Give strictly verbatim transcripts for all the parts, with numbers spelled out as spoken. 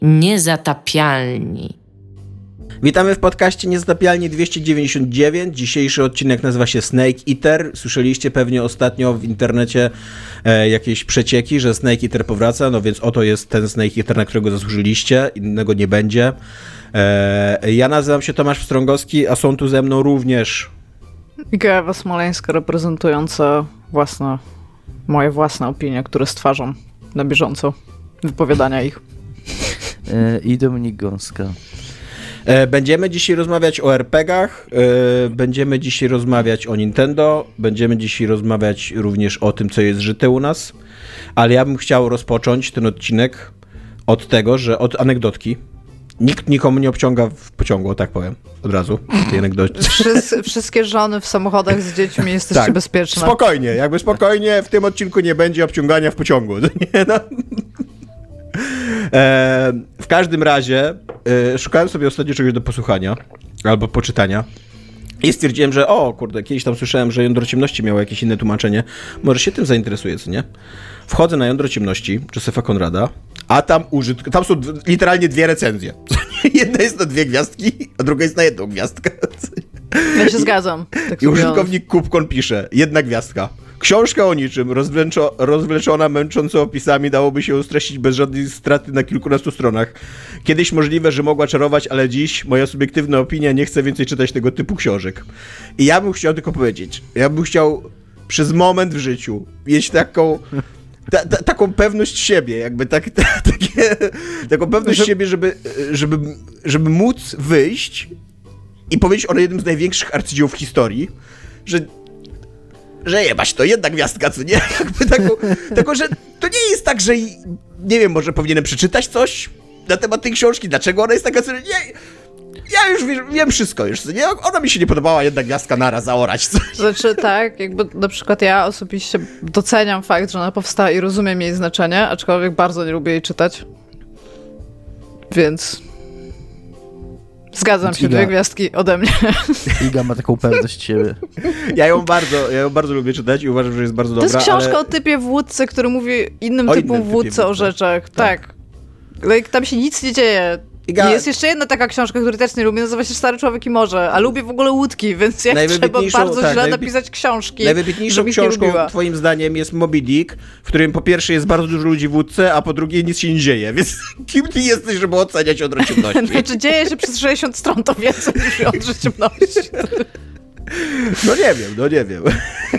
Niezatapialni. Witamy w podcaście Niezatapialni dwieście dziewięćdziesiąt dziewięć. Dzisiejszy odcinek nazywa się Snake Eater. Słyszeliście pewnie ostatnio w internecie e, jakieś przecieki, że Snake Eater powraca, no więc oto jest ten Snake Eater, na którego zasłużyliście. Innego nie będzie. E, ja nazywam się Tomasz Pstrągowski, a są tu ze mną również Iga Ewa Smoleńska, reprezentująca własne, moje własne opinie, które stwarzam na bieżąco. Wypowiadania ich. E, I Dominik Gąska. Będziemy dzisiaj rozmawiać o er pe gach, będziemy dzisiaj rozmawiać o Nintendo, będziemy dzisiaj rozmawiać również o tym, co jest żyte u nas, ale ja bym chciał rozpocząć ten odcinek od tego, że od anegdotki. Nikt nikomu nie obciąga w pociągu, tak powiem, od razu, tej anegdotki. Wszyscy, wszystkie żony w samochodach z dziećmi jesteście tak, bezpieczne. Spokojnie, jakby spokojnie, w tym odcinku nie będzie obciągania w pociągu. Nie, no. E, w każdym razie e, szukałem sobie ostatnio czegoś do posłuchania albo poczytania i stwierdziłem, że o kurde, kiedyś tam słyszałem, że Jądro Ciemności miało jakieś inne tłumaczenie. Może się tym zainteresuję, co nie? Wchodzę na Jądro Ciemności Josepha Conrada, a tam użytk- tam są d- literalnie dwie recenzje. Jedna jest na dwie gwiazdki, a druga jest na jedną gwiazdkę. Ja się zgadzam. Tak I użytkownik Kubkon pisze, jedna gwiazdka. Książka o niczym, rozwleczo- rozwleczona męcząco opisami, dałoby się streścić bez żadnej straty na kilkunastu stronach. Kiedyś możliwe, że mogła czarować, ale dziś, moja subiektywna opinia, nie chcę więcej czytać tego typu książek. I ja bym chciał tylko powiedzieć, ja bym chciał przez moment w życiu mieć taką... Ta, ta, taką pewność siebie, jakby tak, ta, takie, taką pewność że... siebie, żeby, żeby, żeby móc wyjść i powiedzieć o jednym z największych arcydzieł w historii, że że jebać to, jedna gwiazdka, co nie? Jakby taką, taką, że to nie jest tak, że nie wiem, może powinienem przeczytać coś na temat tej książki, dlaczego ona jest taka, co nie... Ja już wiem, wiem wszystko już, co nie? Ona mi się nie podobała, jedna gwiazdka, naraz zaorać coś. Znaczy tak, jakby na przykład ja osobiście doceniam fakt, że ona powstała i rozumiem jej znaczenie, aczkolwiek bardzo nie lubię jej czytać. Więc... Zgadzam się, Iga, dwie gwiazdki ode mnie. Iga ma taką pewność siebie. Ja ją bardzo, ja ją bardzo lubię czytać i uważam, że jest bardzo dobra. To jest książka ale... o typie wódcy, który mówi innym o typom innym wódcy o rzeczach. Tak. tak. Tam się nic nie dzieje. Iga... Jest jeszcze jedna taka książka, której też nie lubię, nazywa się Stary Człowiek i Morze, a lubię w ogóle łódki, więc jak trzeba bardzo tak, źle najwybi... napisać książki, najwybitniejszą książką twoim zdaniem jest Moby Dick, w którym po pierwsze jest bardzo dużo ludzi w łódce, a po drugie nic się nie dzieje, więc kim ty jesteś, żeby oceniać Jądro Ciemności? Znaczy dzieje się przez sześćdziesiąt stron, to więcej niż Jądro Ciemności. No nie wiem, no nie wiem.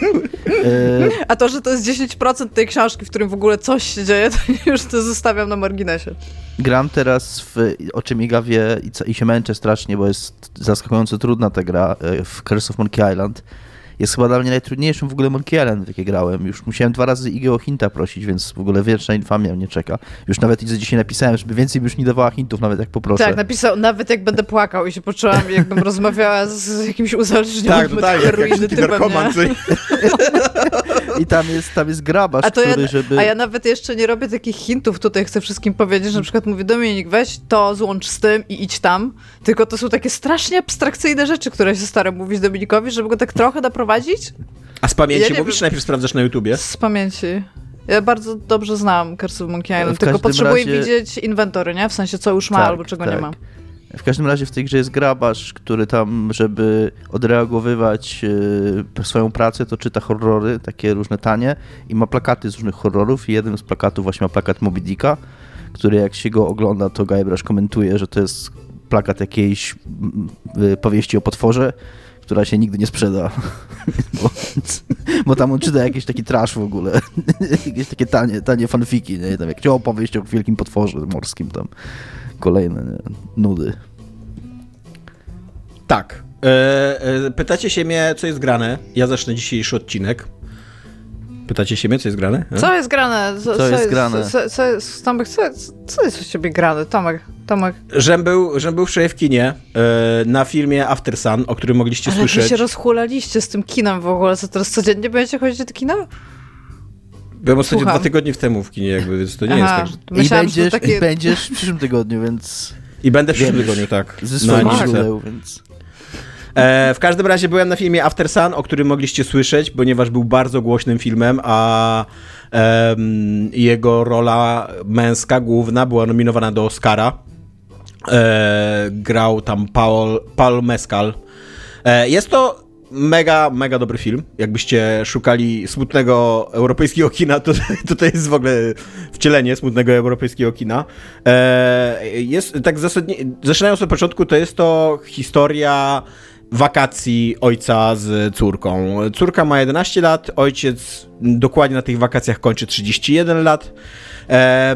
A to, że to jest dziesięć procent tej książki, w którym w ogóle coś się dzieje, to już to zostawiam na marginesie. Gram teraz w, o czym Iga wie i, co, i się męczę strasznie, bo jest zaskakująco trudna ta gra, w Curse of Monkey Island. Jest chyba dla mnie najtrudniejszym w ogóle Monkey Island, w jakie grałem. Już musiałem dwa razy Igę o hinta prosić, więc w ogóle wieczna infamia mnie czeka. Już nawet Idze dzisiaj napisałem, żeby więcej by już nie dawała hintów, nawet jak poproszę. Tak, napisał, nawet jak będę płakał i się poczułam, jakbym rozmawiała z jakimś uzależnionym tak, tak, heroiny typem, I tam jest, tam jest grabarz, a to który, ja, żeby... A ja nawet jeszcze nie robię takich hintów tutaj, chcę wszystkim powiedzieć, że na przykład mówię, Dominik, weź to, złącz z tym i idź tam, tylko to są takie strasznie abstrakcyjne rzeczy, które się staram mówić Dominikowi, żeby go tak trochę doprowadzić. A z pamięci ja mówisz, czy najpierw sprawdzasz na YouTubie? Z pamięci. Ja bardzo dobrze znam Curse of Monkey Island, tylko potrzebuję razie... widzieć inwentory, nie? W sensie, co już ma tak, albo czego tak. nie ma. W każdym razie w tej grze jest grabarz, który tam, żeby odreagowywać yy, swoją pracę, to czyta horrory, takie różne tanie i ma plakaty z różnych horrorów i jeden z plakatów właśnie ma plakat Moby Dicka, który jak się go ogląda, to Guybrush komentuje, że to jest plakat jakiejś yy, powieści o potworze, która się nigdy nie sprzeda, bo, bo tam on czyta jakiś taki trash w ogóle, jakieś takie tanie, tanie fanfiki, nie? Tam jakieś opowieść o wielkim potworze morskim, tam kolejne nie? nudy. Tak. E, e, pytacie się mnie, co jest grane? Ja zacznę dzisiejszy odcinek. Pytacie się mnie, co jest grane? E? Co jest grane? Co, co, co jest, jest grane? Co, co jest, Tomek, co, co jest u ciebie grane? Tomek, Tomek. Żem był, żem był wczoraj w kinie e, na filmie After Sun, o którym mogliście Ale słyszeć. wy się rozhulaliście z tym kinem w ogóle, co teraz codziennie będziecie chodzić do kina? Byłem ostatnio dwa tygodnie w temu w kinie, jakby, więc to nie Aha, jest tak, że... myślałam, I będziesz, że takie... i będziesz w przyszłym tygodniu, więc... I będę w przyszłym tygodniu, tak. Ze swoich na źródeł, więc... E, w każdym razie byłem na filmie After Sun, o którym mogliście słyszeć, ponieważ był bardzo głośnym filmem, a em, jego rola męska, główna, była nominowana do Oscara. E, grał tam Paul, Paul Mescal. E, jest to mega, mega dobry film. Jakbyście szukali smutnego europejskiego kina, to, to to jest w ogóle wcielenie smutnego europejskiego kina. E, jest tak zasadnie, zaczynając od początku, to jest to historia wakacji ojca z córką. Córka ma jedenaście lat, ojciec dokładnie na tych wakacjach kończy trzydzieści jeden lat. E, e,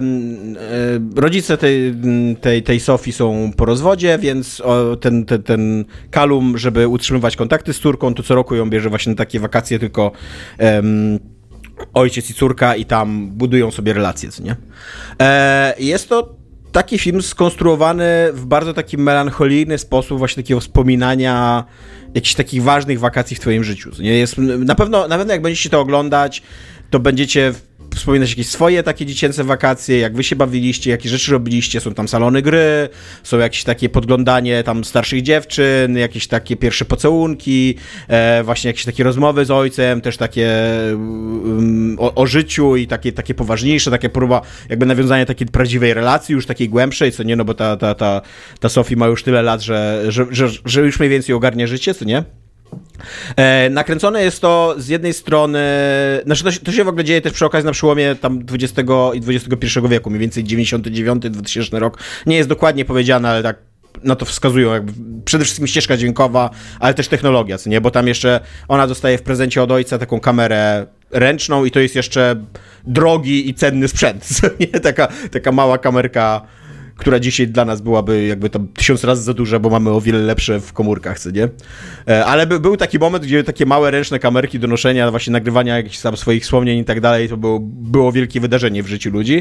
rodzice tej, tej, tej Sofii są po rozwodzie, więc o, ten, ten, ten Callum, żeby utrzymywać kontakty z córką, to co roku ją bierze właśnie na takie wakacje, tylko em, ojciec i córka i tam budują sobie relacje, co nie? E, jest to taki film skonstruowany w bardzo taki melancholijny sposób, właśnie takiego wspominania jakichś takich ważnych wakacji w twoim życiu. Nie? Jest, na pewno, na pewno jak będziecie to oglądać, to będziecie wspominać jakieś swoje takie dziecięce wakacje, jak wy się bawiliście, jakie rzeczy robiliście, są tam salony gry, są jakieś takie podglądanie tam starszych dziewczyn, jakieś takie pierwsze pocałunki, e, właśnie jakieś takie rozmowy z ojcem, też takie um, o, o życiu i takie, takie poważniejsze, takie próba jakby nawiązania takiej prawdziwej relacji, już takiej głębszej, co nie, no bo ta, ta, ta, ta Sophie ma już tyle lat, że, że, że, że już mniej więcej ogarnia życie, co nie? E, nakręcone jest to z jednej strony, znaczy to się, to się w ogóle dzieje też przy okazji na przełomie tam dwudziestego i dwudziestego pierwszego wieku, mniej więcej dziewięćdziesiąty dziewiąty dwutysięczny rok, nie jest dokładnie powiedziane, ale tak na to wskazują, jakby przede wszystkim ścieżka dźwiękowa, ale też technologia, co nie, bo tam jeszcze ona dostaje w prezencie od ojca taką kamerę ręczną i to jest jeszcze drogi i cenny sprzęt, co nie, taka, taka mała kamerka, która dzisiaj dla nas byłaby jakby tam tysiąc razy za duża, bo mamy o wiele lepsze w komórkach, co nie? Ale by, był taki moment, gdzie takie małe ręczne kamerki do noszenia, właśnie nagrywania jakichś tam swoich wspomnień i tak dalej, to było, było wielkie wydarzenie w życiu ludzi.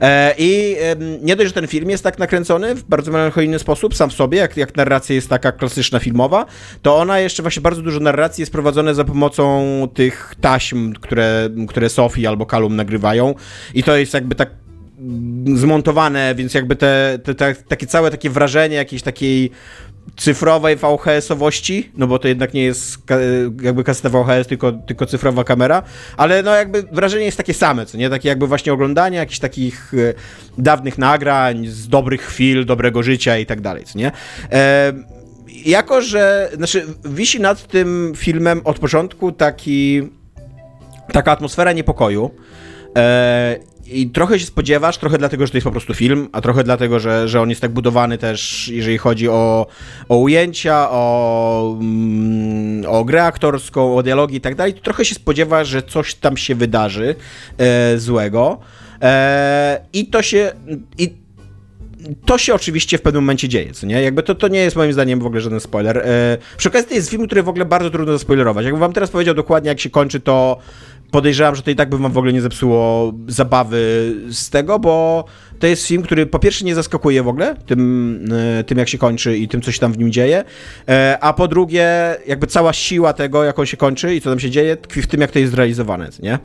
I nie dość, że ten film jest tak nakręcony w bardzo melancholijny sposób, sam w sobie, jak, jak narracja jest taka klasyczna filmowa, to ona jeszcze właśnie bardzo dużo narracji jest prowadzone za pomocą tych taśm, które, które Sophie albo Callum nagrywają i to jest jakby tak zmontowane, więc jakby te, te, te takie całe takie wrażenie jakiejś takiej cyfrowej V H S-owości, no bo to jednak nie jest ka- jakby kaseta V H S, tylko, tylko cyfrowa kamera, ale no jakby wrażenie jest takie same, co nie? Takie jakby właśnie oglądanie jakichś takich e, dawnych nagrań, z dobrych chwil, dobrego życia i tak dalej, co nie? E, jako, że, znaczy wisi nad tym filmem od początku taki taka atmosfera niepokoju, e, i trochę się spodziewasz, trochę dlatego, że to jest po prostu film, a trochę dlatego, że, że on jest tak budowany też, jeżeli chodzi o, o ujęcia, o, mm, o grę aktorską, o dialogi i tak dalej, to trochę się spodziewasz, że coś tam się wydarzy e, złego. E, I to się... I to się oczywiście w pewnym momencie dzieje, co nie? Jakby to, to nie jest moim zdaniem w ogóle żaden spoiler. E, przy okazji to jest film, który w ogóle bardzo trudno zaspoilerować. Jakbym wam teraz powiedział dokładnie, jak się kończy, to podejrzewam, że to i tak by wam w ogóle nie zepsuło zabawy z tego, bo to jest film, który po pierwsze nie zaskakuje w ogóle tym, tym jak się kończy i tym, co się tam w nim dzieje, a po drugie, jakby cała siła tego, jak on się kończy i co tam się dzieje, tkwi w tym, jak to jest zrealizowane, nie?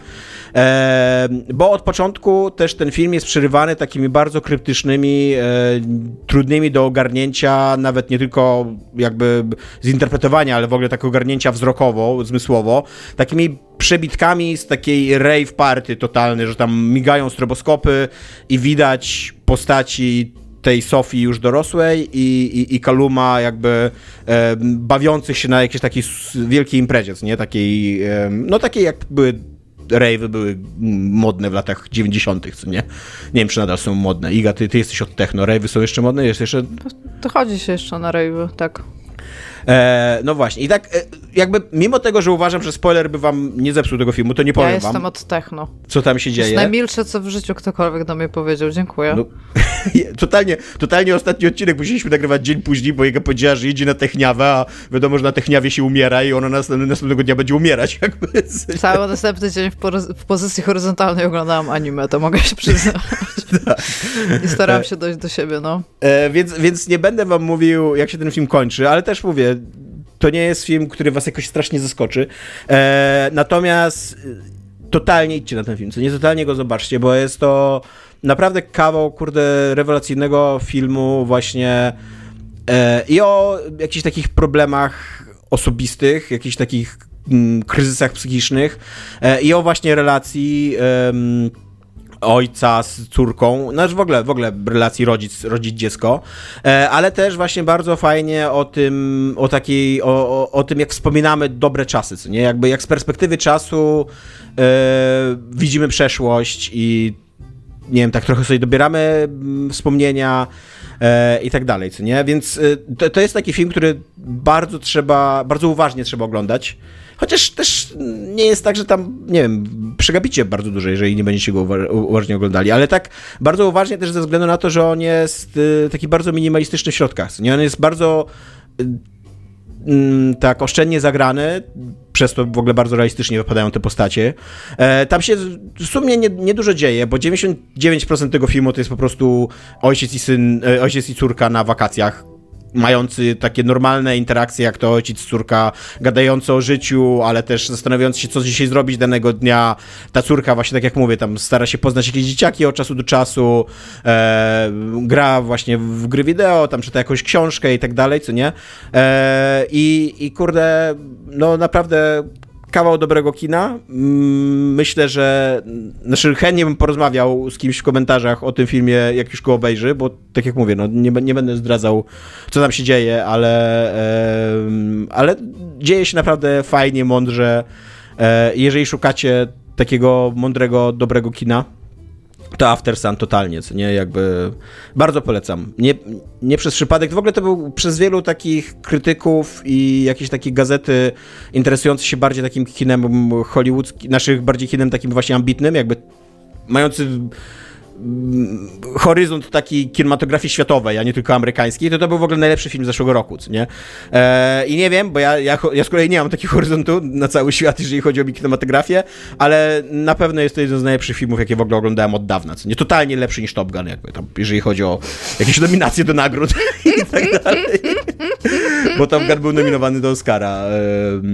Bo od początku też ten film jest przerywany takimi bardzo kryptycznymi, trudnymi do ogarnięcia, nawet nie tylko jakby zinterpretowania, ale w ogóle tak ogarnięcia wzrokowo, zmysłowo, takimi przebitkami z takiej rave party totalnej, że tam migają stroboskopy i widać postaci tej Sophie już dorosłej i, i, i Calluma jakby e, bawiących się na jakiejś takiej wielkiej imprezie, nie? Takiej, e, no takiej jak były rave'y były modne w latach dziewięćdziesiątych, co nie? Nie wiem, czy nadal są modne. Iga, ty, ty jesteś od techno. Rave'y są jeszcze modne? Jest jeszcze... To chodzi się jeszcze na rave'y, tak. E, no właśnie. I tak e, jakby mimo tego, że uważam, że spoiler by wam nie zepsuł tego filmu, to nie powiem wam. Ja wam, jestem od techno. co tam się To dzieje. jest najmilsze, co w życiu ktokolwiek do mnie powiedział. Dziękuję. No, totalnie, totalnie ostatni odcinek musieliśmy nagrywać dzień później, bo Iga powiedziała, że jedzie na techniawę, a wiadomo, że na techniawie się umiera i ona następnego, następnego dnia będzie umierać. Jakby. Cały następny dzień w, pory- w pozycji horyzontalnej oglądałam anime, to mogę się przyznać. I starałam się dojść do siebie, no. E, więc, więc nie będę wam mówił, jak się ten film kończy, ale też mówię, to nie jest film, który was jakoś strasznie zaskoczy. E, natomiast totalnie idźcie na ten film, co nie, totalnie go zobaczcie, bo jest to naprawdę kawał, kurde, rewelacyjnego filmu właśnie e, i o jakichś takich problemach osobistych, jakichś takich mm, kryzysach psychicznych e, i o właśnie relacji em, ojca z córką, znaczy w ogóle, w ogóle relacji rodzic, rodzic-dziecko, e, ale też właśnie bardzo fajnie o tym, o takiej, o, o, o tym, jak wspominamy dobre czasy, co nie? Jakby jak z perspektywy czasu e, widzimy przeszłość i nie wiem, tak trochę sobie dobieramy mm, wspomnienia e, i tak dalej, co nie? Więc e, to, to jest taki film, który bardzo trzeba, bardzo uważnie trzeba oglądać. Chociaż też nie jest tak, że tam, nie wiem, przegapicie bardzo dużo, jeżeli nie będziecie go uwa- uważnie oglądali, ale tak bardzo uważnie też ze względu na to, że on jest y, taki bardzo minimalistyczny w środkach, nie? On jest bardzo y, y, tak oszczędnie zagrany, przez to w ogóle bardzo realistycznie wypadają te postacie. E, tam się w sumie nie, nie dużo dzieje, bo dziewięćdziesiąt dziewięć procent tego filmu to jest po prostu ojciec i syn, e, ojciec i córka na wakacjach, mający takie normalne interakcje, jak to ojciec, córka, gadające o życiu, ale też zastanawiający się, co dzisiaj zrobić danego dnia. Ta córka właśnie, tak jak mówię, tam stara się poznać jakieś dzieciaki od czasu do czasu, e, gra właśnie w gry wideo, tam czyta jakąś książkę i tak dalej, co nie? E, i, I kurde, no naprawdę kawał dobrego kina. Myślę, że znaczy chętnie bym porozmawiał z kimś w komentarzach o tym filmie, jak już go obejrzy, bo tak jak mówię, no nie, nie będę zdradzał, co tam się dzieje, ale, e, ale dzieje się naprawdę fajnie, mądrze. E, jeżeli szukacie takiego mądrego, dobrego kina, to After Sun totalnie, co nie, jakby bardzo polecam. Nie, nie przez przypadek, w ogóle to był przez wielu takich krytyków i jakieś takie gazety interesujące się bardziej takim kinem hollywoodzkim, naszych bardziej kinem takim właśnie ambitnym, jakby mający horyzont taki kinematografii światowej, a nie tylko amerykańskiej, to to był w ogóle najlepszy film zeszłego roku, co nie? E, I nie wiem, bo ja, ja, ja z kolei nie mam takiego horyzontu na cały świat, jeżeli chodzi o kinematografię, ale na pewno jest to jeden z najlepszych filmów, jakie w ogóle oglądałem od dawna, co nie? Totalnie lepszy niż Top Gun, jakby tam, jeżeli chodzi o jakieś nominacje do nagród i tak dalej. Bo Top Gun był nominowany do Oscara. E,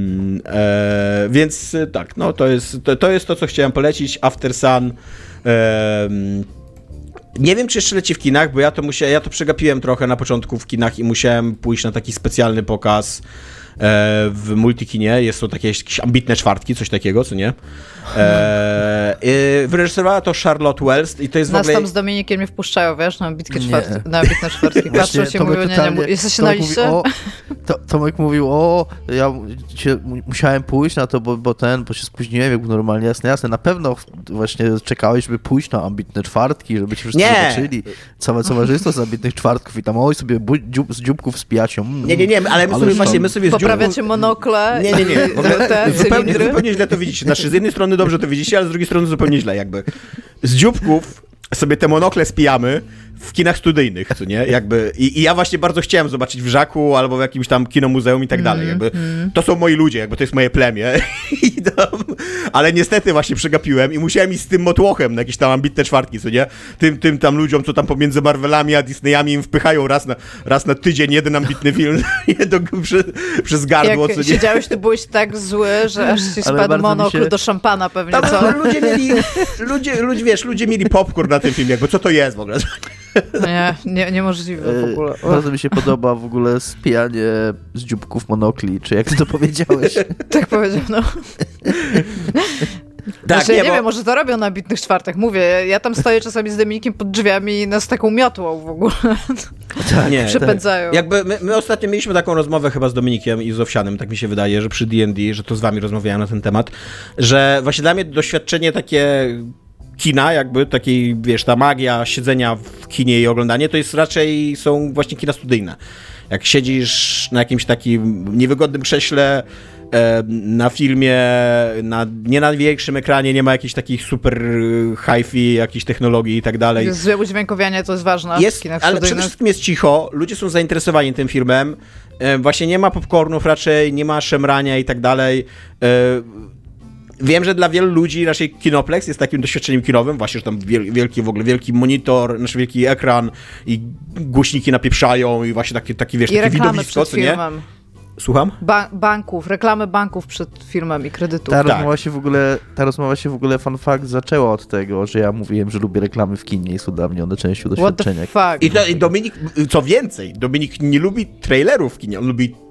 e, więc tak, no to jest to, to jest to, co chciałem polecić. After Sun. E, Nie wiem, czy jeszcze leci w kinach, bo ja to musiałem, ja to przegapiłem trochę na początku w kinach i musiałem pójść na taki specjalny pokaz e, w Multikinie. Jest to takie jakieś ambitne czwartki, coś takiego, co nie? E, e, wyreżyserowała to Charlotte Wells i to jest Nas w ogóle... tam z Dominikiem nie wpuszczają, wiesz, na bitkę Nie. czwartki, na bitne czwartki. Patrzą się, mówią, nie, nie, nie, jesteście na liście? Mówi, o, to, Tomek mówił, o, ja się, musiałem pójść na to, bo, bo ten, bo się spóźniłem, jak normalnie, jasne, jasne, na pewno właśnie czekałeś, żeby pójść na ambitne czwartki, żeby ci wszyscy Nie. zobaczyli całe towarzystwo z ambitnych czwartków i tam, oj, sobie bu, dziób, z dzióbków spiacią. Mm, Nie, nie, nie, ale my ale sobie szan. właśnie, my sobie z Poprawiacie dzióbków... monokle Nie, nie, nie. i W ogóle te zupełnie, cylindry. zupełnie źle to widzicie. Znaczy, z jednej strony dobrze to widzicie, ale z drugiej strony zupełnie źle, jakby. Z dzióbków sobie te monokle spijamy w kinach studyjnych, co nie? Jakby, i, i ja właśnie bardzo chciałem zobaczyć w Żaku albo w jakimś tam kinomuzeum i tak dalej. Jakby, to są moi ludzie, jakby to jest moje plemię. I tam, ale niestety właśnie przegapiłem i musiałem iść z tym motłochem na jakieś tam ambitne czwartki, co nie? Tym, tym tam ludziom, co tam pomiędzy Marvelami a Disneyami im wpychają raz na, raz na tydzień jeden ambitny film do, przy, przez gardło, Jak co nie? siedziałeś, to byłeś tak zły, że aż ci Ale spadł bardzo mi monokl się- do szampana pewnie, Tam co? ludzie mieli, ludzie, ludzie, wiesz, ludzie mieli popcorn na tym filmie, jakby co to jest w ogóle? Nie, nie, niemożliwe w E, ogóle. Bardzo mi się podoba w ogóle spijanie z dzióbków monokli, czy jak ty to powiedziałeś? Tak powiedział, no. Tak, Znaczy, ja nie bo- wiem, może to robią na bitnych czwartach. Mówię, ja tam stoję czasami z Dominikiem pod drzwiami i nas taką miotłą w ogóle Tak, Nie, przepędzają. Jakby my, my ostatnio mieliśmy taką rozmowę chyba z Dominikiem i z Owsianym, tak mi się wydaje, że przy D and D, że to z wami rozmawiałem na ten temat, że właśnie dla mnie doświadczenie takie kina, jakby takiej, wiesz, ta magia siedzenia w kinie i oglądanie, to jest raczej, są właśnie kina studyjne. Jak siedzisz na jakimś takim niewygodnym krześle, e, na filmie, na, nie na większym ekranie, nie ma jakichś takich super hi-fi, jakichś technologii i tak dalej. Złe udźwiękowienie to jest ważne w Jest, kinach ale przede studyjnych. wszystkim jest cicho, ludzie są zainteresowani tym filmem, e, właśnie nie ma popcornów raczej, nie ma szemrania i tak dalej. E, Wiem, że dla wielu ludzi raczej Kinoplex jest takim doświadczeniem kinowym, właśnie, że tam wiel, wielki w ogóle, wielki monitor, znaczy wielki ekran i głośniki napieprzają i właśnie takie, takie wiesz, I takie reklamy widowisko, przed co nie? filmem. Słucham? Ba- banków, reklamy banków przed filmem i kredytów. Ta Tak. rozmowa się w ogóle, ta rozmowa się w ogóle, fun fact, zaczęła od tego, że ja mówiłem, że lubię reklamy w kinie i są dla mnie one częścią What the doświadczenia. fuck? I, to, I Dominik, co więcej, Dominik nie lubi trailerów w kinie, on lubi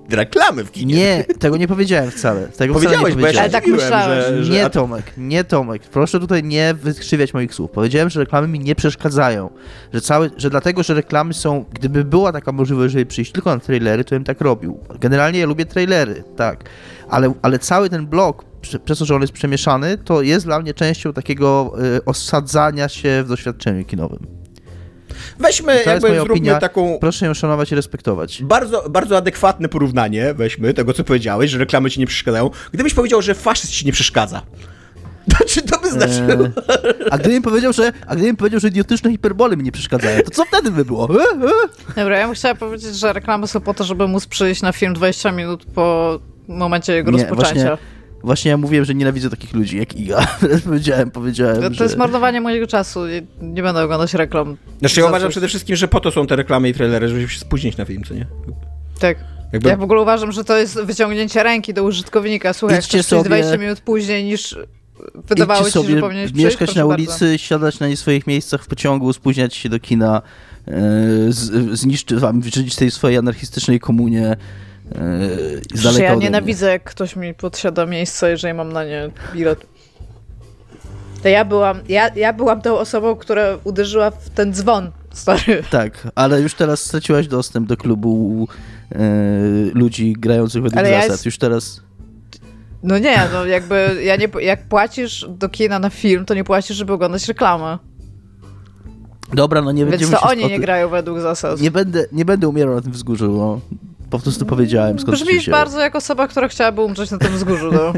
reklamy w kinie. Nie, tego nie powiedziałem wcale. Tego Powiedziałeś, wcale nie bo ja się Ale tak dziwiłem, myślałem. że, że... Nie, a- Tomek, nie, Tomek. Proszę tutaj nie wykrzywiać moich słów. Powiedziałem, że reklamy mi nie przeszkadzają. Że, cały, że dlatego, że reklamy są... Gdyby była taka możliwość, żeby przyjść tylko na trailery, to bym tak robił. Generalnie ja lubię trailery, tak. Ale, ale cały ten blok, prze- przez to, że on jest przemieszany, to jest dla mnie częścią takiego y, osadzania się w doświadczeniu kinowym. Weźmy, To jest jakby moja zróbmy opinia. taką... Proszę ją szanować i respektować. Bardzo, bardzo adekwatne porównanie, weźmy, tego co powiedziałeś, że reklamy ci nie przeszkadzają. Gdybyś powiedział, że faszyzm ci nie przeszkadza, to czy to by znaczyło? Eee, a gdybym powiedział, że, a gdybym powiedział, że idiotyczne hiperbole mi nie przeszkadzają, to co wtedy by było? E, e? Dobra, ja bym chciała powiedzieć, że reklamy są po to, żeby móc przyjść na film dwadzieścia minut po momencie jego Nie, rozpoczęcia. właśnie, właśnie ja mówiłem, że nienawidzę takich ludzi jak Iga. powiedziałem, powiedziałem, To, to że... jest marnowanie mojego czasu. Nie, nie będę oglądać reklam. Znaczy ja Za uważam coś. przede wszystkim, że po to są te reklamy i trailery, żeby się spóźnić na film, co nie? Tak. Jakby... Ja w ogóle uważam, że to jest wyciągnięcie ręki do użytkownika. Słuchaj, jak Idźcie chcesz przyjść sobie- dwadzieścia minut później niż wydawało Idźcie ci się, sobie że powinieneś przyjść, mieszkać proszę na bardzo. ulicy, siadać na nie swoich miejscach w pociągu, spóźniać się do kina, e, z, zniszczyć wam, żyć tej swojej anarchistycznej komunie e, z Przecież daleka ja ode mnie. nienawidzę, jak ktoś mi podsiada miejsce, jeżeli mam na nie bilet. To ja byłam, ja, ja byłam tą osobą, która uderzyła w ten dzwon, stary. Tak, ale już teraz straciłaś dostęp do klubu e, ludzi grających według Ale ja zasad. jest- Już teraz... No nie, no jakby, ja nie, jak płacisz do kina na film, to nie płacisz, żeby oglądać reklamę. Dobra, no nie Więc będziemy to się oni o nie tym- grają według zasad. Nie będę, nie będę umierał na tym wzgórzu, no. Po prostu powiedziałem, skąd to się Brzmisz wzięło. bardzo jak osoba, która chciałaby umrzeć na tym wzgórzu, no.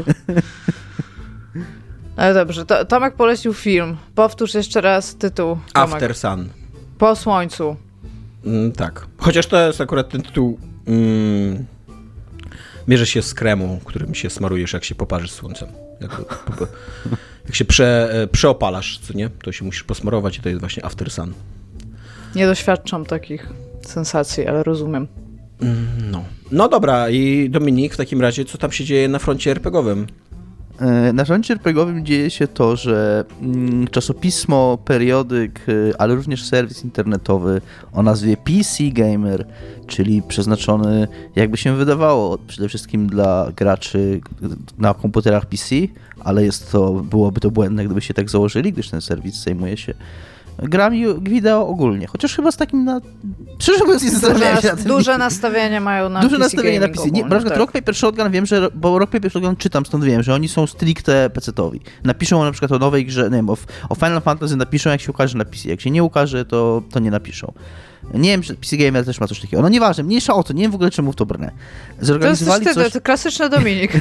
Ale dobrze, to, Tomek polecił film. Powtórz jeszcze raz tytuł, Tomek. After Sun. Po słońcu. Mm, tak. Chociaż to jest akurat ten tytuł... Mm, mierzy się z kremą, którym się smarujesz, jak się poparzysz słońcem. Jak, po, po, jak się prze, e, przeopalasz, co nie? To się musisz posmarować i to jest właśnie After Sun. Nie doświadczam takich sensacji, ale rozumiem. No. No dobra, i Dominik, w takim razie, co tam się dzieje na froncie er pe gie owym? E, Na froncie er pe gie owym dzieje się to, że mm, czasopismo, periodyk, y, ale również serwis internetowy o nazwie P C Gamer, czyli przeznaczony, jakby się wydawało, przede wszystkim dla graczy na komputerach P C, ale jest to, byłoby to błędne, gdyby się tak założyli, gdyż ten serwis zajmuje się grami wideo ogólnie. Chociaż chyba z takim na... Szczerze mówiąc, nie Duże, zastanawiałem się na tym. duże nastawienie mają na Duże P C nastawienie na gaming P C. Nie, ogólnie, na przykład tak. Rock Paper Shotgun wiem, że, bo Rock Paper Shotgun czytam, stąd wiem, że oni są stricte pecetowi. Napiszą na przykład o nowej grze, nie wiem, o, o Final Fantasy napiszą, jak się ukaże na P C. Jak się nie ukaże, to, to nie napiszą. Nie wiem, czy P C Gamer też ma coś takiego. No nieważne, mniejsza o to, nie wiem w ogóle, czemu w to brnę. To jest Zorganizowali coś, coś, to klasyczny Dominik.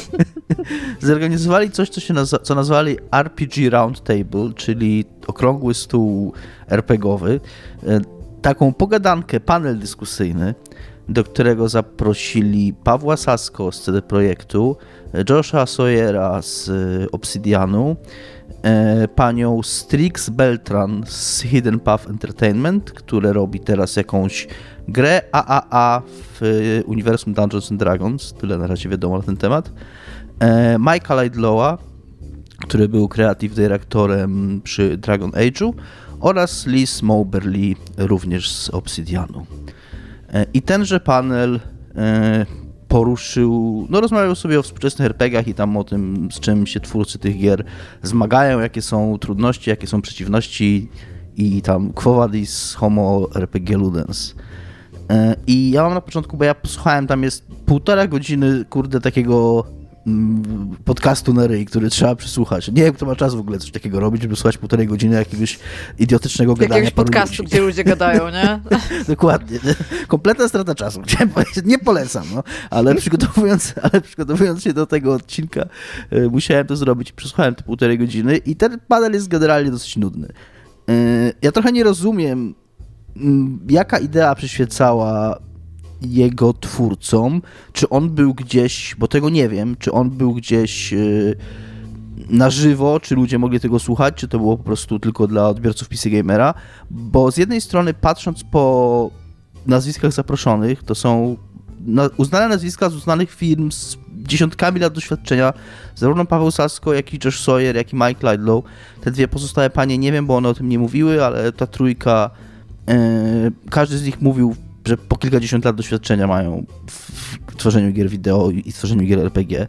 zorganizowali coś, co się nazwa, co nazwali R P G Roundtable, czyli okrągły stół er pe gie owy. E, Taką pogadankę, panel dyskusyjny, do którego zaprosili Pawła Sasko z C D Projektu, Josha Sawyera z e, Obsidianu, e, panią Strix Beltran z Hidden Path Entertainment, które robi teraz jakąś grę A A A w e, uniwersum Dungeons and Dragons, tyle na razie wiadomo na ten temat, e, Mike'a Laidlawa, który był creative dyrektorem przy Dragon Age'u, oraz Liz Moberly, również z Obsidianu. E, I tenże panel e, poruszył, no rozmawiał sobie o współczesnych er pe gie ach i tam o tym, z czym się twórcy tych gier zmagają, jakie są trudności, jakie są przeciwności i tam quo vadis homo er pe gie ludens. E, I ja mam na początku, bo ja posłuchałem, tam jest półtora godziny, kurde, takiego mm, podcastu na ryj, który trzeba przesłuchać. Nie wiem, kto ma czas w ogóle coś takiego robić, żeby słuchać półtorej godziny jakiegoś idiotycznego gadania. Jakiegoś paru podcastu, ludzi. gdzie ludzie gadają, nie? Dokładnie. Kompletna strata czasu. Chciałem powiedzieć, nie polecam, no. Ale przygotowując, ale przygotowując się do tego odcinka, y, musiałem to zrobić. Przesłuchałem te półtorej godziny i ten panel jest generalnie dosyć nudny. Y, ja trochę nie rozumiem, y, jaka idea przyświecała jego twórcom. Czy on był gdzieś, bo tego nie wiem, czy on był gdzieś y, na żywo, czy ludzie mogli tego słuchać, czy to było po prostu tylko dla odbiorców P C Gamera, bo z jednej strony patrząc po nazwiskach zaproszonych, to są na, uznane nazwiska z uznanych firm z dziesiątkami lat doświadczenia, zarówno Paweł Sasko, jak i Josh Sawyer, jak i Mike Laidlaw. Te dwie pozostałe panie, nie wiem, bo one o tym nie mówiły, ale ta trójka, yy, każdy z nich mówił, że po kilkadziesiąt lat doświadczenia mają w, w tworzeniu gier wideo i tworzeniu gier er pe gie.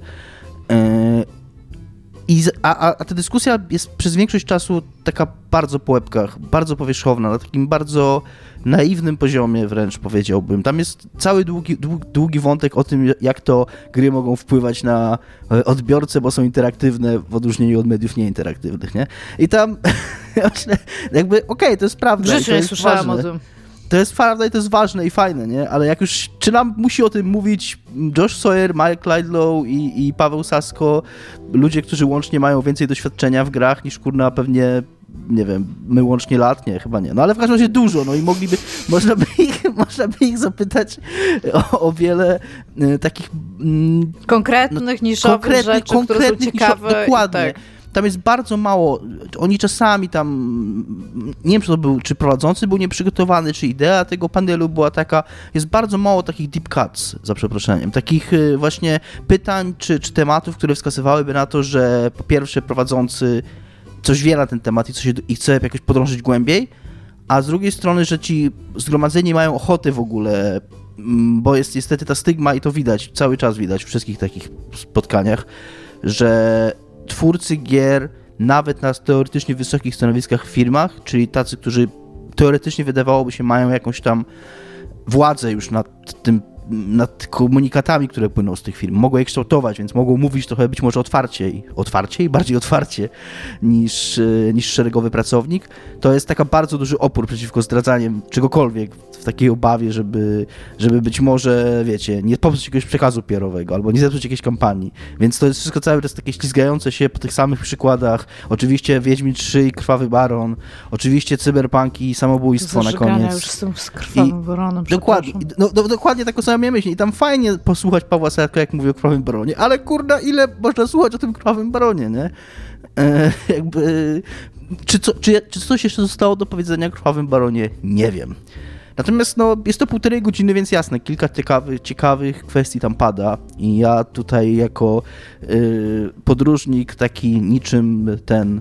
I, a, a ta dyskusja jest przez większość czasu taka bardzo po łebkach, bardzo powierzchowna, na takim bardzo naiwnym poziomie wręcz powiedziałbym. Tam jest cały długi, długi, długi wątek o tym, jak to gry mogą wpływać na odbiorcę, bo są interaktywne w odróżnieniu od mediów nieinteraktywnych, nie? I tam jakby okej, okay, to jest prawda. W życiu nie słyszałam ważne. o tym. To jest prawda i to jest ważne i fajne, nie? Ale jak już, czy nam musi o tym mówić Josh Sawyer, Mike Laidlaw i, i Paweł Sasko, ludzie, którzy łącznie mają więcej doświadczenia w grach niż kurna pewnie, nie wiem, my łącznie lat? Nie, chyba nie. No ale w każdym razie dużo, no i mogliby, można by ich, można by ich zapytać o, o wiele y, takich... Mm, konkretnych, no, niszowych konkretnych, rzeczy, konkretnych, które są ciekawe. Niszowych, dokładnie. Tak. Tam jest bardzo mało, oni czasami tam, nie wiem, czy to był, czy prowadzący był nieprzygotowany, czy idea tego panelu była taka, jest bardzo mało takich deep cuts, za przeproszeniem, takich właśnie pytań, czy, czy tematów, które wskazywałyby na to, że po pierwsze prowadzący coś wie na ten temat i, coś, i chce jakoś podrążyć głębiej, a z drugiej strony, że ci zgromadzeni mają ochotę w ogóle, bo jest niestety ta stygma i to widać, cały czas widać w wszystkich takich spotkaniach, że twórcy gier, nawet na teoretycznie wysokich stanowiskach w firmach, czyli tacy, którzy teoretycznie wydawałoby się mają jakąś tam władzę już nad tym, nad komunikatami, które płyną z tych firm. Mogą je kształtować, więc mogą mówić trochę być może otwarciej, otwarciej, bardziej otwarcie niż, niż szeregowy pracownik. To jest taka bardzo duży opór przeciwko zdradzaniem czegokolwiek w takiej obawie, żeby, żeby być może, wiecie, nie popsuć jakiegoś przekazu P R-owego albo nie zepsuć jakiejś kampanii. Więc to jest wszystko cały czas takie ślizgające się po tych samych przykładach. Oczywiście Wiedźmin trzy i Krwawy Baron, oczywiście Cyberpunk i samobójstwo na koniec. już z tym z Krwawym I Baronem, dokładnie, no, no, dokładnie taką samą myśl. I tam fajnie posłuchać Pawła Sarka, jak mówi o Krwawym Baronie, ale kurna, ile można słuchać o tym Krwawym Baronie, nie? E, jakby, czy, co, czy, czy coś jeszcze zostało do powiedzenia o Krwawym Baronie? Nie wiem. Natomiast no, jest to półtorej godziny, więc jasne, kilka ciekawych, ciekawych kwestii tam pada i ja tutaj jako y, podróżnik taki niczym ten,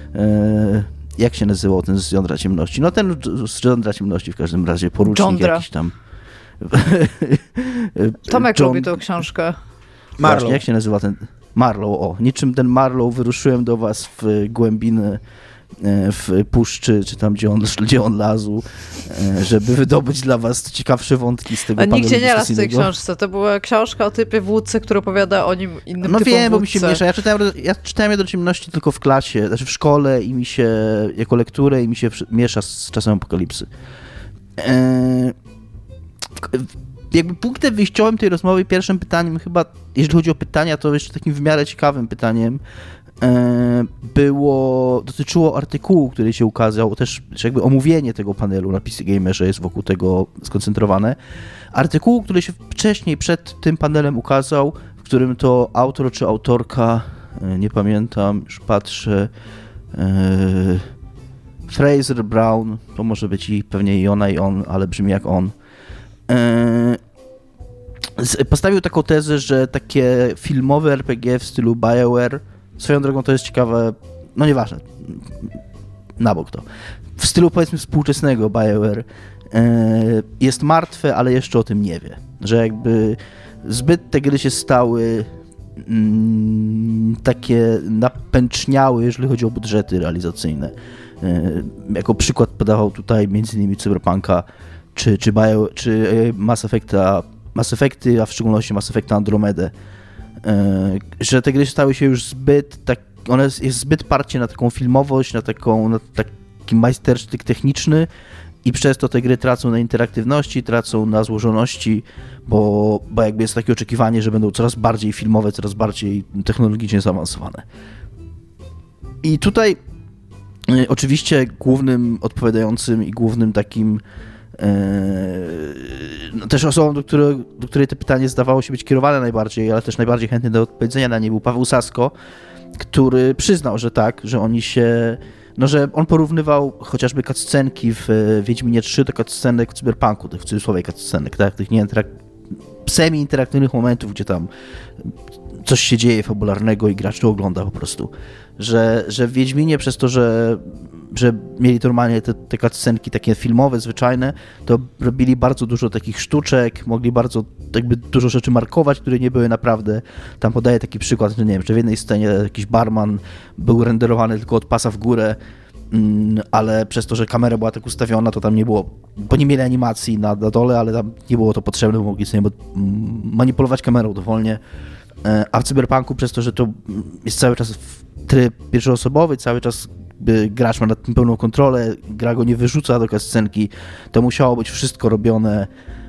y, jak się nazywał ten z Jądra Ciemności? No ten z Jądra Ciemności w każdym razie, porucznik Jądra. jakiś tam. Tomek John... lubi tą książkę. Marlow. Właśnie, jak się nazywa ten? Marlow, o. Niczym ten Marlow wyruszyłem do was w głębiny w puszczy, czy tam, gdzie on, gdzie on lazł, żeby wydobyć dla was ciekawsze wątki z tego A nikt się nie raz w tej dyskusyjnego. książce. To była książka o typie wódcy, który opowiada o nim innym No typom wiem, bo mi wódce. się miesza. Ja czytałem, ja czytałem je do ciemności tylko w klasie, znaczy w szkole i mi się, jako lekturę i mi się miesza z czasem apokalipsy. Eee, jakby punktem wyjściowym tej rozmowy, pierwszym pytaniem chyba, jeżeli chodzi o pytania, to jeszcze takim w miarę ciekawym pytaniem było, dotyczyło artykułu, który się ukazał, też jakby omówienie tego panelu na P C Gamerze jest wokół tego skoncentrowane. Artykułu, który się wcześniej przed tym panelem ukazał, w którym to autor czy autorka, nie pamiętam, już patrzę, Fraser Brown, to może być i pewnie i ona i on, ale brzmi jak on, postawił taką tezę, że takie filmowe er pe gie w stylu BioWare, swoją drogą to jest ciekawe, no nieważne, na bok to, w stylu powiedzmy współczesnego BioWare jest martwe, ale jeszcze o tym nie wie, że jakby zbyt te gry się stały mm, takie napęczniałe, jeżeli chodzi o budżety realizacyjne. Jako przykład podawał tutaj między innymi Cyberpunka czy, czy, Bio, czy Mass Effecta, Mass Effecty, a w szczególności Mass Effecta Andromedę, że te gry stały się już zbyt, tak, one jest zbyt parcie na taką filmowość, na, taką, na taki majstersztyk techniczny i przez to te gry tracą na interaktywności, tracą na złożoności, bo, bo jakby jest takie oczekiwanie, że będą coraz bardziej filmowe, coraz bardziej technologicznie zaawansowane. I tutaj y, oczywiście głównym odpowiadającym i głównym takim no też osobą, do której, do której to pytanie zdawało się być kierowane najbardziej, ale też najbardziej chętny do odpowiedzenia na nie był Paweł Sasko, który przyznał, że tak, że oni się, no że on porównywał chociażby cutscenki w Wiedźminie trzy do cutscenek w Cyberpunku, tych w cudzysłowie cutscenek, tak, tych nieinterak- semi-interaktywnych momentów, gdzie tam coś się dzieje fabularnego i gracz to ogląda po prostu. Że, że w Wiedźminie przez to, że, że mieli normalnie te, te cutscenki takie filmowe, zwyczajne, to robili bardzo dużo takich sztuczek, mogli bardzo jakby dużo rzeczy markować, które nie były naprawdę. Tam podaję taki przykład, że nie wiem, że w jednej scenie jakiś barman był renderowany tylko od pasa w górę, ale przez to, że kamera była tak ustawiona, to tam nie było, bo nie mieli animacji na, na dole, ale tam nie było to potrzebne, bo mogli sobie manipulować kamerą dowolnie. A w Cyberpunku przez to, że to jest cały czas tryb pierwszoosobowy, cały czas gracz ma nad tym pełną kontrolę, gra go nie wyrzuca do cutscenki, to musiało być wszystko robione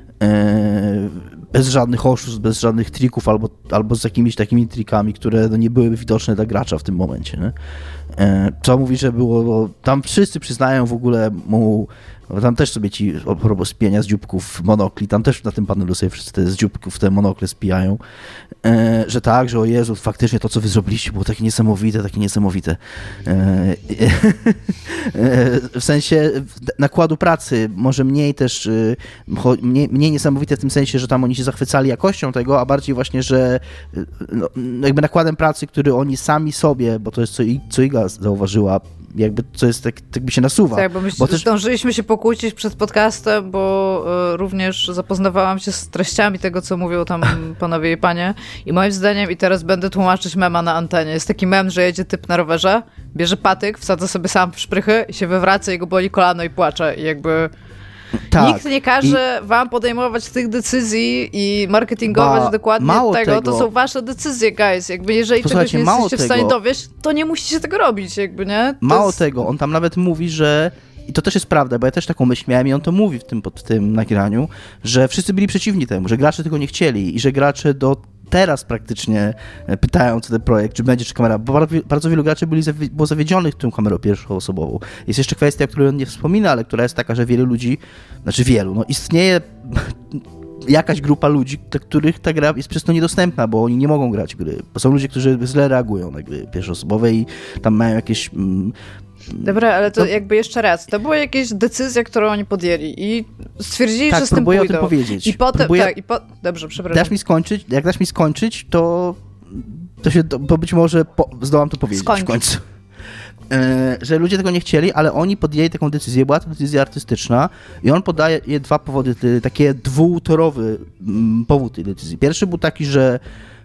bez żadnych oszustw, bez żadnych trików albo, albo z jakimiś takimi trikami, które no, nie byłyby widoczne dla gracza w tym momencie. Nie? Co mówi, że było, tam wszyscy przyznają w ogóle mu, tam też sobie ci a propos spienia z dzióbków monokli, tam też na tym panelu sobie wszyscy te z dzióbków te monokle spijają, że tak, że o Jezu, faktycznie to, co wy zrobiliście, było takie niesamowite, takie niesamowite. W sensie nakładu pracy, może mniej też, mniej, mniej niesamowite w tym sensie, że tam oni się zachwycali jakością tego, a bardziej właśnie, że no, jakby nakładem pracy, który oni sami sobie, bo to jest co, co Iga zauważyła, jakby co jest tak, tak by się nasuwa. Tak, bo my bo też... zdążyliśmy się pokłócić przed podcastem, bo y, również zapoznawałam się z treściami tego, co mówią tam panowie i panie i moim zdaniem, i teraz będę tłumaczyć mema na antenie, jest taki mem, że jedzie typ na rowerze, bierze patyk, wsadza sobie sam w szprychy i się wywraca i go boli kolano i płacze i jakby... Tak. Nikt nie każe I... wam podejmować tych decyzji i marketingować ba, dokładnie tego. tego. To są wasze decyzje, guys. Jakby jeżeli czegoś nie jesteście w stanie dowieść, to nie musicie tego robić, jakby, nie? To mało jest... tego, on tam nawet mówi, że i to też jest prawda, bo ja też taką myśl miałem i on to mówi w tym, w tym nagraniu, że wszyscy byli przeciwni temu, że gracze tego nie chcieli i że gracze do teraz praktycznie pytają co ten projekt, czy będzie czy kamera, bo bardzo, bardzo wielu graczy byli zawi- było zawiedzionych tą kamerą pierwszoosobową. Jest jeszcze kwestia, o której on nie wspomina, ale która jest taka, że wielu ludzi, znaczy wielu, no istnieje jakaś grupa ludzi, dla których ta gra jest przez to niedostępna, bo oni nie mogą grać gry, bo są ludzie, którzy źle reagują na gry pierwszoosobowe i tam mają jakieś... Mm, Dobra, ale to no, jakby jeszcze raz, to była jakaś decyzja, którą oni podjęli i stwierdzili, tak, że z tym pójdą. Tak, próbuję o tym powiedzieć. I potem, próbuję... tak, i po... Dobrze, przepraszam. Dasz mi skończyć, jak dasz mi skończyć, to, to się, to być może po... zdołam to powiedzieć Skończ. w końcu. E, że ludzie tego nie chcieli, ale oni podjęli taką decyzję, była to decyzja artystyczna i on podaje dwa powody, takie dwutorowy powód tej decyzji. Pierwszy był taki, że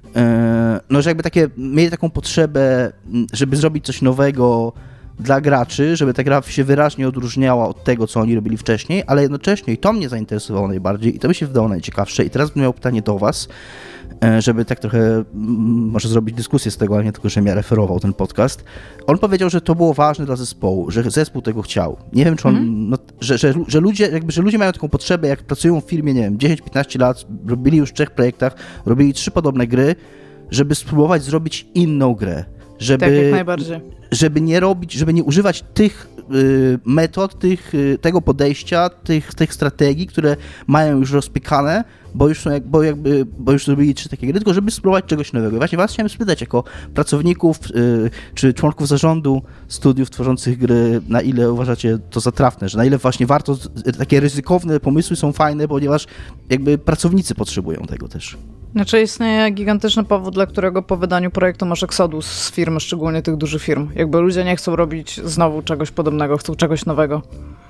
e, no, że jakby takie, mieli taką potrzebę, żeby zrobić coś nowego dla graczy, żeby ta gra się wyraźnie odróżniała od tego, co oni robili wcześniej, ale jednocześnie i to mnie zainteresowało najbardziej i to mi się wydało najciekawsze i teraz bym miał pytanie do was, żeby tak trochę może zrobić dyskusję z tego, ale nie tylko, że ja referował ten podcast. On powiedział, że to było ważne dla zespołu, że zespół tego chciał. Nie wiem, czy on, mm. no, że, że, że, ludzie, jakby, że ludzie mają taką potrzebę, jak pracują w firmie, nie wiem, dziesięć piętnaście lat, robili już w trzech projektach, robili trzy podobne gry, żeby spróbować zrobić inną grę. Żeby, tak, jak najbardziej. Żeby nie robić, żeby nie używać tych y, metod, tych, y, tego podejścia, tych, tych strategii, które mają już rozpykane, bo już są jak, bo jakby, bo już zrobili trzy takie gry, tylko żeby spróbować czegoś nowego. I właśnie was chciałem spytać, jako pracowników y, czy członków zarządu studiów tworzących gry, na ile uważacie to za trafne, że na ile właśnie warto, takie ryzykowne pomysły są fajne, ponieważ jakby pracownicy potrzebują tego też. Znaczy istnieje gigantyczny powód, dla którego po wydaniu projektu masz exodus z firmy, szczególnie tych dużych firm. Jakby ludzie nie chcą robić znowu czegoś podobnego, chcą czegoś nowego.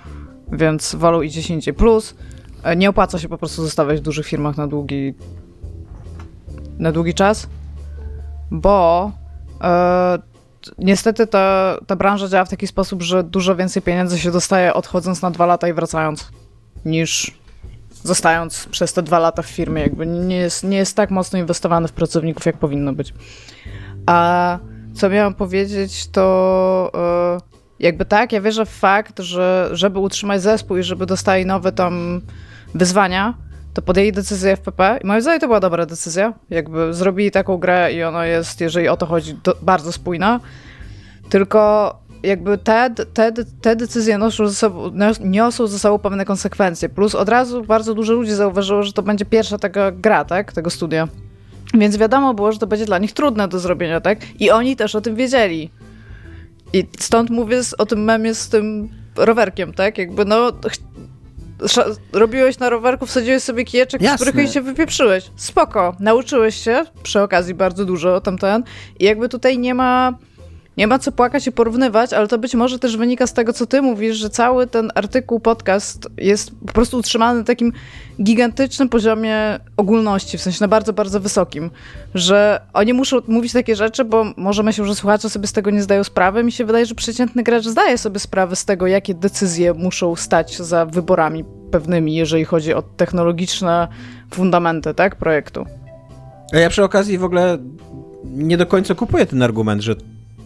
Więc wolą iść gdzieś indziej. Plus nie opłaca się po prostu zostawiać w dużych firmach na długi na długi czas, bo e, niestety ta, ta branża działa w taki sposób, że dużo więcej pieniędzy się dostaje odchodząc na dwa lata i wracając, niż zostając przez te dwa lata w firmie. Jakby nie jest, nie jest tak mocno inwestowane w pracowników, jak powinno być. A co miałam powiedzieć, to e, jakby tak, ja wierzę w fakt, że żeby utrzymać zespół i żeby dostali nowe tam wyzwania, to podjęli decyzję F P P i moim zdaniem to była dobra decyzja. Jakby zrobili taką grę i ona jest, jeżeli o to chodzi, do, bardzo spójna. Tylko jakby te, te, te decyzje noszą ze sobą, niosą ze sobą pewne konsekwencje. Plus od razu bardzo dużo ludzi zauważyło, że to będzie pierwsza taka gra, tak, tego studia. Więc wiadomo było, że to będzie dla nich trudne do zrobienia, tak? I oni też o tym wiedzieli. I stąd mówię o tym memie z tym rowerkiem, tak? Jakby no... Sza- robiłeś na rowerku, wsadziłeś sobie kijeczek, z których się wypieprzyłeś. Spoko. Nauczyłeś się, przy okazji bardzo dużo tamten. I jakby tutaj nie ma... Nie ma co płakać i porównywać, ale to być może też wynika z tego, co ty mówisz, że cały ten artykuł, podcast jest po prostu utrzymany na takim gigantycznym poziomie ogólności, w sensie na bardzo, bardzo wysokim, że oni muszą mówić takie rzeczy, bo może myślą, że słuchacze sobie z tego nie zdają sprawy. Mi się wydaje, że przeciętny gracz zdaje sobie sprawę z tego, jakie decyzje muszą stać za wyborami pewnymi, jeżeli chodzi o technologiczne fundamenty, tak, projektu. A ja przy okazji w ogóle nie do końca kupuję ten argument, że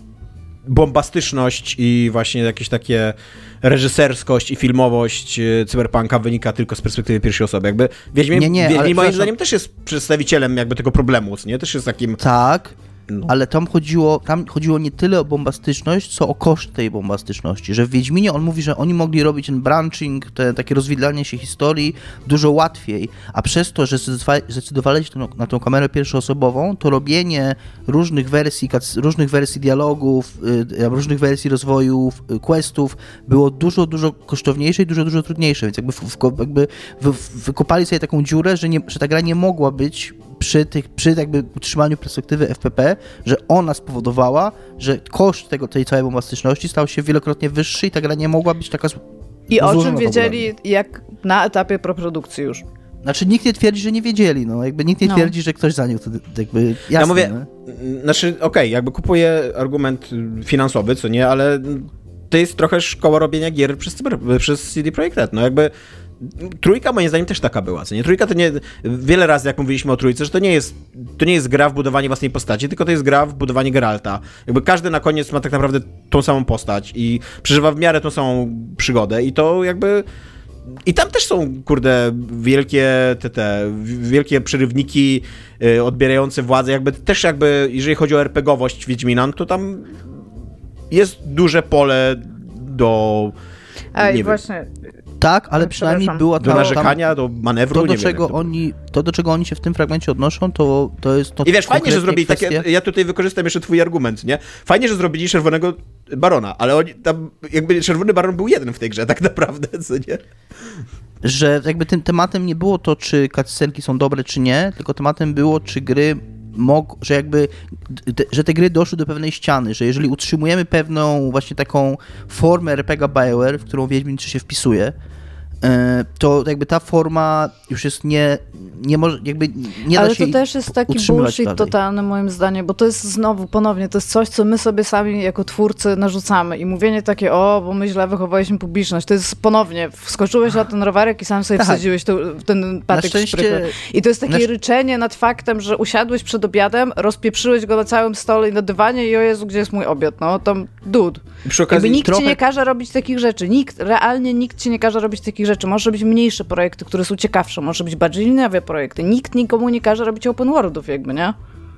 bombastyczność i właśnie jakieś takie reżyserskość i filmowość Cyberpunka wynika tylko z perspektywy pierwszej osoby. Jakby Wiedźmin, nie, nie, Wiedźmin moim przepraszam. zdaniem też jest przedstawicielem jakby tego problemu, nie? Też jest takim... Tak, No. ale tam chodziło, tam chodziło nie tyle o bombastyczność, co o koszt tej bombastyczności, że w Wiedźminie on mówi, że oni mogli robić ten branching, te, takie rozwidlanie się historii dużo łatwiej, a przez to, że zdecydowali się na tą kamerę pierwszoosobową, to robienie różnych wersji, różnych wersji dialogów, różnych wersji rozwojów, questów było dużo, dużo kosztowniejsze i dużo, dużo trudniejsze, więc jakby, w, jakby wykopali sobie taką dziurę, że, nie, że ta gra nie mogła być przy, tych, przy jakby utrzymaniu perspektywy F P P, że ona spowodowała, że koszt tego, tej całej bombastyczności stał się wielokrotnie wyższy i ta gra nie mogła być taka I o czym wiedzieli jak na etapie proprodukcji już. Znaczy nikt nie twierdzi, że nie wiedzieli, no jakby nikt nie no. twierdzi, że ktoś zaniósł wtedy, jakby jasne. Ja mówię, nie? Znaczy okej, okay, jakby kupuję argument finansowy, co nie, ale to jest trochę szkoła robienia gier przez, przez C D Projekt Red, no jakby Trójka moim zdaniem też taka była, co nie? Trójka to nie... Wiele razy jak mówiliśmy o Trójce, że to nie jest to nie jest gra w budowanie własnej postaci, tylko to jest gra w budowanie Geralta. Jakby każdy na koniec ma tak naprawdę tą samą postać i przeżywa w miarę tą samą przygodę i to jakby... I tam też są, kurde, wielkie te, te wielkie przerywniki yy, odbierające władzę, jakby też jakby, jeżeli chodzi o er pe gie owość Wiedźmina, no to tam jest duże pole do... Ej, nie właśnie... Tak, ale przynajmniej była do tam, narzekania, tam, do manewru, to, do nie czego wiem, oni, to, do czego oni się w tym fragmencie odnoszą, to, to jest... To I wiesz, fajnie, że zrobili kwestie... takie... Ja tutaj wykorzystam jeszcze twój argument, nie? Fajnie, że zrobili Czerwonego Barona, ale oni tam... Jakby Czerwony Baron był jeden w tej grze, tak naprawdę, co nie? Że jakby tym tematem nie było to, czy cutscenki są dobre, czy nie, tylko tematem było, czy gry... Mog, że jakby, że te gry doszły do pewnej ściany, że jeżeli utrzymujemy pewną właśnie taką formę er pe gie BioWare, w którą Wiedźmin trzy się wpisuje, to jakby ta forma już jest nie, nie może, jakby nie da Ale się to też jest taki bullshit dalej. Totalny moim zdaniem, bo to jest znowu, ponownie, to jest coś, co my sobie sami jako twórcy narzucamy i mówienie takie, o, bo my źle wychowaliśmy publiczność, to jest ponownie, wskoczyłeś na ten rowerek i sam sobie tak. wsadziłeś to, ten patyk szczęście... szprychy. I to jest takie na... ryczenie nad faktem, że usiadłeś przed obiadem, rozpieprzyłeś go na całym stole i na dywanie i o Jezu, gdzie jest mój obiad? No, tam dude. Przy okazji jakby nikt trochę... ci nie każe robić takich rzeczy, nikt, realnie nikt ci nie każe robić takich rzeczy. Może być mniejsze projekty, które są ciekawsze, może być bardziej liniowe projekty. Nikt nikomu nie każe robić open worldów jakby, nie?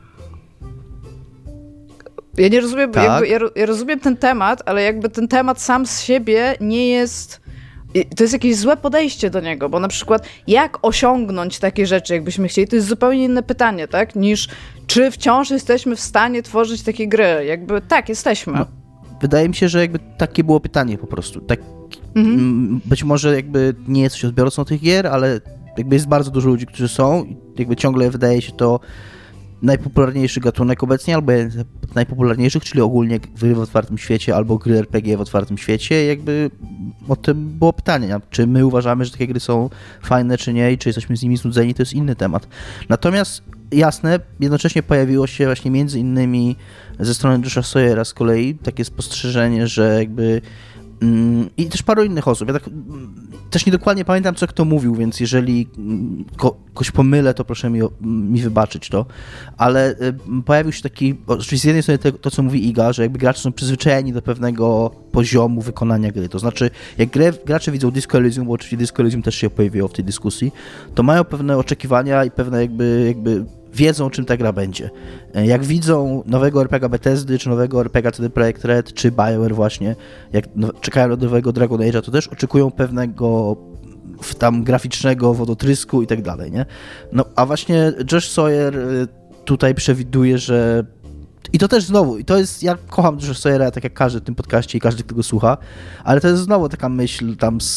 Ja nie rozumiem, tak. jakby, ja, ja rozumiem ten temat, ale jakby ten temat sam z siebie nie jest... To jest jakieś złe podejście do niego, bo na przykład jak osiągnąć takie rzeczy, jakbyśmy chcieli, to jest zupełnie inne pytanie, tak? Niż czy wciąż jesteśmy w stanie tworzyć takie gry. Jakby tak, jesteśmy. No, wydaje mi się, że jakby takie było pytanie po prostu. Tak, mhm. Być może jakby nie jesteś odbiorcą tych gier, ale jakby jest bardzo dużo ludzi, którzy są i jakby ciągle wydaje się to najpopularniejszy gatunek obecnie, albo jeden z najpopularniejszych, czyli ogólnie gry w otwartym świecie, albo gry er pe gie w otwartym świecie. Jakby o tym było pytanie, czy my uważamy, że takie gry są fajne, czy nie i czy jesteśmy z nimi znudzeni, to jest inny temat. Natomiast jasne, jednocześnie pojawiło się właśnie między innymi ze strony Josha Sawyera z kolei takie spostrzeżenie, że jakby i też paru innych osób. Ja tak też niedokładnie pamiętam, co kto mówił, więc jeżeli ko- kogoś pomylę, to proszę mi, mi wybaczyć to. Ale y, pojawił się taki, oczywiście z jednej strony to, to, co mówi Iga, że jakby gracze są przyzwyczajeni do pewnego poziomu wykonania gry. To znaczy, jak grę, gracze widzą Disco Elysium, bo oczywiście Disco Elysium też się pojawiło w tej dyskusji, to mają pewne oczekiwania i pewne jakby, jakby wiedzą, czym ta gra będzie. Jak widzą nowego er pe gie Bethesdy, czy nowego er pe gie C D Projekt Red, czy BioWare właśnie, jak no, czekają na nowego Dragon Age'a, to też oczekują pewnego tam graficznego wodotrysku i tak dalej, nie? No, a właśnie Josh Sawyer tutaj przewiduje, że i to też znowu, i to jest, ja kocham Josha Sawyera, tak jak każdy w tym podcaście i każdy, kto go słucha, ale to jest znowu taka myśl tam z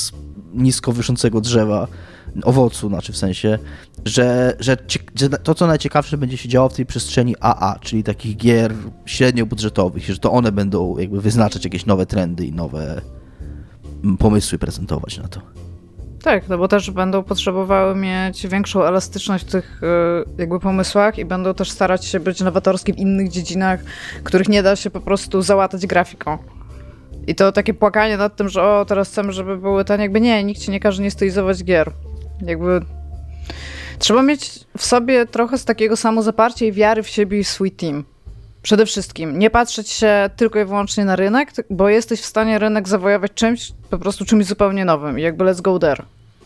nisko wyszącego drzewa, owocu, znaczy w sensie, że, że, że to, co najciekawsze będzie się działo w tej przestrzeni A A, czyli takich gier średniobudżetowych, że to one będą jakby wyznaczać jakieś nowe trendy i nowe pomysły prezentować na to. Tak, no bo też będą potrzebowały mieć większą elastyczność w tych jakby pomysłach i będą też starać się być nowatorskie w innych dziedzinach, których nie da się po prostu załatać grafiką. I to takie płakanie nad tym, że o, teraz chcemy, żeby były tanie, jakby nie, nikt ci nie każe nie stylizować gier. Jakby trzeba mieć w sobie trochę z takiego samozaparcia i wiary w siebie i w swój team. Przede wszystkim nie patrzeć się tylko i wyłącznie na rynek, bo jesteś w stanie rynek zawojować czymś, po prostu czymś zupełnie nowym i jakby let's go there.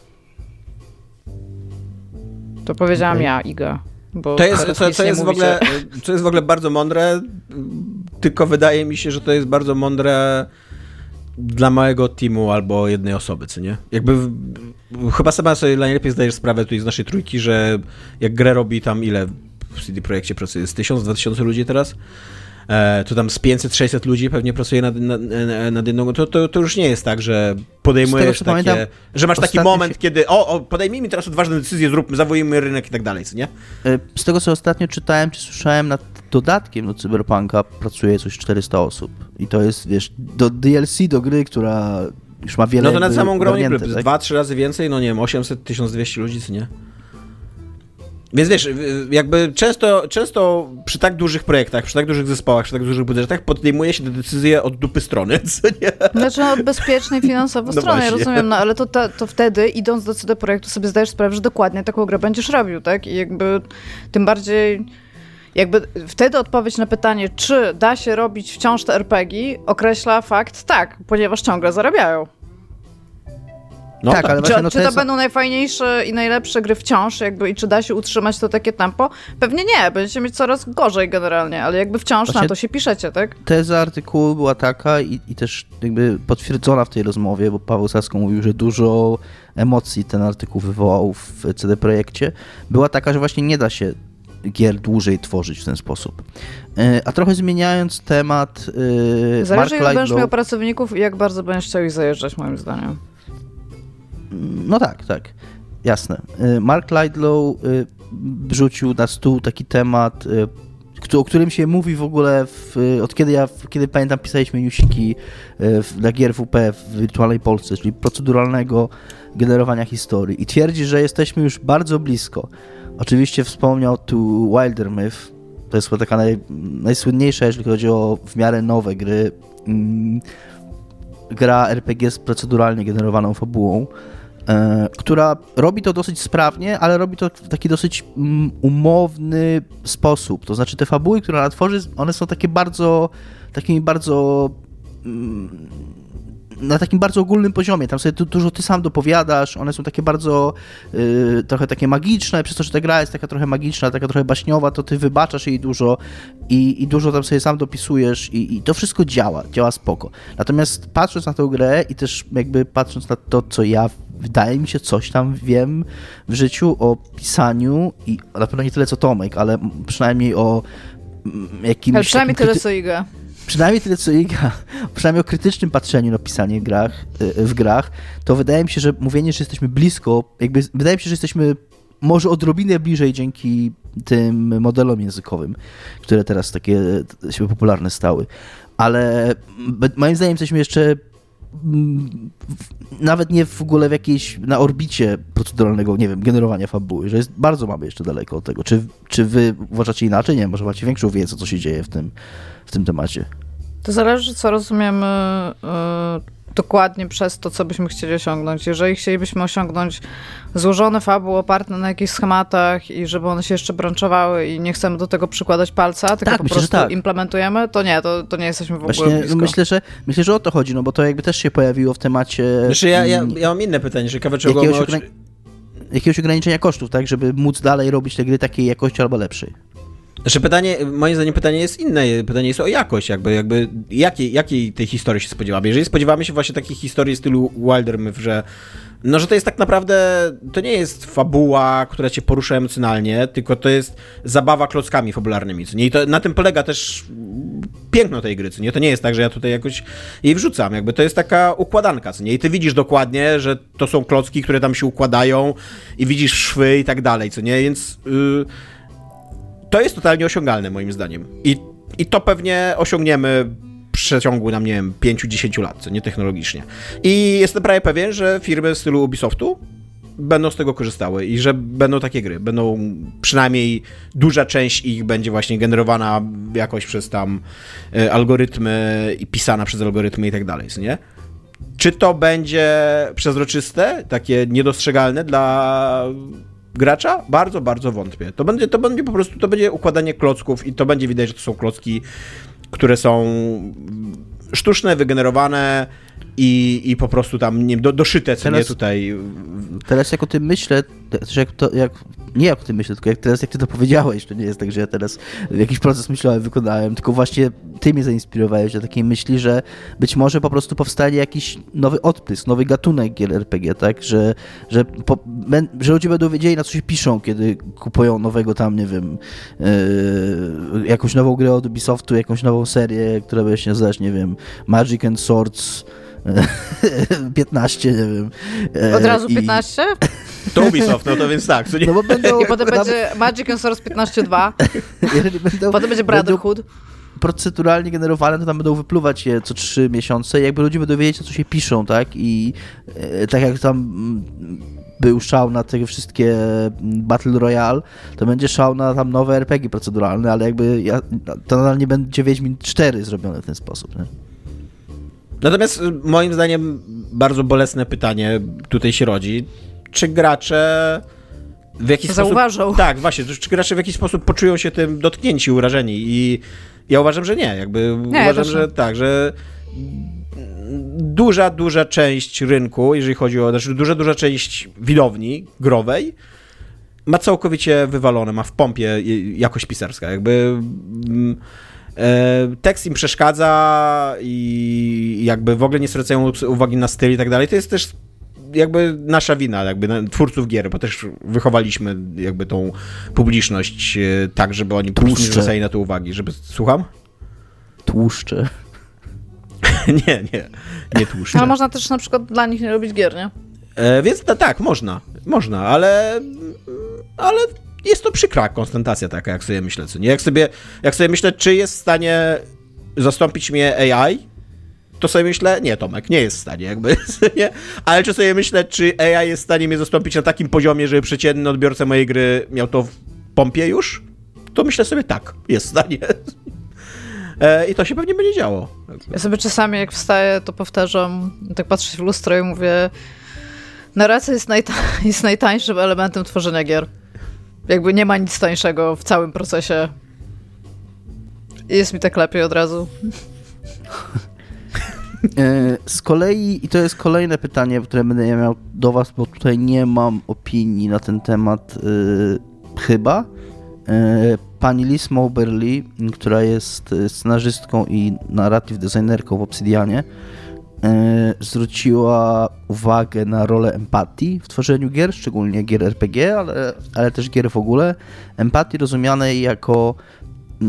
To powiedziałam okay. ja, Iga. Bo to jest, to, to, jest w ogóle, to jest w ogóle bardzo mądre, tylko wydaje mi się, że to jest bardzo mądre dla małego teamu albo jednej osoby, co nie? Jakby chyba sama sobie najlepiej zdajesz sprawę tutaj z naszej trójki, że jak grę robi tam ile w C D Projekcie pracuje, z tysiąc, dwa tysiące ludzi teraz, e, to tam z pięćset, sześćset ludzi pewnie pracuje nad, nad, nad jedną, to, to, to już nie jest tak, że podejmujesz tego, takie, pamiętam, że masz taki moment, się... kiedy o, o, podejmijmy teraz odważne decyzje, zróbmy, zawołujmy rynek i tak dalej, co nie? Z tego, co ostatnio czytałem, czy słyszałem, nad dodatkiem do Cyberpunka pracuje coś czterysta osób i to jest, wiesz, do D L C, do gry, która już ma wiele... No to nad samą grą nie tak? dwa, trzy razy więcej, no nie wiem, osiemset, tysiąc dwieście ludzi, co nie? Więc wiesz, jakby często, często przy tak dużych projektach, przy tak dużych zespołach, przy tak dużych budżetach podejmuje się te decyzje od dupy strony, co nie? Znaczy od bezpiecznej finansowo no strony, ja rozumiem, no ale to, to, to wtedy, idąc do C D Projektu, sobie zdajesz sprawę, że dokładnie taką grę będziesz robił, tak? I jakby tym bardziej... Jakby wtedy odpowiedź na pytanie, czy da się robić wciąż te er pe gie, określa fakt tak, ponieważ ciągle zarabiają. No tak, tak, ale czy, właśnie, no czy to, to jest... będą najfajniejsze i najlepsze gry wciąż, jakby i czy da się utrzymać to takie tempo? Pewnie nie, będziecie mieć coraz gorzej generalnie, ale jakby wciąż właśnie na to się piszecie, tak? Teza artykułu była taka i, i też jakby potwierdzona w tej rozmowie, bo Paweł Sasko mówił, że dużo emocji ten artykuł wywołał w C D Projekcie, była taka, że właśnie nie da się gier dłużej tworzyć w ten sposób. A trochę zmieniając temat... Zależy, Mark jak będziesz Lightlow... miał pracowników i jak bardzo będziesz chciał ich zajeżdżać, moim zdaniem. No tak, tak. Jasne. Mark Lightlow rzucił na stół taki temat, o którym się mówi w ogóle w, od kiedy ja, kiedy pamiętam, pisaliśmy newsiki dla gier W P w wirtualnej Polsce, czyli proceduralnego generowania historii i twierdzi, że jesteśmy już bardzo blisko. Oczywiście wspomniał tu Wilder Myth, to jest chyba taka naj, najsłynniejsza, jeżeli chodzi o w miarę nowe gry, mm, gra er pe gie z proceduralnie generowaną fabułą, e, która robi to dosyć sprawnie, ale robi to w taki dosyć mm, umowny sposób. To znaczy te fabuły, które ona tworzy, one są takie bardzo, takimi bardzo... Mm, na takim bardzo ogólnym poziomie, tam sobie dużo ty sam dopowiadasz, one są takie bardzo yy, trochę takie magiczne, przez to, że ta gra jest taka trochę magiczna, taka trochę baśniowa, to ty wybaczasz jej dużo i, i dużo tam sobie sam dopisujesz i, i to wszystko działa, działa spoko. Natomiast patrząc na tę grę i też jakby patrząc na to, co ja, wydaje mi się, coś tam wiem w życiu o pisaniu i na pewno nie tyle co Tomek, ale przynajmniej o jakimś... Ale przynajmniej takim tyle co Iga. Przynajmniej tyle co Iga, przynajmniej o krytycznym patrzeniu na pisanie w grach, w grach, to wydaje mi się, że mówienie, że jesteśmy blisko, jakby wydaje mi się, że jesteśmy może odrobinę bliżej dzięki tym modelom językowym, które teraz takie się popularne stały. Ale moim zdaniem jesteśmy jeszcze nawet nie w ogóle w jakiejś, na orbicie proceduralnego, nie wiem, generowania fabuły, że jest, bardzo mamy jeszcze daleko od tego. Czy, czy wy uważacie inaczej? Nie wiem, może macie większą wiedzę, co się dzieje w tym, w tym temacie. To zależy, co rozumiemy yy, dokładnie przez to, co byśmy chcieli osiągnąć. Jeżeli chcielibyśmy osiągnąć złożone fabuły oparte na jakichś schematach i żeby one się jeszcze branczowały i nie chcemy do tego przykładać palca, tylko tak, po myślę, prostu tak. implementujemy, to nie, to, to nie jesteśmy w Właśnie ogóle blisko. Myślę, że, myślę, że o to chodzi, no bo to jakby też się pojawiło w temacie... Znaczy ja, ja, ja mam inne pytanie, ciekawe czego... Jakiegoś, ogra... jakiegoś ograniczenia kosztów, tak, żeby móc dalej robić te gry takiej jakości albo lepszej. Znaczy pytanie, moim zdaniem pytanie jest inne, pytanie jest o jakość, jakby, jakby jakiej, jakiej tej historii się spodziewamy. Jeżeli spodziewamy się właśnie takich historii stylu Wilder Myth, że no, że to jest tak naprawdę, to nie jest fabuła, która cię porusza emocjonalnie, tylko to jest zabawa klockami fabularnymi, co nie? I to, na tym polega też piękno tej gry, co nie? To nie jest tak, że ja tutaj jakoś jej wrzucam, jakby to jest taka układanka, co nie? I ty widzisz dokładnie, że to są klocki, które tam się układają i widzisz szwy i tak dalej, co nie? Więc yy, to jest totalnie osiągalne moim zdaniem. I, i to pewnie osiągniemy w przeciągu nam, nie wiem, pięć do dziesięciu lat, co nie, technologicznie. I jestem prawie pewien, że firmy w stylu Ubisoftu będą z tego korzystały i że będą takie gry. Będą przynajmniej duża część ich będzie właśnie generowana jakoś przez tam y, algorytmy i pisana przez algorytmy i tak dalej, co nie? Czy to będzie przezroczyste, takie niedostrzegalne dla gracza? Bardzo, bardzo wątpię. To będzie, to będzie po prostu, to będzie układanie klocków i to będzie widać, że to są klocki, które są sztuczne, wygenerowane i, i po prostu tam nie, do, doszyte, co teraz, nie tutaj. Teraz jak o tym myślę, też jak to, jak, nie jak o tym myślę, tylko jak teraz jak ty to powiedziałeś, to nie jest tak, że ja teraz jakiś proces myślowy wykonałem, tylko właśnie ty mnie zainspirowałeś do takiej myśli, że być może po prostu powstanie jakiś nowy odprysk, nowy gatunek gier er pe gie, tak, że, że, po, że ludzie będą wiedzieli, na co się piszą, kiedy kupują nowego tam, nie wiem, yy, jakąś nową grę od Ubisoftu, jakąś nową serię, która będzie się nazywać, nie wiem, Magic and Swords piętnaście, nie wiem. Od razu I... piętnaście? To Ubisoft, no to więc tak. To nie... No bo będą, I potem będzie Magic and Swords piętnaście dwa. będą, Potem będzie Brotherhood. Będą proceduralnie generowane, to tam będą wypluwać je co trzy miesiące i jakby ludzie będą wiedzieć, na co się piszą, tak? I e, tak jak tam m, był szał na te wszystkie Battle Royale, to będzie szał na tam nowe er pe gie proceduralne, ale jakby ja, to nadal nie będzie Wiedźmin cztery zrobione w ten sposób, nie? Natomiast moim zdaniem bardzo bolesne pytanie tutaj się rodzi. Czy gracze w jakiś Zauważą. sposób... Tak, właśnie. Czy gracze w jakiś sposób poczują się tym dotknięci, urażeni? I ja uważam, że nie. Jakby nie, uważam, że tak, że duża, duża część rynku, jeżeli chodzi o... Znaczy duża, duża część widowni growej ma całkowicie wywalone, ma w pompie jakość pisarska. Jakby... Tekst im przeszkadza i jakby w ogóle nie zwracają uwagi na styl i tak dalej. To jest też jakby nasza wina, jakby twórców gier, bo też wychowaliśmy jakby tą publiczność tak, żeby oni po prostu nie zwracali na to uwagi. Żeby... Słucham? Tłuszcze. nie, nie, nie tłuszcze. Ale można też na przykład dla nich nie robić gier, nie? E, więc no, tak, można, można, ale ale jest to przykra konstatacja taka, jak sobie myślę, co nie? Jak sobie, jak sobie myślę, czy jest w stanie zastąpić mnie a i, to sobie myślę, nie, Tomek, nie jest w stanie, jakby, nie? Ale czy sobie myślę, czy a i jest w stanie mnie zastąpić na takim poziomie, żeby przeciętny odbiorca mojej gry miał to w pompie już? To myślę sobie, tak, jest w stanie. E, I to się pewnie będzie działo. Ja sobie czasami, jak wstaję, to powtarzam, tak patrzę w lustro i mówię, narracja jest, najta- jest najtańszym elementem tworzenia gier. Jakby nie ma nic tańszego w całym procesie. I jest mi tak lepiej od razu. Z kolei, i to jest kolejne pytanie, które będę ja miał do was, bo tutaj nie mam opinii na ten temat yy, chyba. Yy, pani Liz Mauberly, która jest scenarzystką i narrative designerką w Obsidianie, yy, zwróciła uwagę na rolę empatii w tworzeniu gier, szczególnie gier er pe gie, ale, ale też gier w ogóle. Empatii rozumianej jako... Yy,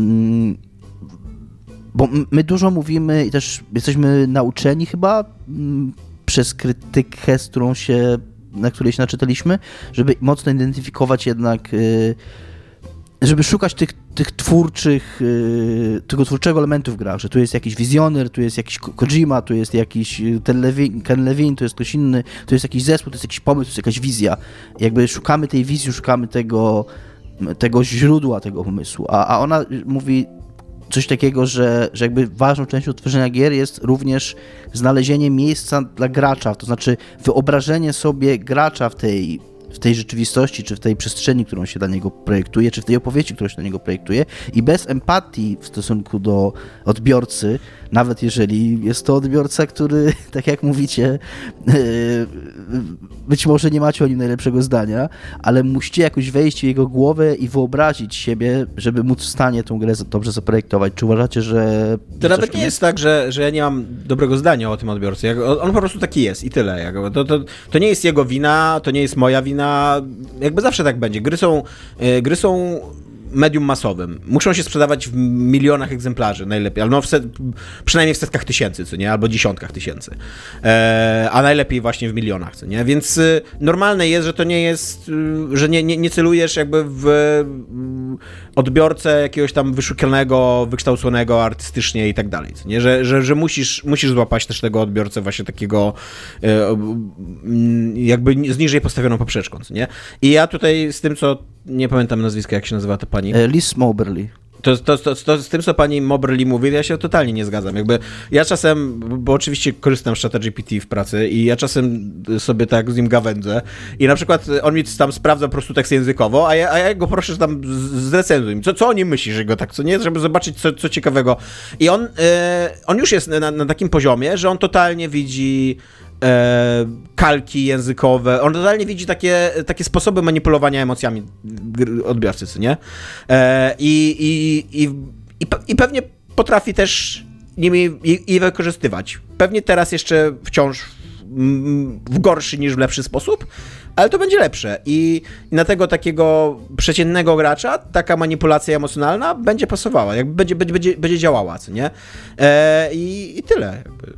Bo my dużo mówimy i też jesteśmy nauczeni chyba m, przez krytykę, z którą się, na której się naczytaliśmy, żeby mocno identyfikować jednak, y, żeby szukać tych, tych twórczych, y, tego twórczego elementu w grach, że tu jest jakiś wizjoner, tu jest jakiś Kojima, tu jest jakiś Ken Levine, Ken Levine, tu jest ktoś inny, tu jest jakiś zespół, tu jest jakiś pomysł, tu jest jakaś wizja. Jakby szukamy tej wizji, szukamy tego, tego źródła tego pomysłu, a, a ona mówi coś takiego, że, że jakby ważną częścią tworzenia gier jest również znalezienie miejsca dla gracza, to znaczy wyobrażenie sobie gracza w tej, w tej rzeczywistości, czy w tej przestrzeni, którą się dla niego projektuje, czy w tej opowieści, którą się dla niego projektuje i bez empatii w stosunku do odbiorcy, nawet jeżeli jest to odbiorca, który, tak jak mówicie, być może nie macie o nim najlepszego zdania, ale musicie jakoś wejść w jego głowę i wyobrazić siebie, żeby móc w stanie tą grę dobrze zaprojektować. Czy uważacie, że... To nawet nie jest tak, że, że ja nie mam dobrego zdania o tym odbiorcy. Jak, on po prostu taki jest i tyle. Jakby. To, to, to nie jest jego wina, to nie jest moja wina. Jakby zawsze tak będzie. Gry są, gry są medium masowym. Muszą się sprzedawać w milionach egzemplarzy najlepiej, albo no w set, przynajmniej w setkach tysięcy, co nie? Albo dziesiątkach tysięcy. E, a najlepiej właśnie w milionach, co nie? Więc y, normalne jest, że to nie jest, y, że nie, nie, nie celujesz jakby w y, odbiorcę jakiegoś tam wyszukanego, wykształconego artystycznie i tak dalej, co nie? Że, że, że musisz, musisz złapać też tego odbiorcę właśnie takiego y, y, jakby z niżej postawioną poprzeczką, co nie? I ja tutaj z tym, co nie pamiętam nazwiska, jak się nazywa ta pani. Liz Moberly. To, to, to, to z tym, co pani Moberly mówi, ja się totalnie nie zgadzam. Jakby ja czasem, bo oczywiście korzystam z czata G P T w pracy i ja czasem sobie tak z nim gawędzę i na przykład on mi tam sprawdza po prostu tekst językowo, a ja, a ja go proszę, że tam zrecenzuj. Co, co o nim myśli, że go tak, co nie? Żeby zobaczyć, co, co ciekawego. I on, e, on już jest na, na takim poziomie, że on totalnie widzi E, kalki językowe. On totalnie widzi takie, takie sposoby manipulowania emocjami odbiorcy, co nie? E, i, i, i, i, I pewnie potrafi też nimi i, i wykorzystywać. Pewnie teraz jeszcze wciąż w gorszy niż w lepszy sposób, ale to będzie lepsze. I, i na tego takiego przeciętnego gracza taka manipulacja emocjonalna będzie pasowała, jakby będzie, będzie, będzie działała, co nie? E, i, I tyle. Jakby.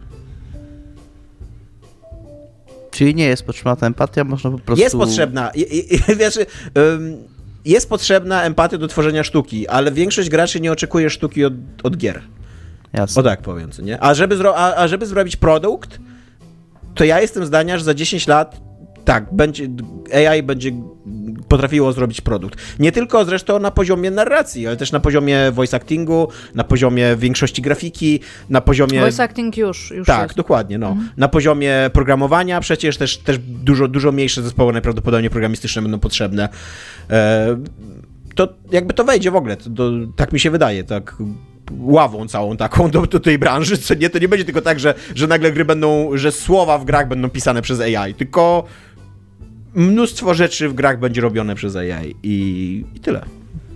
Czyli nie jest potrzebna ta empatia, można po prostu... Jest potrzebna. I, i, wiesz, um, jest potrzebna empatia do tworzenia sztuki, ale większość graczy nie oczekuje sztuki od, od gier. Jasne. O tak powiem, co nie? A żeby, zro, a, a żeby zrobić produkt, to ja jestem zdania, że za dziesięć lat tak, będzie, A I będzie potrafiło zrobić produkt. Nie tylko zresztą na poziomie narracji, ale też na poziomie voice actingu, na poziomie większości grafiki, na poziomie... Voice acting już, już Tak, jest. dokładnie, no. Mhm. Na poziomie programowania przecież też, też dużo, dużo mniejsze zespoły najprawdopodobniej programistyczne będą potrzebne. E, to jakby to wejdzie w ogóle, to, to, tak mi się wydaje, tak ławą całą taką do, do tej branży, co nie, to nie będzie tylko tak, że, że nagle gry będą, że słowa w grach będą pisane przez A I, tylko mnóstwo rzeczy w grach będzie robione przez A I i, i tyle.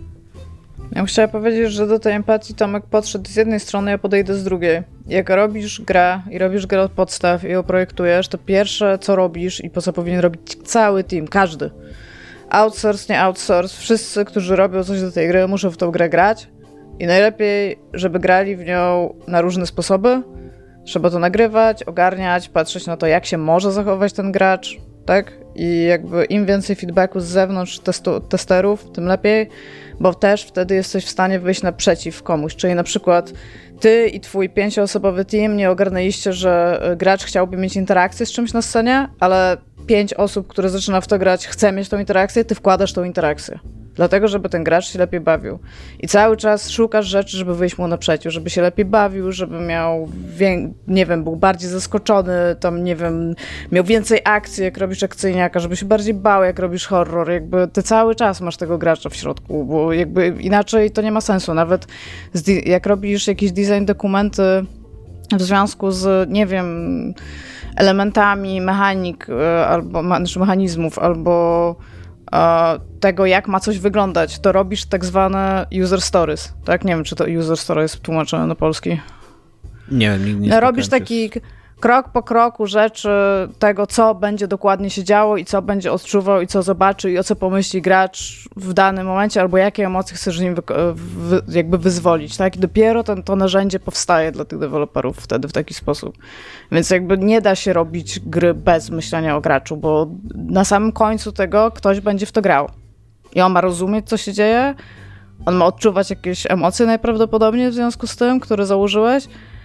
Ja chciałam powiedzieć, że do tej empatii Tomek podszedł z jednej strony, ja podejdę z drugiej. Jak robisz grę i robisz grę od podstaw i ją projektujesz, to pierwsze co robisz i po co powinien robić cały team, każdy. Outsource, nie outsource, wszyscy, którzy robią coś do tej gry, muszą w tą grę grać i najlepiej, żeby grali w nią na różne sposoby. Trzeba to nagrywać, ogarniać, patrzeć na to, jak się może zachować ten gracz, tak? I jakby im więcej feedbacku z zewnątrz testu, testerów, tym lepiej, bo też wtedy jesteś w stanie wyjść naprzeciw komuś. Czyli na przykład ty i twój pięcioosobowy team nie ogarnęliście, że gracz chciałby mieć interakcję z czymś na scenie, ale pięć osób, które zaczyna w to grać, chce mieć tą interakcję, ty wkładasz tą interakcję. Dlatego, żeby ten gracz się lepiej bawił. I cały czas szukasz rzeczy, żeby wyjść mu naprzeciw, żeby się lepiej bawił, żeby miał, wię- nie wiem, był bardziej zaskoczony, tam, nie wiem, miał więcej akcji, jak robisz akcyjniaka, żeby się bardziej bał, jak robisz horror. Jakby ty cały czas masz tego gracza w środku, bo jakby inaczej to nie ma sensu. Nawet z, jak robisz jakieś design dokumenty w związku z, nie wiem, elementami mechanik albo znaczy mechanizmów, albo tego, jak ma coś wyglądać, to robisz tak zwane user stories, tak? Nie wiem, czy to user story jest tłumaczone na polski. Nie wiem, nigdy nie no, robisz spotkałem taki się... krok po kroku rzeczy tego, co będzie dokładnie się działo i co będzie odczuwał i co zobaczy i o co pomyśli gracz w danym momencie, albo jakie emocje chcesz nim wy- wy- jakby wyzwolić, tak? I dopiero ten, to narzędzie powstaje dla tych deweloperów wtedy w taki sposób. Więc jakby nie da się robić gry bez myślenia o graczu, bo na samym końcu tego ktoś będzie w to grał. I on ma rozumieć, co się dzieje, on ma odczuwać jakieś emocje najprawdopodobniej w związku z tym, które założyłeś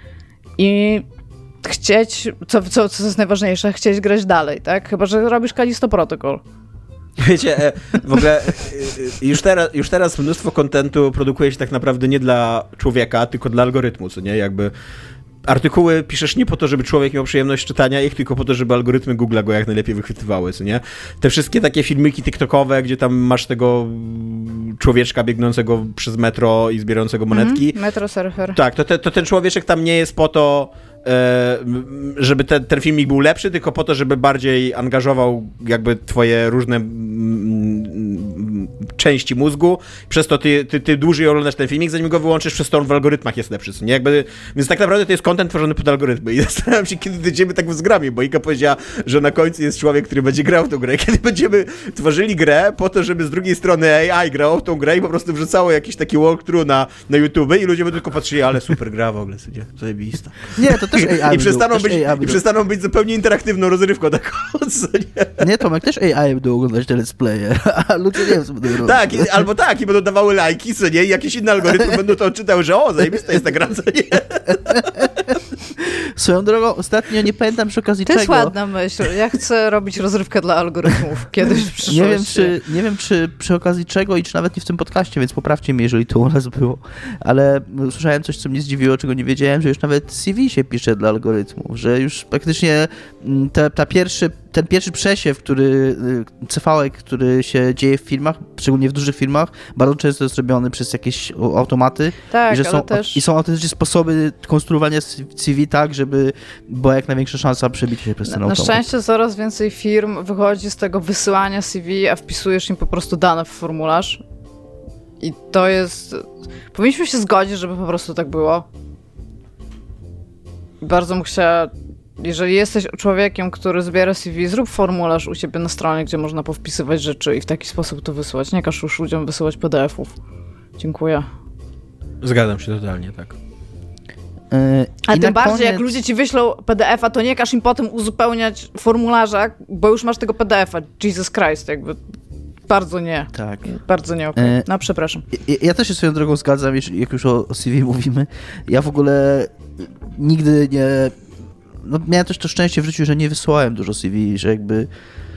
i chcieć, co, co, co jest najważniejsze, chcieć grać dalej, tak? Chyba że robisz Callisto Protocol. Wiecie, w ogóle już teraz, już teraz mnóstwo kontentu produkuje się tak naprawdę nie dla człowieka, tylko dla algorytmu, co nie? Jakby artykuły piszesz nie po to, żeby człowiek miał przyjemność czytania ich, tylko po to, żeby algorytmy Google'a go jak najlepiej wychwytywały, co nie? Te wszystkie takie filmiki tiktokowe, gdzie tam masz tego człowieczka biegnącego przez metro i zbierającego monetki. Mm, metro surfer. Tak, to, te, to ten człowieczek tam nie jest po to, żeby ten, ten filmik był lepszy, tylko po to, żeby bardziej angażował jakby twoje różne części mózgu, przez to ty, ty, ty dłużej oglądasz ten filmik, zanim go wyłączysz, przez to on w algorytmach jest lepszy, nie? Jakby, więc tak naprawdę to jest content tworzony pod algorytmy i zastanawiam się, kiedy dojdziemy tak w zgramie, bo Ika powiedziała, że na końcu jest człowiek, który będzie grał w tą grę, kiedy będziemy tworzyli grę po to, żeby z drugiej strony A I grało w tą grę i po prostu wrzucało jakiś taki walkthrough na, na YouTube i ludzie będą tylko patrzyli, ale super gra w ogóle, sobie, zajebista. Nie, to też A I I przestaną, być, A I i przestaną być zupełnie interaktywną rozrywką taką, co nie? Nie, Tomek, też A I będą oglądać te let's playe, a ludzie nie wiem, co będą robić. Tak, i, albo tak, i będą dawały lajki, co nie? I jakieś inne algorytmy będą to czytały, że o, zajebista jest ta gra, co nie? Swoją drogą, ostatnio nie pamiętam przy okazji To czego. jest ładna myśl. Ja chcę robić rozrywkę dla algorytmów kiedyś w przyszłości. Nie wiem, czy, nie wiem, czy przy okazji czego i czy nawet nie w tym podcaście, więc poprawcie mnie, jeżeli to u nas było. Ale słyszałem coś, co mnie zdziwiło, czego nie wiedziałem, że już nawet C V się pisze dla algorytmów, że już praktycznie ta, ta pierwszy, ten pierwszy przesiew, który C V, który się dzieje w filmach, szczególnie w dużych filmach, bardzo często jest robiony przez jakieś automaty. Tak, i, że ale są, też... I są autentyczne sposoby konstruowania C V tak, żeby była jak największa szansa przebicia się przez ten Na, automat. na szczęście coraz więcej firm wychodzi z tego wysyłania C V, a wpisujesz im po prostu dane w formularz. I to jest... Powinniśmy się zgodzić, żeby po prostu tak było. Bardzo bym chciała... Jeżeli jesteś człowiekiem, który zbiera C V, zrób formularz u siebie na stronie, gdzie można powpisywać rzeczy i w taki sposób to wysyłać. Nie każ już ludziom wysyłać P D F-ów. Dziękuję. Zgadzam się totalnie, tak. Yy, A i tym na bardziej, koniec... jak ludzie ci wyślą P D F-a, to nie każ im potem uzupełniać formularza, bo już masz tego P D F-a. Jesus Christ, jakby bardzo nie. Tak. Bardzo nie okej. E, No, przepraszam. Ja, ja też się swoją drogą zgadzam, jeśli- jak już o C V mówimy. Ja w ogóle nigdy nie... No, miałem też to szczęście w życiu, że nie wysyłałem dużo C V, że jakby...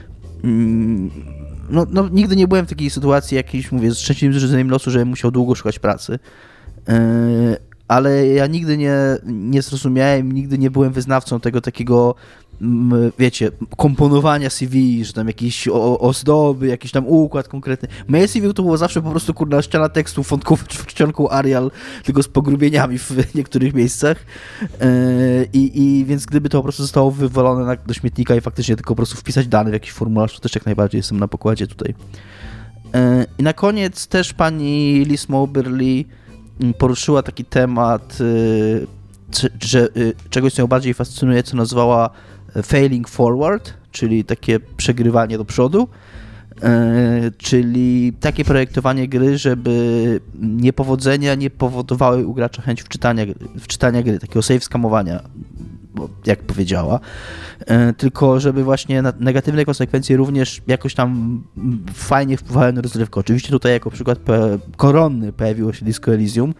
Mm, no, no, nigdy nie byłem w takiej sytuacji jakiejś, mówię, z szczęśliwym życzeniem losu, że musiał długo szukać pracy. Yy, ale ja nigdy nie, nie zrozumiałem, nigdy nie byłem wyznawcą tego takiego, mm, wiecie, komponowania C V, że tam jakieś o, ozdoby, jakiś tam układ konkretny. Moje C V to było zawsze po prostu, kurna, ściana tekstu fontków, czcionką Arial, tylko z pogrubieniami w niektórych miejscach. Yy, i, I więc gdyby to po prostu zostało wywalone na, do śmietnika i faktycznie tylko po prostu wpisać dane w jakiś formularz, to też jak najbardziej jestem na pokładzie tutaj. Yy, I na koniec też pani Liz Moberly poruszyła taki temat, y, czy, że, y, czegoś, co ją bardziej fascynuje, co nazwała failing forward, czyli takie przegrywanie do przodu, y, czyli takie projektowanie gry, żeby niepowodzenia nie powodowały u gracza chęć wczytania, wczytania gry, takiego save skamowania, bo, jak powiedziała, y, tylko żeby właśnie negatywne konsekwencje również jakoś tam fajnie wpływały na rozrywkę. Oczywiście tutaj jako przykład pe- koronny pojawiło się Disco Elysium,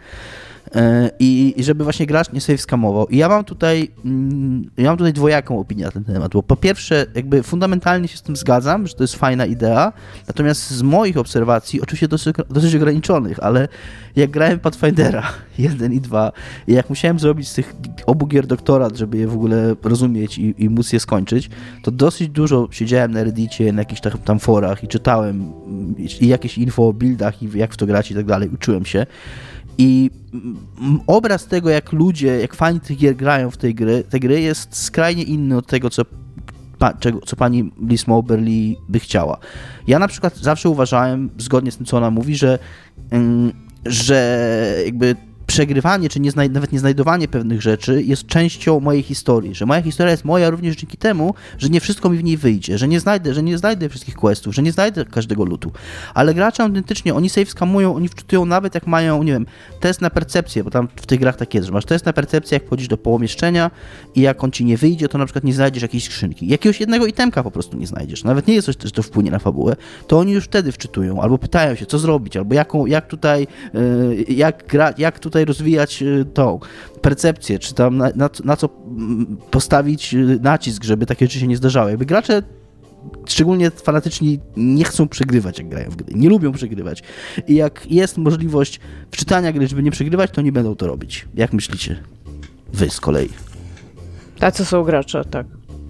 I, i żeby właśnie gracz nie save skamował. I ja mam tutaj ja mam tutaj dwojaką opinię na ten temat, bo po pierwsze jakby fundamentalnie się z tym zgadzam, że to jest fajna idea, natomiast z moich obserwacji, oczywiście dosyć, dosyć ograniczonych, ale jak grałem Pathfindera jeden i dwa i jak musiałem zrobić z tych obu gier doktorat, żeby je w ogóle rozumieć i, i móc je skończyć, to dosyć dużo siedziałem na Reddicie, na jakichś tam forach i czytałem i jakieś info o buildach i jak w to grać i tak dalej, uczyłem się. I obraz tego, jak ludzie, jak fani tych gier grają w tej gry, te gry jest skrajnie inny od tego, co, pa, czego, co pani Liz Moberly by chciała. Ja na przykład zawsze uważałem, zgodnie z tym, co ona mówi, że, ym, że jakby przegrywanie, czy nie znaj- nawet nie znajdowanie pewnych rzeczy jest częścią mojej historii, że moja historia jest moja również dzięki temu, że nie wszystko mi w niej wyjdzie, że nie znajdę, że nie znajdę wszystkich questów, że nie znajdę każdego lootu, ale gracze autentycznie, oni save skamują, oni wczytują nawet jak mają, nie wiem, test na percepcję, bo tam w tych grach tak jest, że masz test na percepcję, jak wchodzisz do pomieszczenia i jak on ci nie wyjdzie, to na przykład nie znajdziesz jakiejś skrzynki, jakiegoś jednego itemka po prostu nie znajdziesz, nawet nie jest coś, że to wpłynie na fabułę, to oni już wtedy wczytują, albo pytają się, co zrobić, albo jaką, jak tutaj, yy, jak gra, jak tutaj rozwijać tą percepcję, czy tam na, na, na co postawić nacisk, żeby takie rzeczy się nie zdarzały. Jakby gracze, szczególnie fanatyczni, nie chcą przegrywać, jak grają w gry. Nie lubią przegrywać. I jak jest możliwość wczytania gry, żeby nie przegrywać, to nie będą to robić. Jak myślicie? Wy z kolei. Tacy są gracze, tak.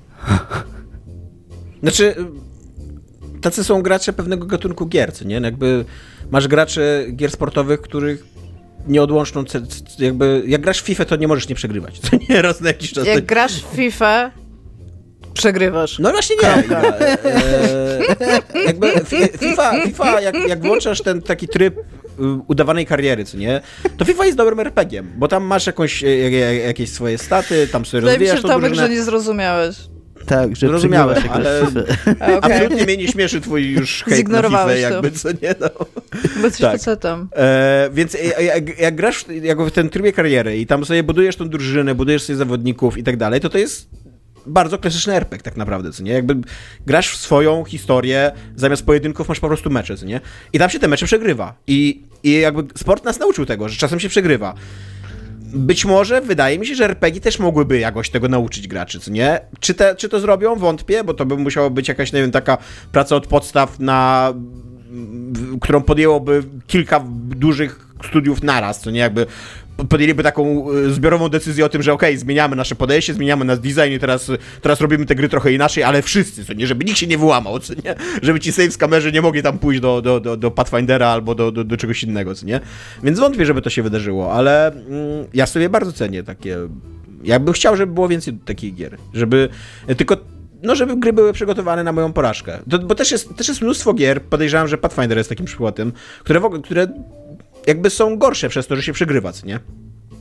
Znaczy, tacy są gracze pewnego gatunku gier, co nie? Jakby masz graczy gier sportowych, których nieodłączną, jakby, jak grasz w FIFA, to nie możesz nie przegrywać, co nie? Raz na jakiś czas. Jak to... grasz w FIFA, przegrywasz. No właśnie nie. Iga. E, e, jakby FIFA, FIFA jak, jak włączasz ten taki tryb udawanej kariery, co nie? To FIFA jest dobrym er pe gie em, bo tam masz jakąś, jakieś swoje staty, tam sobie Wydaje rozwijasz mi się, tą Tomek, drużynę. że nie zrozumiałeś. Tak, że Zrozumiałem, ale Okay. absolutnie mnie nie śmieszy twój już hejt na FIFA, jakby, co nie, no. Bo jesteś Tak. facetem. E, więc jak, jak grasz jak w ten trybie kariery i tam sobie budujesz tą drużynę, budujesz sobie zawodników i tak dalej, to to jest bardzo klasyczny er pe gie tak naprawdę, co nie? Jakby grasz w swoją historię, zamiast pojedynków masz po prostu mecze, co nie? I tam się te mecze przegrywa. I, i jakby sport nas nauczył tego, że czasem się przegrywa. Być może, wydaje mi się, że er pe gie też mogłyby jakoś tego nauczyć graczy, co nie? Czy, te, czy to zrobią? Wątpię, bo to by musiało być jakaś, nie wiem, taka praca od podstaw, na którą podjęłoby kilka dużych studiów naraz, co nie? Jakby podjęliby taką zbiorową decyzję o tym, że okej, okay, zmieniamy nasze podejście, zmieniamy nasz design i teraz, teraz robimy te gry trochę inaczej, ale wszyscy, co nie? Żeby nikt się nie wyłamał, co nie? Żeby ci save kamerzy nie mogli tam pójść do, do, do, do Pathfindera albo do, do, do czegoś innego, co nie? Więc wątpię, żeby to się wydarzyło, ale mm, ja sobie bardzo cenię takie... Ja bym chciał, żeby było więcej takich gier, żeby... Tylko... No, żeby gry były przygotowane na moją porażkę. To, bo też jest, też jest mnóstwo gier, podejrzewam, że Pathfinder jest takim przykładem, które, w ogóle, które jakby są gorsze przez to, że się przegrywa, co nie?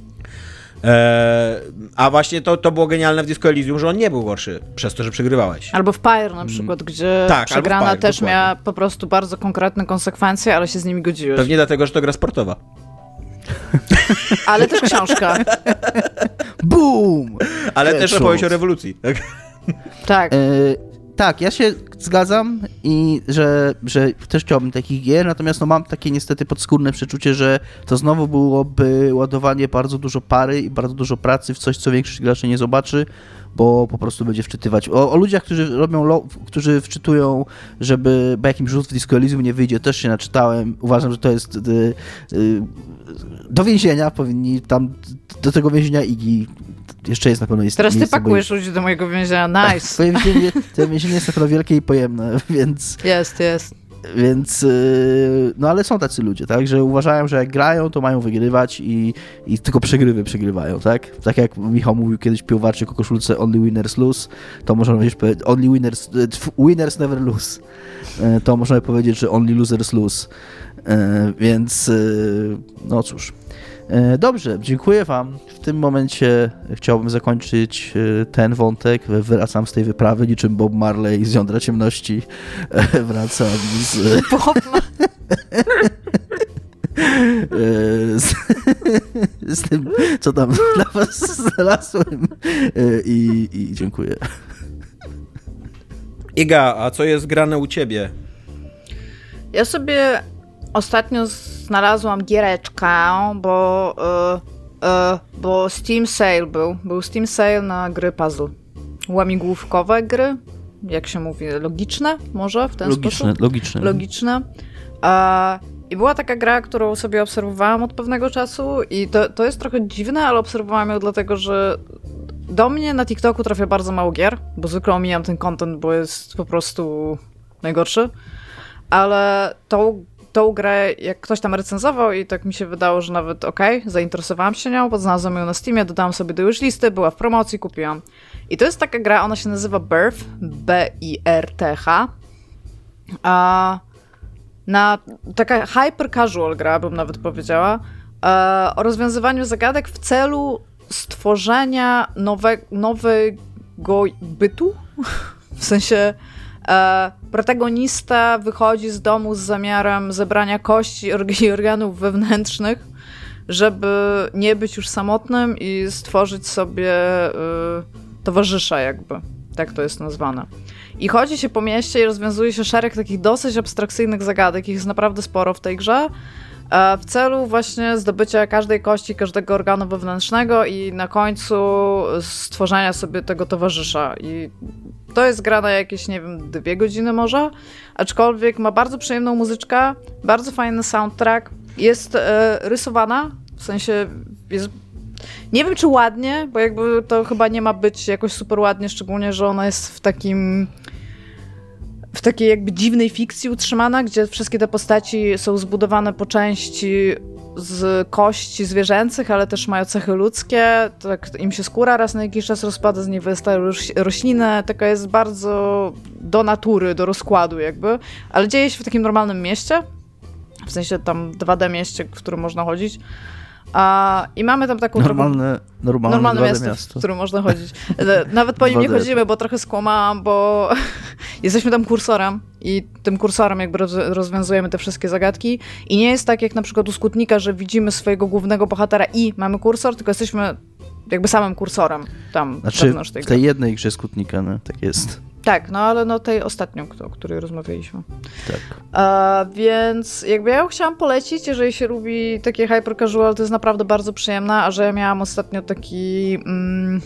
Eee, a właśnie to, to było genialne w Disco Elysium, że on nie był gorszy przez to, że przegrywałeś. Albo w Pyre na przykład, gdzie tak, przegrana Pyre, też dokładnie. miała po prostu bardzo konkretne konsekwencje, ale się z nimi godziłeś. Pewnie dlatego, że to gra sportowa. Ale też książka. Boom! Ale też Headshot. opowieść o rewolucji. Tak? Tak. E, tak, ja się zgadzam i że, że też chciałbym takich gier, natomiast no mam takie niestety podskórne przeczucie, że to znowu byłoby ładowanie bardzo dużo pary i bardzo dużo pracy w coś, co większość graczy nie zobaczy, bo po prostu będzie wczytywać. O, o ludziach, którzy robią, lo, którzy wczytują, żeby bo jakimś rzut w Disco Elysium nie wyjdzie, też się naczytałem. Uważam, że to jest y, y, do więzienia, powinni tam do tego więzienia Igi jeszcze jest na pewno jest Teraz ty miejsce, bo pakujesz ludzi do mojego więzienia. Nice. Twoje więzienie, twoje więzienie jest na pewno wielkie i pojemne, więc... Jest, jest. Więc, yy, no ale są tacy ludzie, tak, że uważają, że jak grają, to mają wygrywać i, i tylko przegrywy przegrywają, tak? Tak jak Michał mówił kiedyś Piłowarczyk o koszulce Only Winners Lose, to można powiedzieć, Only Winners, winners Never Lose. Yy, to można powiedzieć, że Only Losers Lose. Yy, więc, yy, no cóż. Dobrze, dziękuję wam. W tym momencie chciałbym zakończyć ten wątek. Wracam z tej wyprawy niczym Bob Marley z Jądra Ciemności. Wracam z... Bob z, z tym, co tam dla was znalazłem. I, i dziękuję. Iga, a co jest grane u ciebie? Ja sobie ostatnio znalazłam giereczkę, bo, yy, yy, bo Steam Sale był. Był Steam Sale na gry puzzle. Łamigłówkowe gry, jak się mówi, logiczne może w ten Logiczne, sposób? logiczne. Logiczne. E, I była taka gra, którą sobie obserwowałam od pewnego czasu i to, to jest trochę dziwne, ale obserwowałam ją dlatego, że do mnie na TikToku trafia bardzo mało gier, bo zwykle omijam ten content, bo jest po prostu najgorszy. Ale tą tą grę, jak ktoś tam recenzował i tak mi się wydało, że nawet okej, okay, zainteresowałam się nią, bo znalazłam ją na Steamie, dodałam sobie do wishlisty, była w promocji, kupiłam. I to jest taka gra, ona się nazywa Birth, B I R T H. A na taka hyper casual gra, bym nawet powiedziała, a, o rozwiązywaniu zagadek w celu stworzenia nowe, nowego bytu, w sensie E, protagonista wychodzi z domu z zamiarem zebrania kości i organów wewnętrznych, żeby nie być już samotnym i stworzyć sobie e, towarzysza jakby. Tak to jest nazwane. I chodzi się po mieście i rozwiązuje się szereg takich dosyć abstrakcyjnych zagadek, ich jest naprawdę sporo w tej grze, e, w celu właśnie zdobycia każdej kości, każdego organu wewnętrznego i na końcu stworzenia sobie tego towarzysza. I to jest gra na jakieś, nie wiem, dwie godziny może, aczkolwiek ma bardzo przyjemną muzyczkę, bardzo fajny soundtrack, jest e, rysowana, w sensie jest, nie wiem czy ładnie, bo jakby to chyba nie ma być jakoś super ładnie, szczególnie, że ona jest w takim, w takiej jakby dziwnej fikcji utrzymana, gdzie wszystkie te postaci są zbudowane po części z kości zwierzęcych, ale też mają cechy ludzkie. Tak, im się skóra raz na jakiś czas rozpada, z niej wystają roś- rośliny. Taka jest bardzo do natury, do rozkładu jakby. Ale dzieje się w takim normalnym mieście. W sensie tam dwa D mieście, w którym można chodzić. A, I mamy tam taką normalne, trochę... Normalne, normalne miasto, miasto, w którym można chodzić. Nawet po nim nie chodzimy, bo trochę skłamałam, bo jesteśmy tam kursorem i tym kursorem jakby rozwiązujemy te wszystkie zagadki i nie jest tak jak na przykład u Skutnika, że widzimy swojego głównego bohatera i mamy kursor, tylko jesteśmy jakby samym kursorem tam znaczy, wewnątrz tej w tej gry. jednej grze Skutnika, no, tak jest. Tak, no ale no tej ostatnią, o której rozmawialiśmy. Tak. A, więc jakby ja ją chciałam polecić, jeżeli się lubi takie hyper casual, to jest naprawdę bardzo przyjemna, a że ja miałam ostatnio taki mm,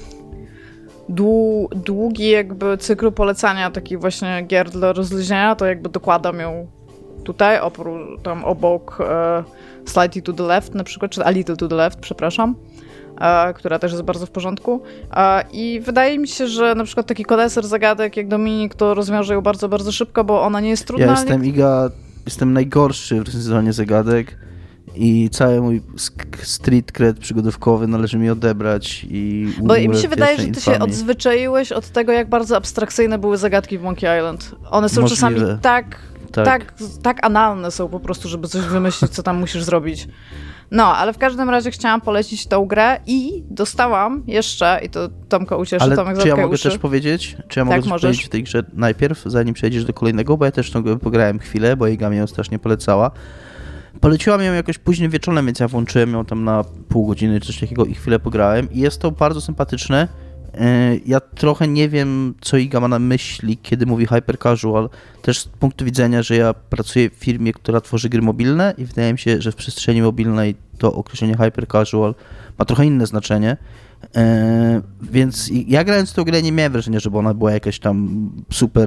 dłu, długi jakby cykl polecania takich właśnie gier dla rozluźnienia, to jakby dokładam ją tutaj, oprócz tam obok e, Slightly to the Left na przykład, czy A Little to the Left, przepraszam. Która też jest bardzo w porządku. I wydaje mi się, że na przykład taki koneser zagadek jak Dominik to rozwiąże ją bardzo, bardzo szybko, bo ona nie jest trudna. Ja jestem, Iga, jestem najgorszy w rozwiązywaniu zagadek i cały mój street cred przygodówkowy należy mi odebrać. I bo mi się wydaje, że ty infamii. się odzwyczaiłeś od tego, jak bardzo abstrakcyjne były zagadki w Monkey Island. One są Możliwe. czasami tak, tak. tak, tak analne są po prostu, żeby coś wymyślić, co tam musisz zrobić. No, ale w każdym razie chciałam polecić tą grę i dostałam jeszcze, i to Tomka ucieszy, ale Tomek czy ja mogę uszy. też powiedzieć? Czy ja mogę Tak, też możesz. powiedzieć w tej grze najpierw, zanim przejdziesz do kolejnego, bo ja też tą grę pograłem chwilę, bo Iga mi ją strasznie polecała. Poleciłam ją jakoś późnym wieczorem, więc ja włączyłem ją tam na pół godziny czy coś takiego i chwilę pograłem i jest to bardzo sympatyczne. Ja trochę nie wiem, co Iga ma na myśli, kiedy mówi hyper casual, też z punktu widzenia, że ja pracuję w firmie, która tworzy gry mobilne i wydaje mi się, że w przestrzeni mobilnej to określenie hyper casual ma trochę inne znaczenie, więc ja grając w tę grę nie miałem wrażenia, żeby ona była jakaś tam super...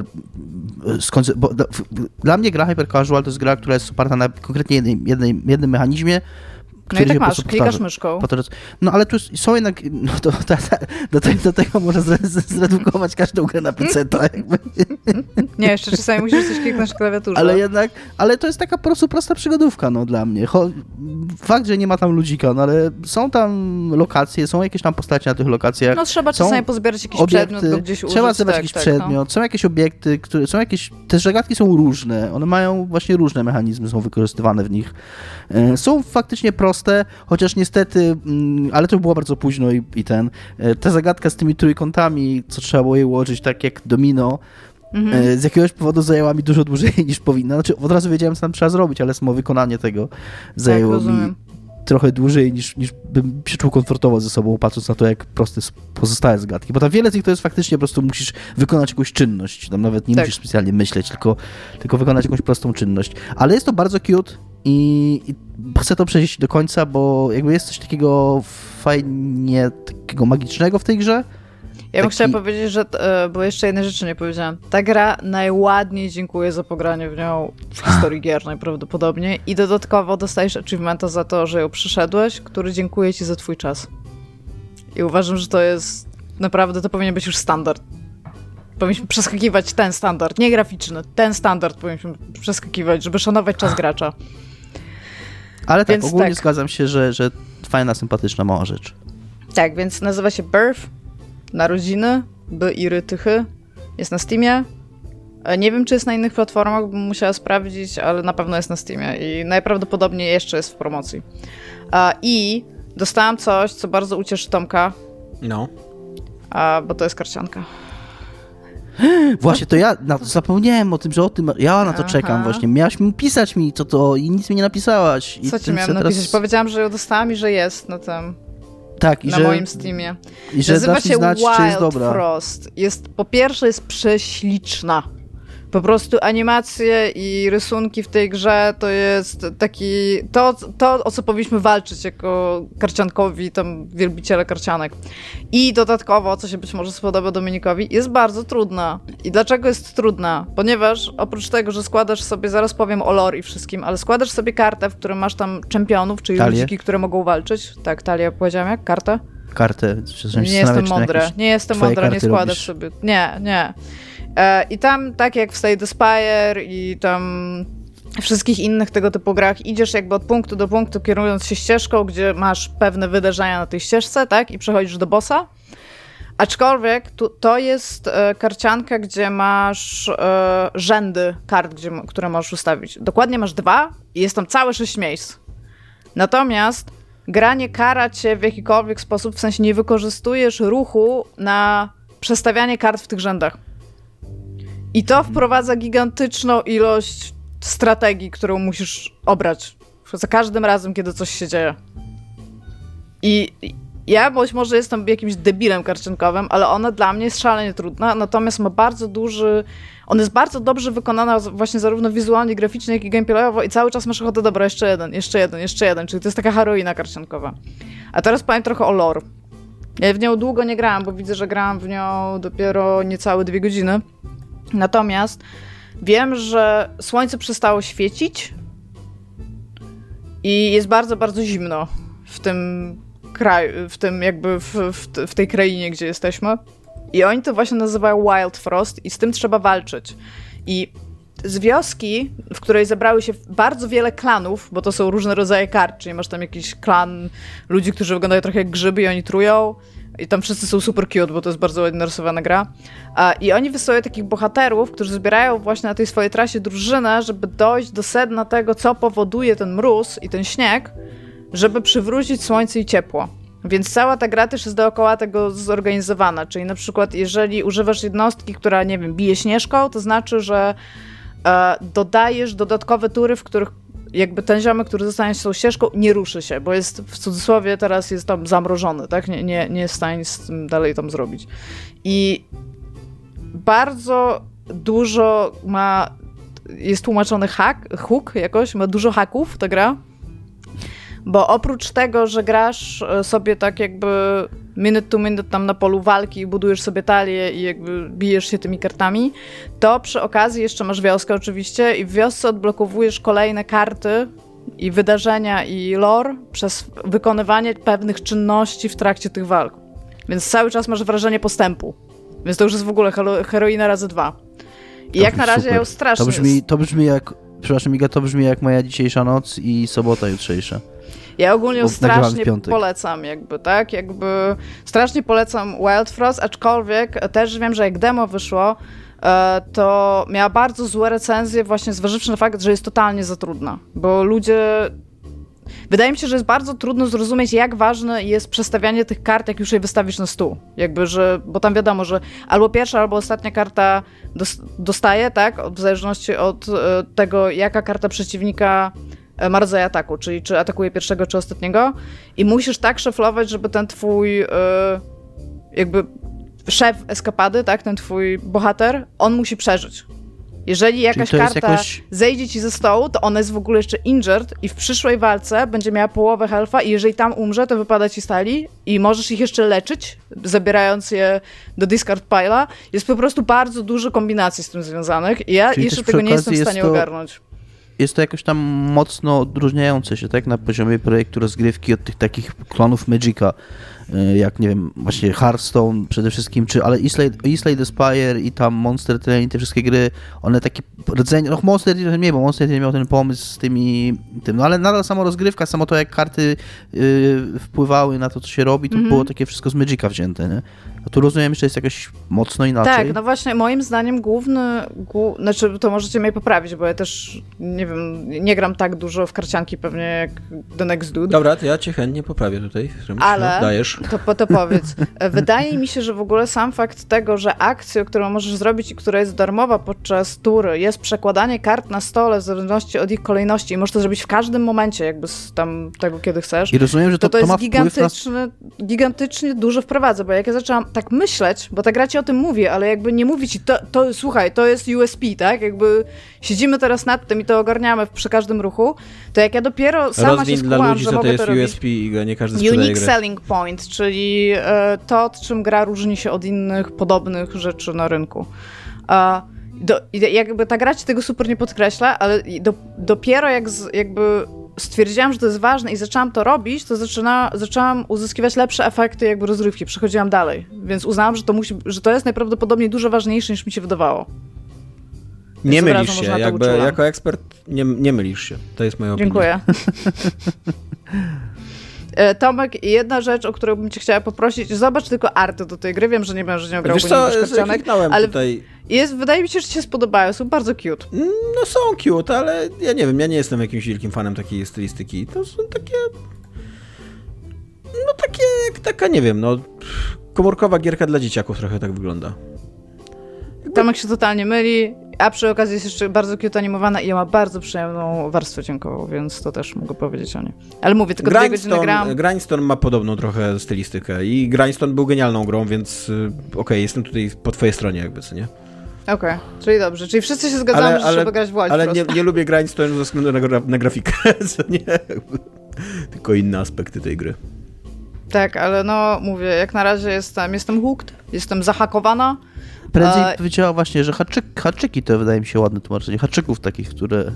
Bo dla mnie gra hyper casual to jest gra, która jest oparta na konkretnie jednym, jednym, jednym mechanizmie. No i tak masz, klikasz myszką. No ale tu są jednak, no to, to, to, do, tego, do tego można zredukować każdą grę na peceta. Jakby. Nie, jeszcze czasami musisz coś kliknąć w klawiaturze. Ale jednak, ale to jest taka po prostu prosta przygodówka, no dla mnie. Cho, fakt, że nie ma tam ludzika, no ale są tam lokacje, są jakieś tam postacie na tych lokacjach. No trzeba czasami pozbierać jakiś obiekty, przedmiot, go gdzieś trzeba użyć. Trzeba zebrać tak, jakiś tak, przedmiot, no. są jakieś obiekty, które są jakieś, te zagadki są różne, one mają właśnie różne mechanizmy, są wykorzystywane w nich. Są faktycznie proste, chociaż niestety, ale to było bardzo późno i, i ten, ta zagadka z tymi trójkątami, co trzeba było je ułożyć tak jak domino, mhm. z jakiegoś powodu zajęła mi dużo dłużej niż powinna. Znaczy od razu wiedziałem, co tam trzeba zrobić, ale samo wykonanie tego zajęło tak, mi trochę dłużej niż, niż bym się czuł komfortowo ze sobą, patrząc na to, jak proste pozostałe zagadki. Bo tam wiele z nich to jest faktycznie po prostu musisz wykonać jakąś czynność. Tam nawet nie tak. musisz specjalnie myśleć, tylko, tylko wykonać jakąś prostą czynność. Ale jest to bardzo cute i, i chcę to przejść do końca, bo jakby jest coś takiego fajnie, takiego magicznego w tej grze. Ja bym Taki... chciała powiedzieć, że, bo jeszcze jednej rzeczy nie powiedziałam. Ta gra najładniej dziękuję za pogranie w nią w historii gier najprawdopodobniej i dodatkowo dostajesz achievementa za to, że ją przyszedłeś, który dziękuję ci za twój czas. I uważam, że to jest naprawdę, to powinien być już standard. Powinniśmy przeskakiwać ten standard, nie graficzny, ten standard powinniśmy przeskakiwać, żeby szanować czas gracza. Ale tak, więc ogólnie tak. zgadzam się, że, że fajna, sympatyczna, mała rzecz. Tak, więc nazywa się Birth. Narodziny, by i rytychy. Jest na Steamie. Nie wiem, czy jest na innych platformach, bym musiała sprawdzić, ale na pewno jest na Steamie i najprawdopodobniej jeszcze jest w promocji. I dostałam coś, co bardzo ucieszy Tomka. No. Bo to jest karcianka. Właśnie, to ja na to zapomniałem o tym, że o tym, ja na to Aha. czekam właśnie. Miałaś mi pisać mi co to i nic mi nie napisałaś. I co ci miałam napisać? Teraz... Powiedziałam, że ją dostałam i że jest na tym. Tak, i na że, moim Steamie. I że nazywa się znać, Wild czy jest dobra. Frost. Jest, po pierwsze jest prześliczna. Po prostu animacje i rysunki w tej grze to jest taki... To, to o co powinniśmy walczyć jako karciankowi, tam wielbiciele karcianek. I dodatkowo, co się być może spodoba Dominikowi, jest bardzo trudna. I dlaczego jest trudna? Ponieważ oprócz tego, że składasz sobie, zaraz powiem o lore i wszystkim, ale składasz sobie kartę, w której masz tam czempionów, czyli Talię. ludziki, które mogą walczyć. Tak, talię powiedziałam jak? Kartę? Kartę. Nie jestem mądra, nie jestem mądra, nie składasz robisz. sobie. Nie, nie. I tam, tak jak w Slay the Spire i tam wszystkich innych tego typu grach idziesz jakby od punktu do punktu, kierując się ścieżką, gdzie masz pewne wydarzenia na tej ścieżce, tak? I przechodzisz do bossa. Aczkolwiek tu, to jest e, karcianka, gdzie masz e, rzędy kart, gdzie, które możesz ustawić. Dokładnie masz dwa i jest tam całe sześć miejsc. Natomiast gra nie kara cię w jakikolwiek sposób, w sensie nie wykorzystujesz ruchu na przestawianie kart w tych rzędach. I to wprowadza gigantyczną ilość strategii, którą musisz obrać za każdym razem, kiedy coś się dzieje. I ja być może jestem jakimś debilem karciankowym, ale ona dla mnie jest szalenie trudna, natomiast ma bardzo duży... Ona jest bardzo dobrze wykonana właśnie zarówno wizualnie, graficznie, jak i gameplayowo i cały czas masz ochotę, dobra, jeszcze jeden, jeszcze jeden, jeszcze jeden, czyli to jest taka heroina karciankowa. A teraz powiem trochę o lore. Ja w nią długo nie grałam, bo widzę, że grałam w nią dopiero niecałe dwie godziny. Natomiast wiem, że słońce przestało świecić i jest bardzo, bardzo zimno w tym kraju, w tym jakby w, w, w tej krainie, gdzie jesteśmy. I oni to właśnie nazywają Wild Frost i z tym trzeba walczyć. I z wioski, w której zebrały się bardzo wiele klanów, bo to są różne rodzaje kart, czyli masz tam jakiś klan ludzi, którzy wyglądają trochę jak grzyby i oni trują. I tam wszyscy są super cute, bo to jest bardzo ładnie narysowana gra. I oni wysyłają takich bohaterów, którzy zbierają właśnie na tej swojej trasie drużynę, żeby dojść do sedna tego, co powoduje ten mróz i ten śnieg, żeby przywrócić słońce i ciepło. Więc cała ta gra też jest dookoła tego zorganizowana. Czyli na przykład jeżeli używasz jednostki, która, nie wiem, bije śnieżką, to znaczy, że e, dodajesz dodatkowe tury, w których jakby ten ziomek, który zostanie z tą ścieżką, nie ruszy się, bo jest w cudzysłowie teraz jest tam zamrożony, tak? Nie, nie, nie jest w stanie z tym dalej tam zrobić. I bardzo dużo ma, jest tłumaczony hack, hook jakoś, ma dużo haków ta gra, bo oprócz tego, że grasz sobie tak jakby minute to minute tam na polu walki i budujesz sobie talię i jakby bijesz się tymi kartami, to przy okazji jeszcze masz wioskę oczywiście i w wiosce odblokowujesz kolejne karty i wydarzenia i lore przez wykonywanie pewnych czynności w trakcie tych walk. Więc cały czas masz wrażenie postępu. Więc to już jest w ogóle hero- heroina razy dwa. I To jak na razie super. ja ją strasznie... To brzmi, to brzmi jak, przepraszam Iga, to brzmi jak moja dzisiejsza noc i sobota jutrzejsza. Ja ogólnie ją Bo nagrywam w strasznie piątek. polecam, jakby, tak? Jakby strasznie polecam Wild Frost, aczkolwiek też wiem, że jak demo wyszło, e, to miała bardzo złe recenzje, właśnie zważywszy na fakt, że jest totalnie za trudna. Bo ludzie... Wydaje mi się, że jest bardzo trudno zrozumieć, jak ważne jest przestawianie tych kart, jak już je wystawisz na stół. Jakby, że... Bo tam wiadomo, że albo pierwsza, albo ostatnia karta dos- dostaje, tak? W zależności od e, tego, jaka karta przeciwnika ma rodzaj ataku, czyli czy atakuje pierwszego, czy ostatniego i musisz tak szeflować, żeby ten twój yy, jakby szef eskapady, tak, ten twój bohater, on musi przeżyć. Jeżeli jakaś to jest karta jakoś... zejdzie ci ze stołu, to ona jest w ogóle jeszcze injured i w przyszłej walce będzie miała połowę health'a i jeżeli tam umrze, to wypada ci stali i możesz ich jeszcze leczyć, zabierając je do discard pile'a. Jest po prostu bardzo dużo kombinacji z tym związanych i ja Czyli jeszcze też tego przy nie jestem w okazji stanie jest to- ogarnąć. Jest to jakoś tam mocno odróżniające się, tak, na poziomie projektu rozgrywki od tych takich klonów Magica, y, jak, nie wiem, właśnie Hearthstone przede wszystkim, czy, ale Slay the Spire i tam Monster Train, te wszystkie gry, one takie rdzenie, no Monster Train nie, bo Monster Train miał ten pomysł z tymi, tym, no ale nadal sama rozgrywka, samo to jak karty y, wpływały na to, co się robi, to Mhm. było takie wszystko z Magica wzięte, nie? A tu rozumiem, że jest jakoś mocno inaczej. Tak, no właśnie moim zdaniem główny, głó... znaczy to możecie mnie poprawić, bo ja też nie wiem, nie gram tak dużo w karcianki pewnie jak The Next Dude. Dobra, to ja cię chętnie poprawię tutaj. Żebyś, Ale no, dajesz. to, to powiedz. Wydaje mi się, że w ogóle sam fakt tego, że akcją, którą możesz zrobić i która jest darmowa podczas tury, jest przekładanie kart na stole w zależności od ich kolejności i możesz to zrobić w każdym momencie, jakby z tam tego, kiedy chcesz. I rozumiem, że to, To to to jest ma wpływ na... gigantyczny, gigantycznie dużo wprowadza, bo jak ja zaczęłam tak myśleć, bo ta gra ci o tym mówi, ale jakby nie mówi ci, to, to słuchaj, to jest U S P, tak? Jakby siedzimy teraz nad tym i to ogarniamy przy każdym ruchu, to jak ja dopiero sama Rozwin się dla skułam, ludzi, że co to mogę jest to robić... U S P i nie każdy sprzedaje Unique grę. Selling Point, czyli e, to, czym gra różni się od innych podobnych rzeczy na rynku. A do, jakby ta gra ci tego super nie podkreśla, ale do, dopiero jak z, jakby stwierdziłam, że to jest ważne i zaczęłam to robić, to zaczyna, zaczęłam uzyskiwać lepsze efekty jakby rozrywki, przechodziłam dalej, więc uznałam, że to, musi, że to jest najprawdopodobniej dużo ważniejsze niż mi się wydawało. Nie Więc od mylisz razu się, można to jakby uczulam. jako ekspert nie, nie mylisz się. To jest moja opinia. Dziękuję. E, Tomek, jedna rzecz, o którą bym cię chciała poprosić, zobacz tylko arty do tej gry. Wiem, że nie będziesz nie grał, Wiesz bo co, nie lubisz karcianek, kliknąłem ale tutaj. jest, wydaje mi się, że ci się spodobają, są bardzo cute. No są cute, ale ja nie wiem, ja nie jestem jakimś wielkim fanem takiej stylistyki. To są takie... No takie jak taka, nie wiem, no... komórkowa gierka dla dzieciaków trochę tak wygląda. Tomek się totalnie myli, a przy okazji jest jeszcze bardzo cute animowana i ma bardzo przyjemną warstwę dźwiękową, więc to też mogę powiedzieć o niej. Ale mówię, tylko dwie godziny gram. Grindstone ma podobną trochę stylistykę i Grindstone był genialną grą, więc y, okej, okay, jestem tutaj po twojej stronie jakby, co nie? Okej, okay, czyli dobrze, czyli wszyscy się zgadzamy, ale, że ale, trzeba grać w Wild Ale Frost. nie, nie lubię Grindstone ze względu na, gra, na grafikę, co nie? Tylko inne aspekty tej gry. Tak, ale no mówię, jak na razie jestem, jestem hooked, jestem zahakowana. Prędzej A... powiedziała właśnie, że haczyk, haczyki to wydaje mi się ładne tłumaczenie. Haczyków takich, które...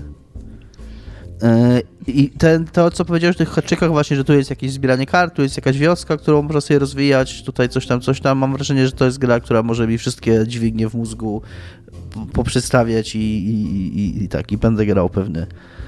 Yy, I ten, to, co powiedziałeś o tych haczykach właśnie, że tu jest jakieś zbieranie kart, tu jest jakaś wioska, którą można sobie rozwijać, tutaj coś tam, coś tam. Mam wrażenie, że to jest gra, która może mi wszystkie dźwignie w mózgu poprzestawiać i, i, i, i tak, i będę grał pewnie.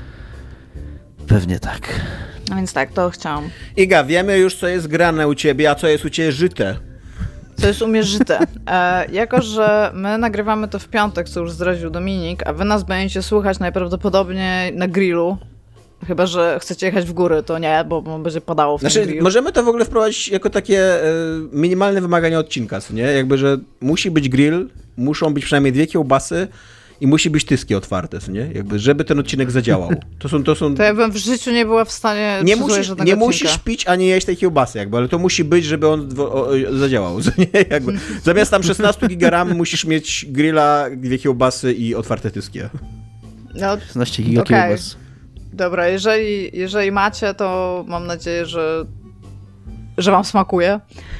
Pewnie tak. No więc tak, to chciałam. Iga, wiemy już, co jest grane u ciebie, a co jest u ciebie żyte. Co jest u mnie żyte. E, jako, że my nagrywamy to w piątek, co już zdradził Dominik, a wy nas będziecie słuchać najprawdopodobniej na grillu, chyba że chcecie jechać w góry, to nie, bo, bo będzie padało w Znaczy, tym grillu. możemy to w ogóle wprowadzić jako takie e, minimalne wymagania odcinka, co nie? Jakby, że musi być grill, muszą być przynajmniej dwie kiełbasy i musi być tyski otwarte, co nie? Jakby, żeby ten odcinek zadziałał. To są, to są... To ja bym w życiu nie była w stanie Nie, przyzwoić musisz, żadnego nie odcinka. musisz pić ani jeść tej kiełbasy, jakby, ale to musi być, żeby on o, o, zadziałał. Co nie? Jakby. Zamiast tam szesnaście giga RAM musisz mieć grilla, dwie kiełbasy i otwarte tyski. No, szesnaście giga okej. kiełbas. Dobra, jeżeli, jeżeli macie, to mam nadzieję, że, że wam smakuje.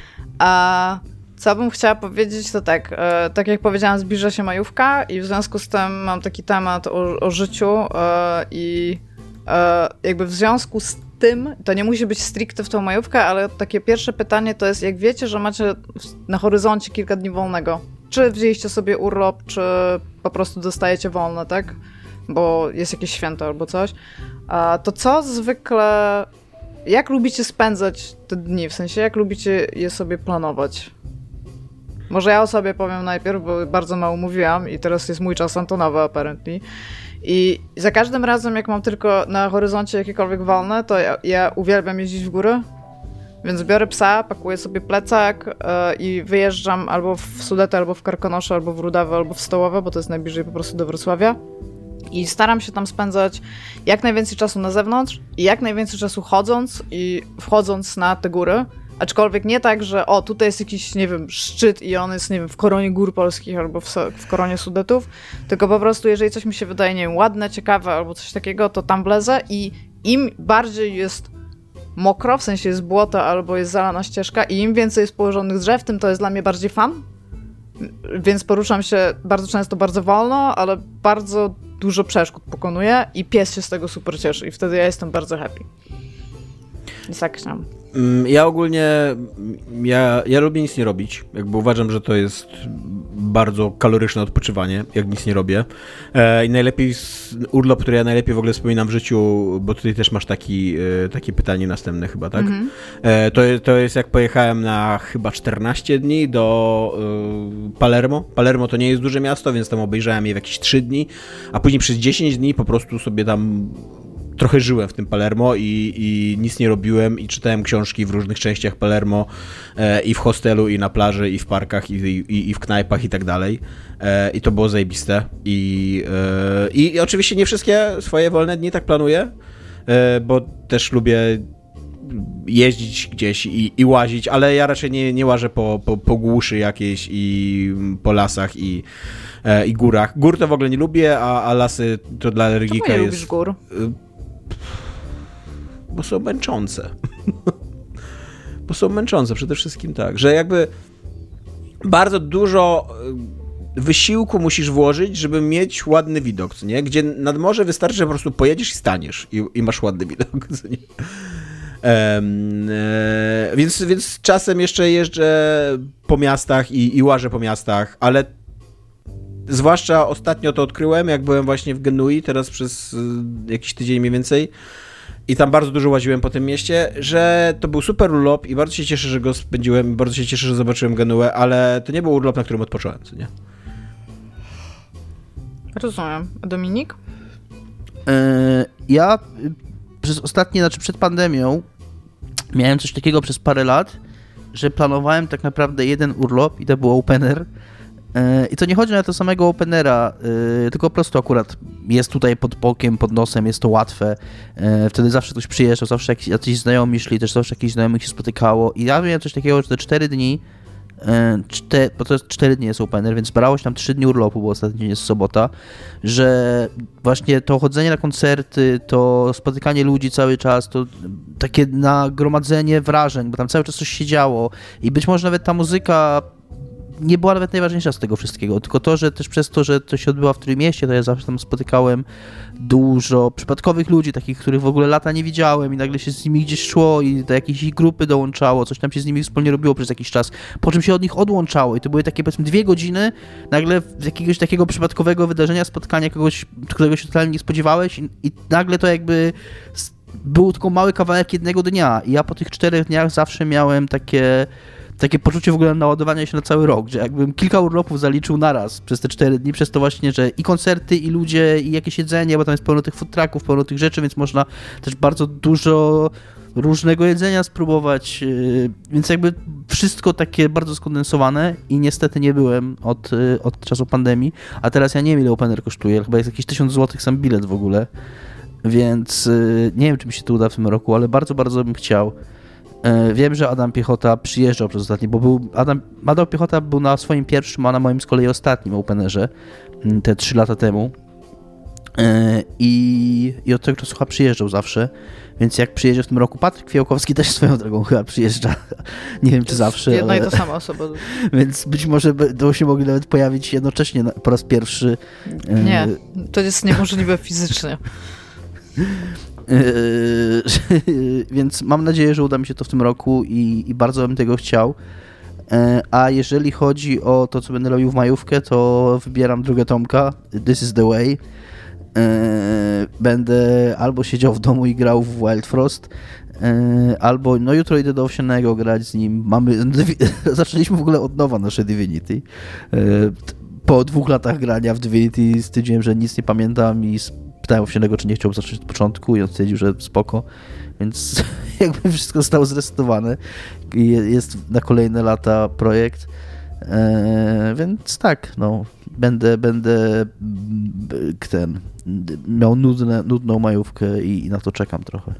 A co bym chciała powiedzieć, to tak, e, tak jak powiedziałam, zbliża się majówka i w związku z tym mam taki temat o, o życiu e, i e, jakby w związku z tym, to nie musi być stricte w tą majówkę, ale takie pierwsze pytanie to jest, jak wiecie, że macie na horyzoncie kilka dni wolnego, czy wzięliście sobie urlop, czy po prostu dostajecie wolne, tak? Bo jest jakieś święto albo coś, a to co zwykle, jak lubicie spędzać te dni, w sensie jak lubicie je sobie planować? Może ja o sobie powiem najpierw, bo bardzo mało mówiłam i teraz jest mój czas Antonowy apparently. I za każdym razem, jak mam tylko na horyzoncie jakiekolwiek wolne, to ja, ja uwielbiam jeździć w góry, więc biorę psa, pakuję sobie plecak yy, i wyjeżdżam albo w Sudety, albo w Karkonosze, albo w Rudawy, albo w Stołowe, bo to jest najbliżej po prostu do Wrocławia. I staram się tam spędzać jak najwięcej czasu na zewnątrz i jak najwięcej czasu chodząc i wchodząc na te góry. Aczkolwiek nie tak, że o, tutaj jest jakiś, nie wiem, szczyt i on jest, nie wiem, w koronie gór polskich albo w, w koronie Sudetów, tylko po prostu jeżeli coś mi się wydaje, nie wiem, ładne, ciekawe albo coś takiego, to tam wlezę i im bardziej jest mokro, w sensie jest błoto albo jest zalana ścieżka i im więcej jest położonych drzew, tym to jest dla mnie bardziej fan. Więc poruszam się bardzo często bardzo wolno, ale bardzo dużo przeszkód pokonuję i pies się z tego super cieszy i wtedy ja jestem bardzo happy. Więc tak chciałam. Ja ogólnie, ja, ja lubię nic nie robić, jakby uważam, że to jest bardzo kaloryczne odpoczywanie, jak nic nie robię. E, I najlepiej, urlop, który ja najlepiej w ogóle wspominam w życiu, bo tutaj też masz taki, e, takie pytanie następne chyba, tak? Mm-hmm. E, to, to jest jak pojechałem na chyba czternaście dni do e, Palermo. Palermo to nie jest duże miasto, więc tam obejrzałem je w jakieś trzy dni, a później przez dziesięć dni po prostu sobie tam trochę żyłem w tym Palermo i, i nic nie robiłem i czytałem książki w różnych częściach Palermo e, i w hostelu, i na plaży, i w parkach, i, i, i w knajpach i tak dalej. E, I to było zajebiste. I, e, i, I oczywiście nie wszystkie swoje wolne dni tak planuję, e, bo też lubię jeździć gdzieś i, i łazić, ale ja raczej nie, nie łażę po, po, po głuszy jakiejś i po lasach i, e, i górach. Gór to w ogóle nie lubię, a, a lasy to dla alergika Czemu nie jest... lubisz gór? Bo są męczące. Bo są męczące przede wszystkim tak, że jakby bardzo dużo wysiłku musisz włożyć, żeby mieć ładny widok, co nie? Gdzie nad morze wystarczy, że po prostu pojedziesz i staniesz i, i masz ładny widok, co nie? Um, e, więc, więc czasem jeszcze jeżdżę po miastach i, i łażę po miastach, ale zwłaszcza ostatnio to odkryłem, jak byłem właśnie w Genui, teraz przez y, jakiś tydzień mniej więcej i tam bardzo dużo łaziłem po tym mieście, że to był super urlop i bardzo się cieszę, że go spędziłem, bardzo się cieszę, że zobaczyłem Genuę, ale to nie był urlop, na którym odpocząłem, co nie? Rozumiem. A Dominik? Yy, ja przez ostatnie, znaczy przed pandemią miałem coś takiego przez parę lat, że planowałem tak naprawdę jeden urlop i to był opener. Yy, I to nie chodzi na to samego openera, yy, tylko po prostu akurat jest tutaj pod bokiem, pod nosem, jest to łatwe. Yy, wtedy zawsze ktoś przyjeżdżał, zawsze jakiś, jacyś znajomi szli, też zawsze jakichś znajomych się spotykało. I ja miałem coś takiego, że te cztery dni, yy, czte, bo to jest cztery dni jest opener, więc brało się tam trzy dni urlopu, bo ostatni dzień jest sobota, że właśnie to chodzenie na koncerty, to spotykanie ludzi cały czas, to takie nagromadzenie wrażeń, bo tam cały czas coś się działo i być może nawet ta muzyka nie była nawet najważniejsza z tego wszystkiego, tylko to, że też przez to, że to się odbywa w Trójmieście, to ja zawsze tam spotykałem dużo przypadkowych ludzi, takich, których w ogóle lata nie widziałem i nagle się z nimi gdzieś szło i do jakiejś ich grupy dołączało, coś tam się z nimi wspólnie robiło przez jakiś czas, po czym się od nich odłączało i to były takie, powiedzmy, dwie godziny nagle z jakiegoś takiego przypadkowego wydarzenia, spotkania kogoś, którego się totalnie nie spodziewałeś i, i nagle to jakby był tylko mały kawałek jednego dnia i ja po tych czterech dniach zawsze miałem takie takie poczucie w ogóle naładowania się na cały rok, że jakbym kilka urlopów zaliczył naraz przez te cztery dni, przez to właśnie, że i koncerty, i ludzie, i jakieś jedzenie, bo tam jest pełno tych food trucków, pełno tych rzeczy, więc można też bardzo dużo różnego jedzenia spróbować, więc jakby wszystko takie bardzo skondensowane i niestety nie byłem od, od czasu pandemii, a teraz ja nie wiem, ile opener kosztuje, chyba jest jakieś tysiąc złotych sam bilet w ogóle, więc nie wiem, czy mi się to uda w tym roku, ale bardzo, bardzo bym chciał. Wiem, że Adam Piechota przyjeżdżał przez ostatni, bo był Adam, Adam Piechota był na swoim pierwszym, a na moim z kolei ostatnim openerze te trzy lata temu i, i od tego czasu chyba przyjeżdżał zawsze, więc jak przyjedzie w tym roku Patryk Fiałkowski też swoją drogą chyba przyjeżdża, nie wiem czy zawsze, jedna ale... i ta sama osoba. Więc być może będą się mogli nawet pojawić jednocześnie po raz pierwszy. Nie, to jest niemożliwe fizycznie. Yy, więc mam nadzieję, że uda mi się to w tym roku i, i bardzo bym tego chciał. Yy, a jeżeli chodzi o to, co będę robił w majówkę, to wybieram drugą Tomka, This is the way. Yy, będę albo siedział w domu i grał w Wild Frost, yy, albo no jutro idę do Owsianego grać z nim. Mamy, zaczęliśmy w ogóle od nowa nasze Divinity. Yy, po dwóch latach grania w Divinity stwierdziłem, że nic nie pamiętam i pytałem Owsianego, czy nie chciał zacząć od początku i on stwierdził, że spoko, więc jakby wszystko zostało zresetowane i jest na kolejne lata projekt, eee, więc tak, no, będę, będę ten, miał nudne, nudną majówkę i, i na to czekam trochę.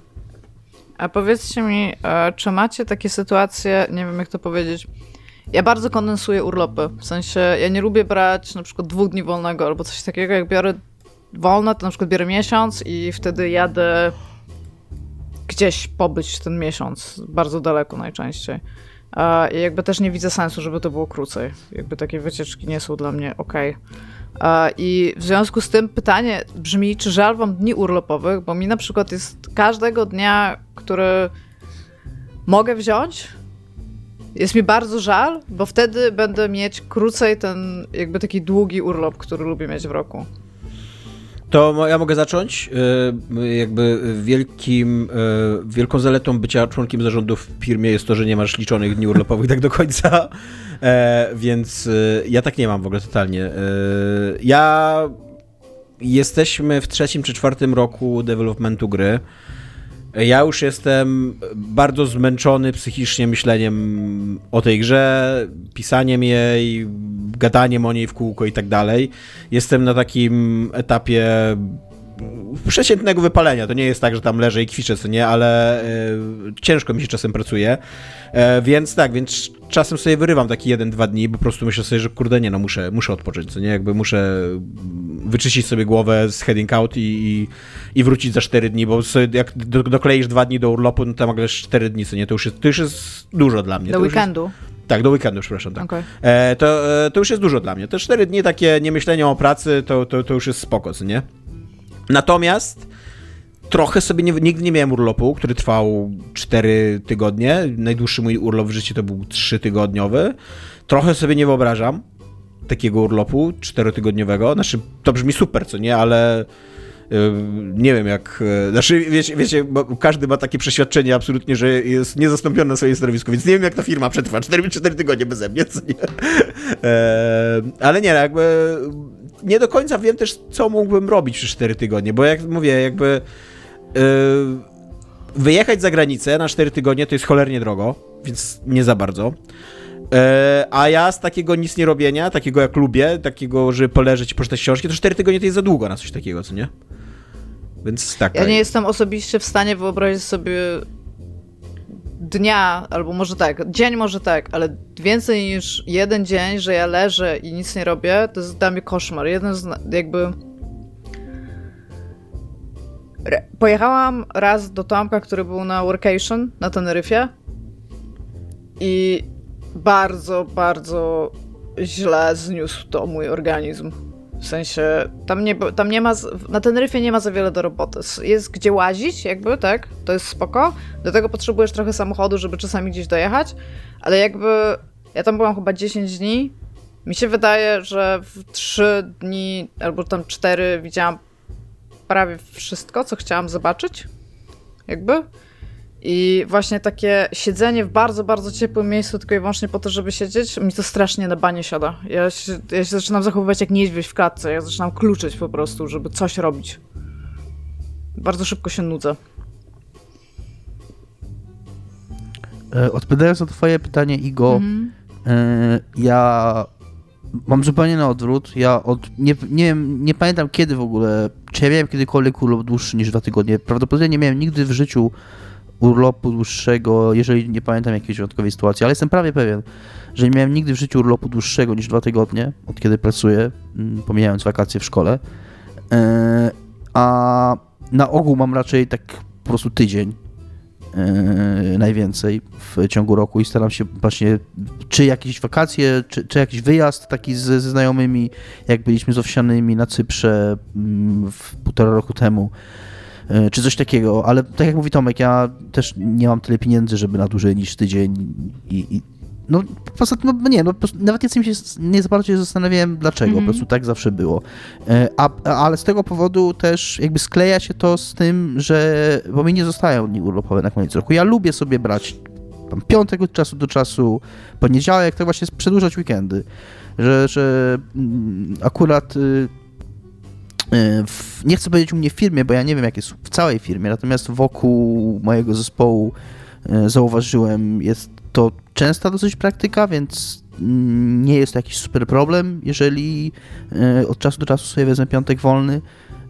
A powiedzcie mi, czy macie takie sytuacje, nie wiem jak to powiedzieć, ja bardzo kondensuję urlopy, w sensie ja nie lubię brać na przykład dwóch dni wolnego albo coś takiego, jak biorę wolne, to na przykład biorę miesiąc i wtedy jadę gdzieś pobyć ten miesiąc, bardzo daleko najczęściej. I jakby też nie widzę sensu, żeby to było krócej. Jakby takie wycieczki nie są dla mnie okej. Okay. I w związku z tym pytanie brzmi, czy żal wam dni urlopowych, bo mi na przykład jest każdego dnia, który mogę wziąć, jest mi bardzo żal, bo wtedy będę mieć krócej ten jakby taki długi urlop, który lubię mieć w roku. To ja mogę zacząć. Jakby wielkim, wielką zaletą bycia członkiem zarządu w firmie jest to, że nie masz liczonych dni urlopowych tak do końca, więc ja tak nie mam w ogóle totalnie. Ja jesteśmy w trzecim czy czwartym roku developmentu gry. Ja już jestem bardzo zmęczony psychicznie myśleniem o tej grze, pisaniem jej, gadaniem o niej w kółko i tak dalej. Jestem na takim etapie przeciętnego wypalenia. To nie jest tak, że tam leżę i kwiczę, co nie, ale y, ciężko mi się czasem pracuje. E, więc tak, więc czasem sobie wyrywam taki jeden, dwa dni, bo po prostu myślę sobie, że kurde nie, no muszę, muszę odpocząć, co nie, jakby muszę wyczyścić sobie głowę z heading out i, i, i wrócić za cztery dni, bo sobie jak do, dokleisz dwa dni do urlopu, no to nagle cztery dni, co nie, to już jest, to już jest dużo dla mnie. Do to weekendu? Jest, tak, do weekendu, przepraszam, tak. Okay. E, to, e, to już jest dużo dla mnie. Te cztery dni takie niemyślenia o pracy, to, to, to już jest spoko, co nie? Natomiast trochę sobie nie, nigdy nie miałem urlopu, który trwał cztery tygodnie. Najdłuższy mój urlop w życiu to był trzytygodniowy. Trochę sobie nie wyobrażam. takiego urlopu czterotygodniowego. Znaczy, to brzmi super, co nie, ale nie wiem jak, znaczy wiecie, wiecie, bo każdy ma takie przeświadczenie absolutnie, że jest niezastąpiony na swoim stanowisku, więc nie wiem jak ta firma przetrwa cztery tygodnie beze mnie, co nie? E, ale nie, jakby nie do końca wiem też, co mógłbym robić przez cztery tygodnie, bo jak mówię, jakby e, wyjechać za granicę na cztery tygodnie to jest cholernie drogo, więc nie za bardzo. E, a ja z takiego nic nie robienia, takiego jak lubię, takiego, żeby poleżeć i poczytać książki, to cztery tygodnie to jest za długo na coś takiego, co nie? Więc tak. Ja nie jestem osobiście w stanie wyobrazić sobie dnia, albo może tak, dzień może tak, ale więcej niż jeden dzień, że ja leżę i nic nie robię, to jest dla mnie koszmar. Jeden z jakby... Pojechałam raz do Tomka, który był na workation na Teneryfie i bardzo, bardzo źle zniósł to mój organizm. W sensie, tam nie, tam nie ma, na Teneryfie nie ma za wiele do roboty. Jest gdzie łazić, jakby, tak? To jest spoko. Do tego potrzebujesz trochę samochodu, żeby czasami gdzieś dojechać, ale jakby, ja tam byłam chyba dziesięć dni. Mi się wydaje, że w trzy dni, albo tam cztery widziałam prawie wszystko, co chciałam zobaczyć. Jakby. I właśnie takie siedzenie w bardzo, bardzo ciepłym miejscu tylko i wyłącznie po to, żeby siedzieć, mi to strasznie na banie siada. Ja się, ja się zaczynam zachowywać jak niedźwiedź w klatce. Ja zaczynam kluczyć po prostu, żeby coś robić. Bardzo szybko się nudzę. Odpowiadając na twoje pytanie, Igo, mhm. ja mam zupełnie na odwrót. Ja od, nie, nie wiem, nie pamiętam kiedy w ogóle, czy ja miałem kiedykolwiek urlop dłuższy niż dwa tygodnie. Prawdopodobnie nie miałem nigdy w życiu urlopu dłuższego, jeżeli nie pamiętam jakiejś wyjątkowej sytuacji, ale jestem prawie pewien, że nie miałem nigdy w życiu urlopu dłuższego niż dwa tygodnie, od kiedy pracuję, pomijając wakacje w szkole. A na ogół mam raczej tak po prostu tydzień najwięcej w ciągu roku i staram się właśnie, czy jakieś wakacje, czy, czy jakiś wyjazd taki z, ze znajomymi, jak byliśmy z Owsianymi na Cyprze w półtora roku temu, czy coś takiego, ale tak jak mówi Tomek, ja też nie mam tyle pieniędzy, żeby na dłużej niż tydzień i, i no po prostu, no nie, no, nawet ja się nie za bardzo się zastanawiałem dlaczego, mm-hmm. po prostu tak zawsze było. A, ale z tego powodu też jakby skleja się to z tym, że, bo mi nie zostają dni urlopowe na koniec roku. Ja lubię sobie brać tam piątek od czasu do czasu, poniedziałek, tak właśnie przedłużać weekendy, że, że akurat w, nie chcę powiedzieć u mnie w firmie, bo ja nie wiem jak jest w całej firmie, natomiast wokół mojego zespołu zauważyłem, jest to częsta dosyć praktyka, więc nie jest to jakiś super problem, jeżeli od czasu do czasu sobie wezmę piątek wolny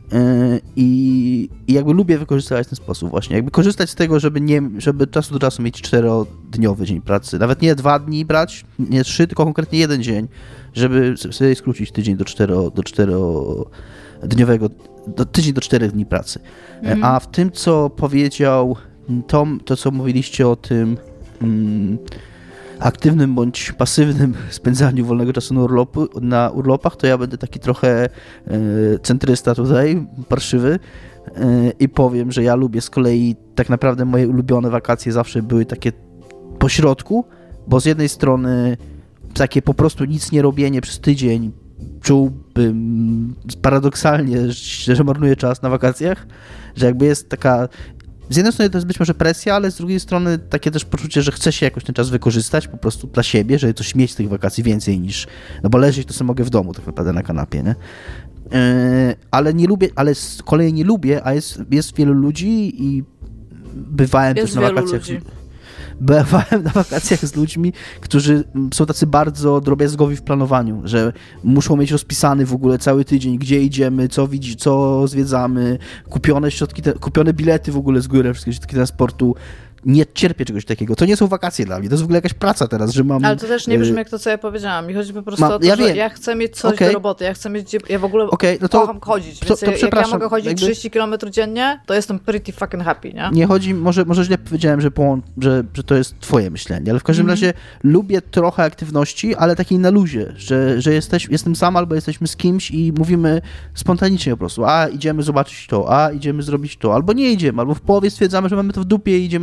i, i jakby lubię wykorzystywać w ten sposób właśnie, jakby korzystać z tego, żeby nie, żeby od czasu do czasu mieć czterodniowy dzień pracy, nawet nie dwa dni brać, nie trzy, tylko konkretnie jeden dzień, żeby sobie skrócić tydzień do cztero, do czterodniowego, do, tydzień do czterech dni pracy. Mhm. A w tym, co powiedział Tom, to co mówiliście o tym mm, aktywnym bądź pasywnym spędzaniu wolnego czasu na, urlopu, na urlopach, to ja będę taki trochę e, centrysta tutaj, parszywy e, i powiem, że ja lubię z kolei, tak naprawdę moje ulubione wakacje zawsze były takie po środku, bo z jednej strony takie po prostu nic nie robienie przez tydzień czułbym paradoksalnie, że, że marnuję czas na wakacjach, że jakby jest taka... Z jednej strony to jest być może presja, ale z drugiej strony takie też poczucie, że chce się jakoś ten czas wykorzystać po prostu dla siebie, żeby coś mieć z tych wakacji więcej niż... No bo leżeć to sobie mogę w domu tak naprawdę na kanapie, nie? Yy, ale nie lubię, ale z kolei nie lubię, a jest, jest wielu ludzi i bywałem jest też na wakacjach... Ludzi. Bywałem na wakacjach z ludźmi, którzy są tacy bardzo drobiazgowi w planowaniu, że muszą mieć rozpisany w ogóle cały tydzień, gdzie idziemy, co widzi, co zwiedzamy, kupione środki, kupione bilety w ogóle z góry, wszystkie środki transportu. Nie cierpię czegoś takiego. To nie są wakacje dla mnie, to jest w ogóle jakaś praca teraz, że mam... Ale to też nie brzmi jak to, co ja powiedziałam. Mi chodzi po prostu Ma, o to, ja że wiem. ja chcę mieć coś okay. do roboty, ja chcę mieć... Ja w ogóle okay, no to, kocham chodzić, to, więc to, to jak ja mogę chodzić jakby... trzydzieści kilometrów dziennie, to jestem pretty fucking happy, nie? Nie chodzi, może, może źle powiedziałem, że, połą... że, że to jest twoje myślenie, ale w każdym mm. razie lubię trochę aktywności, ale takiej na luzie, że, że jesteś, jestem sam albo jesteśmy z kimś i mówimy spontanicznie po prostu, a idziemy zobaczyć to, a idziemy zrobić to, albo nie idziemy, albo w połowie stwierdzamy, że mamy to w dupie i idziemy na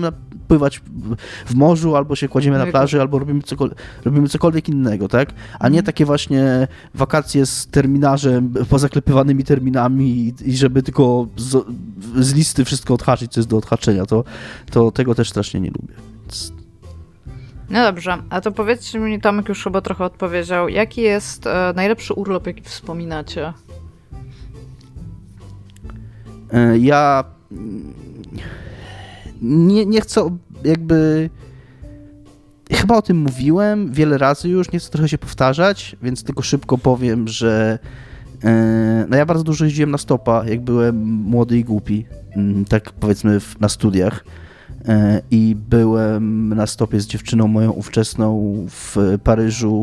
pływać w morzu, albo się kładziemy na plaży, albo robimy cokolwiek, robimy cokolwiek innego, tak? A nie takie właśnie wakacje z terminarzem, pozaklepywanymi terminami i, i żeby tylko z, z listy wszystko odhaczyć, co jest do odhaczenia. To, to tego też strasznie nie lubię. Więc... No dobrze, a to powiedzcie mi, Tomek już chyba trochę odpowiedział, jaki jest e, najlepszy urlop, jaki wspominacie? Ja nie, nie chcę jakby... Chyba o tym mówiłem wiele razy już, nie chcę trochę się powtarzać, więc tylko szybko powiem, że no ja bardzo dużo jeździłem na stopa, jak byłem młody i głupi, tak powiedzmy na studiach. I byłem na stopie z dziewczyną moją ówczesną w Paryżu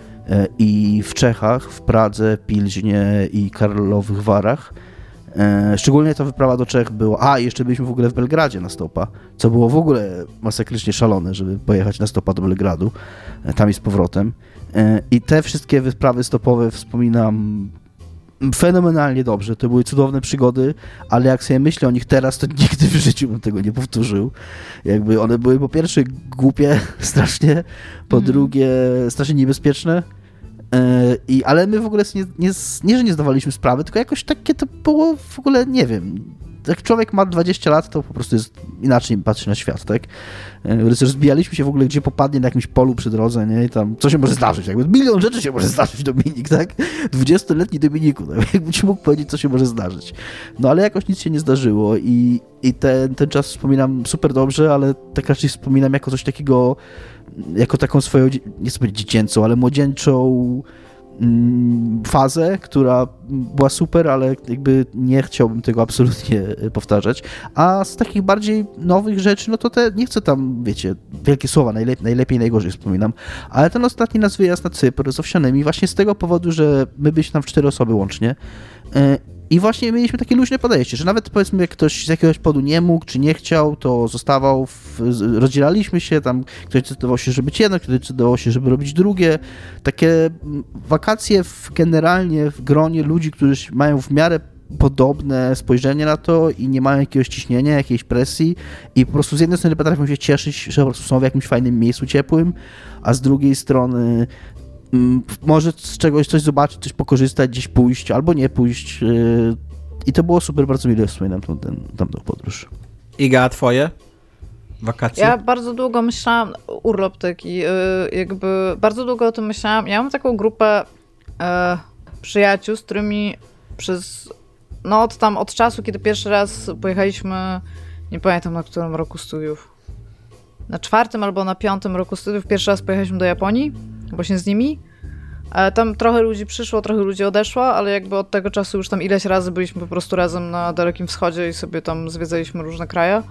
i w Czechach, w Pradze, Pilźnie i Karlowych Warach. Szczególnie ta wyprawa do Czech była... A, jeszcze byliśmy w ogóle w Belgradzie na stopa, co było w ogóle masakrycznie szalone, żeby pojechać na stopa do Belgradu, tam i z powrotem. I te wszystkie wyprawy stopowe wspominam fenomenalnie dobrze. To były cudowne przygody, ale jak sobie myślę o nich teraz, to nigdy w życiu bym tego nie powtórzył. Jakby one były po pierwsze głupie strasznie, po mm. drugie strasznie niebezpieczne. I, ale my w ogóle nie, nie, nie, że nie zdawaliśmy sprawy, tylko jakoś takie to było w ogóle, nie wiem, jak człowiek ma dwadzieścia lat, to po prostu jest inaczej patrzy na świat, tak? Rozbijaliśmy się w ogóle, gdzie popadnie na jakimś polu przy drodze, nie? I tam, co się może zdarzyć? Jakby milion rzeczy się może zdarzyć, Dominik, tak? dwudziestoletni Dominiku, tak? Jakby ci mógł powiedzieć, co się może zdarzyć. No ale jakoś nic się nie zdarzyło i, i ten, ten czas wspominam super dobrze, ale tak raczej wspominam jako coś takiego, jako taką swoją, nie chcę powiedzieć dziecięcą, ale młodzieńczą fazę, która była super, ale jakby nie chciałbym tego absolutnie powtarzać. A z takich bardziej nowych rzeczy, no to te, nie chcę tam, wiecie, wielkie słowa, najlepiej, najlepiej najgorzej wspominam, ale ten ostatni nasz wyjazd na Cypr z Owsianymi właśnie z tego powodu, że my byliśmy tam w cztery osoby łącznie i właśnie mieliśmy takie luźne podejście, że nawet powiedzmy, jak ktoś z jakiegoś powodu nie mógł, czy nie chciał, to zostawał, w, rozdzielaliśmy się, tam ktoś decydował się, żeby być jedno, ktoś decydował się, żeby robić drugie. Takie wakacje w, generalnie w gronie ludzi, którzy mają w miarę podobne spojrzenie na to i nie mają jakiegoś ciśnienia, jakiejś presji i po prostu z jednej strony potrafią się cieszyć, że po prostu są w jakimś fajnym miejscu ciepłym, a z drugiej strony może z czegoś coś zobaczyć, coś pokorzystać, gdzieś pójść, albo nie pójść. I to było super, bardzo mile wspominam tą, ten, tamtą podróż. Iga, a twoje wakacje? Ja bardzo długo myślałam, urlop taki, jakby bardzo długo o tym myślałam. Ja mam taką grupę e, przyjaciół, z którymi przez, no od tam, od czasu, kiedy pierwszy raz pojechaliśmy, nie pamiętam na którym roku studiów, na czwartym albo na piątym roku studiów, pierwszy raz pojechaliśmy do Japonii, właśnie z nimi. Tam trochę ludzi przyszło, trochę ludzi odeszło, ale jakby od tego czasu już tam ileś razy byliśmy po prostu razem na Dalekim Wschodzie i sobie tam zwiedzaliśmy różne kraje.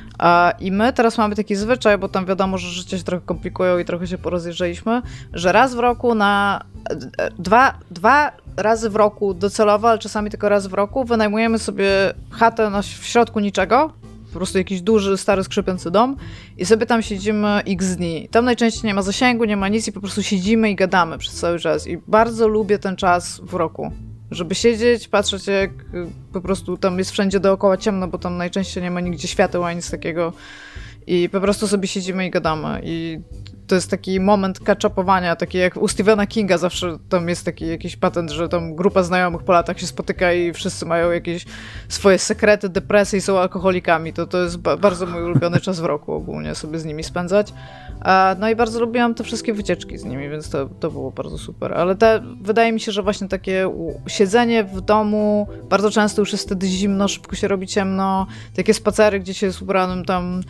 I my teraz mamy taki zwyczaj, bo tam wiadomo, że życie się trochę komplikują i trochę się porozjeżdżaliśmy, że raz w roku na... Dwa, dwa razy w roku docelowo, ale czasami tylko raz w roku wynajmujemy sobie chatę na, w środku niczego, po prostu jakiś duży, stary, skrzypiący dom i sobie tam siedzimy x dni. Tam najczęściej nie ma zasięgu, nie ma nic i po prostu siedzimy i gadamy przez cały czas. I bardzo lubię ten czas w roku, żeby siedzieć, patrzeć jak po prostu tam jest wszędzie dookoła ciemno, bo tam najczęściej nie ma nigdzie świateł ani nic takiego i po prostu sobie siedzimy i gadamy i to jest taki moment catch-upowania, taki jak u Stephena Kinga zawsze tam jest taki jakiś patent, że tam grupa znajomych po latach się spotyka i wszyscy mają jakieś swoje sekrety, depresje i są alkoholikami. To, to jest ba- bardzo mój ulubiony czas w roku ogólnie sobie z nimi spędzać. A, no i bardzo lubiłam te wszystkie wycieczki z nimi, więc to, to było bardzo super. Ale te, wydaje mi się, że właśnie takie siedzenie w domu, bardzo często już jest wtedy zimno, szybko się robi ciemno, takie spacery, gdzie się jest ubranym tam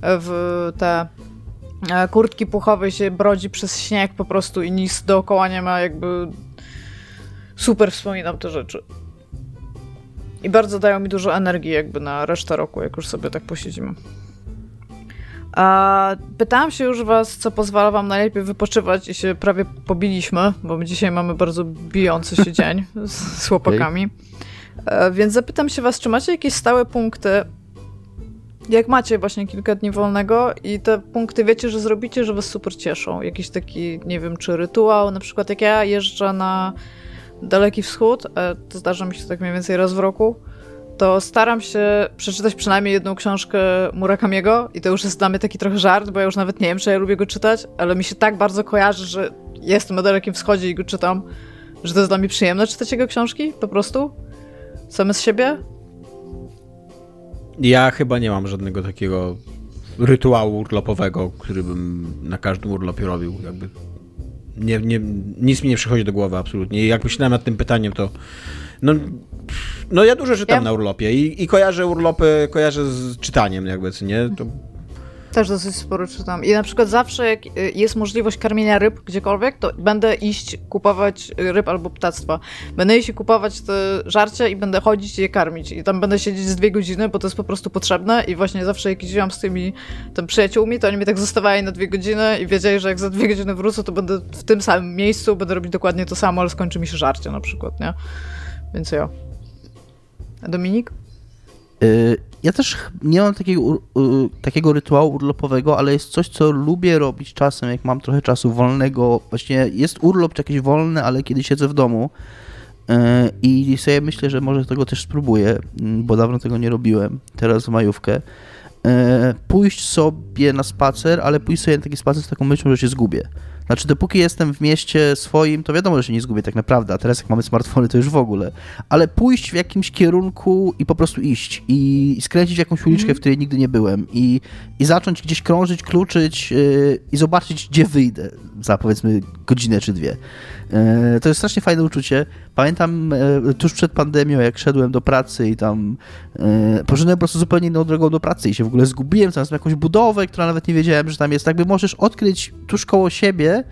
w te kurtki puchowe się brodzi przez śnieg po prostu i nic dookoła nie ma, jakby super wspominam te rzeczy. I bardzo dają mi dużo energii jakby na resztę roku, jak już sobie tak posiedzimy. A pytałam się już was, co pozwala wam najlepiej wypoczywać i się prawie pobiliśmy, bo my dzisiaj mamy bardzo bijący się dzień z, z chłopakami. Okay. Więc zapytam się was, czy macie jakieś stałe punkty, jak macie właśnie kilka dni wolnego i te punkty wiecie, że zrobicie, że was super cieszą. Jakiś taki, nie wiem, czy rytuał, na przykład jak ja jeżdżę na Daleki Wschód, to zdarza mi się tak mniej więcej raz w roku, to staram się przeczytać przynajmniej jedną książkę Murakamiego i to już jest dla mnie taki trochę żart, bo ja już nawet nie wiem, czy ja lubię go czytać, ale mi się tak bardzo kojarzy, że jestem na Dalekim Wschodzie i go czytam, że to jest dla mnie przyjemne czytać jego książki, po prostu, same z siebie. Ja chyba nie mam żadnego takiego rytuału urlopowego, który bym na każdym urlopie robił, jakby nie, nie, nic mi nie przychodzi do głowy absolutnie. I jak myślałem nad tym pytaniem, to no, no ja dużo czytam Ja- na urlopie i, i kojarzę urlopy, kojarzę z czytaniem jakby, co nie? To... Też dosyć sporo czytam. I na przykład zawsze, jak y, jest możliwość karmienia ryb gdziekolwiek, to będę iść kupować ryb albo ptactwa. Będę iść i kupować te żarcie i będę chodzić i je karmić. I tam będę siedzieć z dwie godziny, bo to jest po prostu potrzebne. I właśnie zawsze jak jeździłam z tymi tam przyjaciółmi, to oni mnie tak zostawiali na dwie godziny i wiedzieli, że jak za dwie godziny wrócę, to będę w tym samym miejscu, będę robić dokładnie to samo, ale skończy mi się żarcie na przykład, nie? Więc ja. A Dominik? Y, Ja też ch- nie mam takiego, ur- y, takiego rytuału urlopowego, ale jest coś, co lubię robić czasem, jak mam trochę czasu wolnego. Właśnie jest urlop czy jakieś wolne, ale kiedy siedzę w domu y, i sobie myślę, że może tego też spróbuję, y, bo dawno tego nie robiłem, teraz w majówkę. Y, Pójść sobie na spacer, ale pójść sobie na taki spacer z taką myślą, że się zgubię. Znaczy, dopóki jestem w mieście swoim, to wiadomo, że się nie zgubię tak naprawdę, a teraz jak mamy smartfony, to już w ogóle. Ale pójść w jakimś kierunku i po prostu iść i skręcić w jakąś uliczkę, Mhm. w której nigdy nie byłem i, i zacząć gdzieś krążyć, kluczyć yy, i zobaczyć, gdzie wyjdę za powiedzmy godzinę czy dwie. Yy, to jest strasznie fajne uczucie. Pamiętam yy, tuż przed pandemią, jak szedłem do pracy i tam yy, poszedłem po prostu zupełnie inną drogą do pracy i się w ogóle zgubiłem, znalazłem jakąś budowę, która nawet nie wiedziałem, że tam jest. Jakby możesz odkryć tuż koło siebie yy,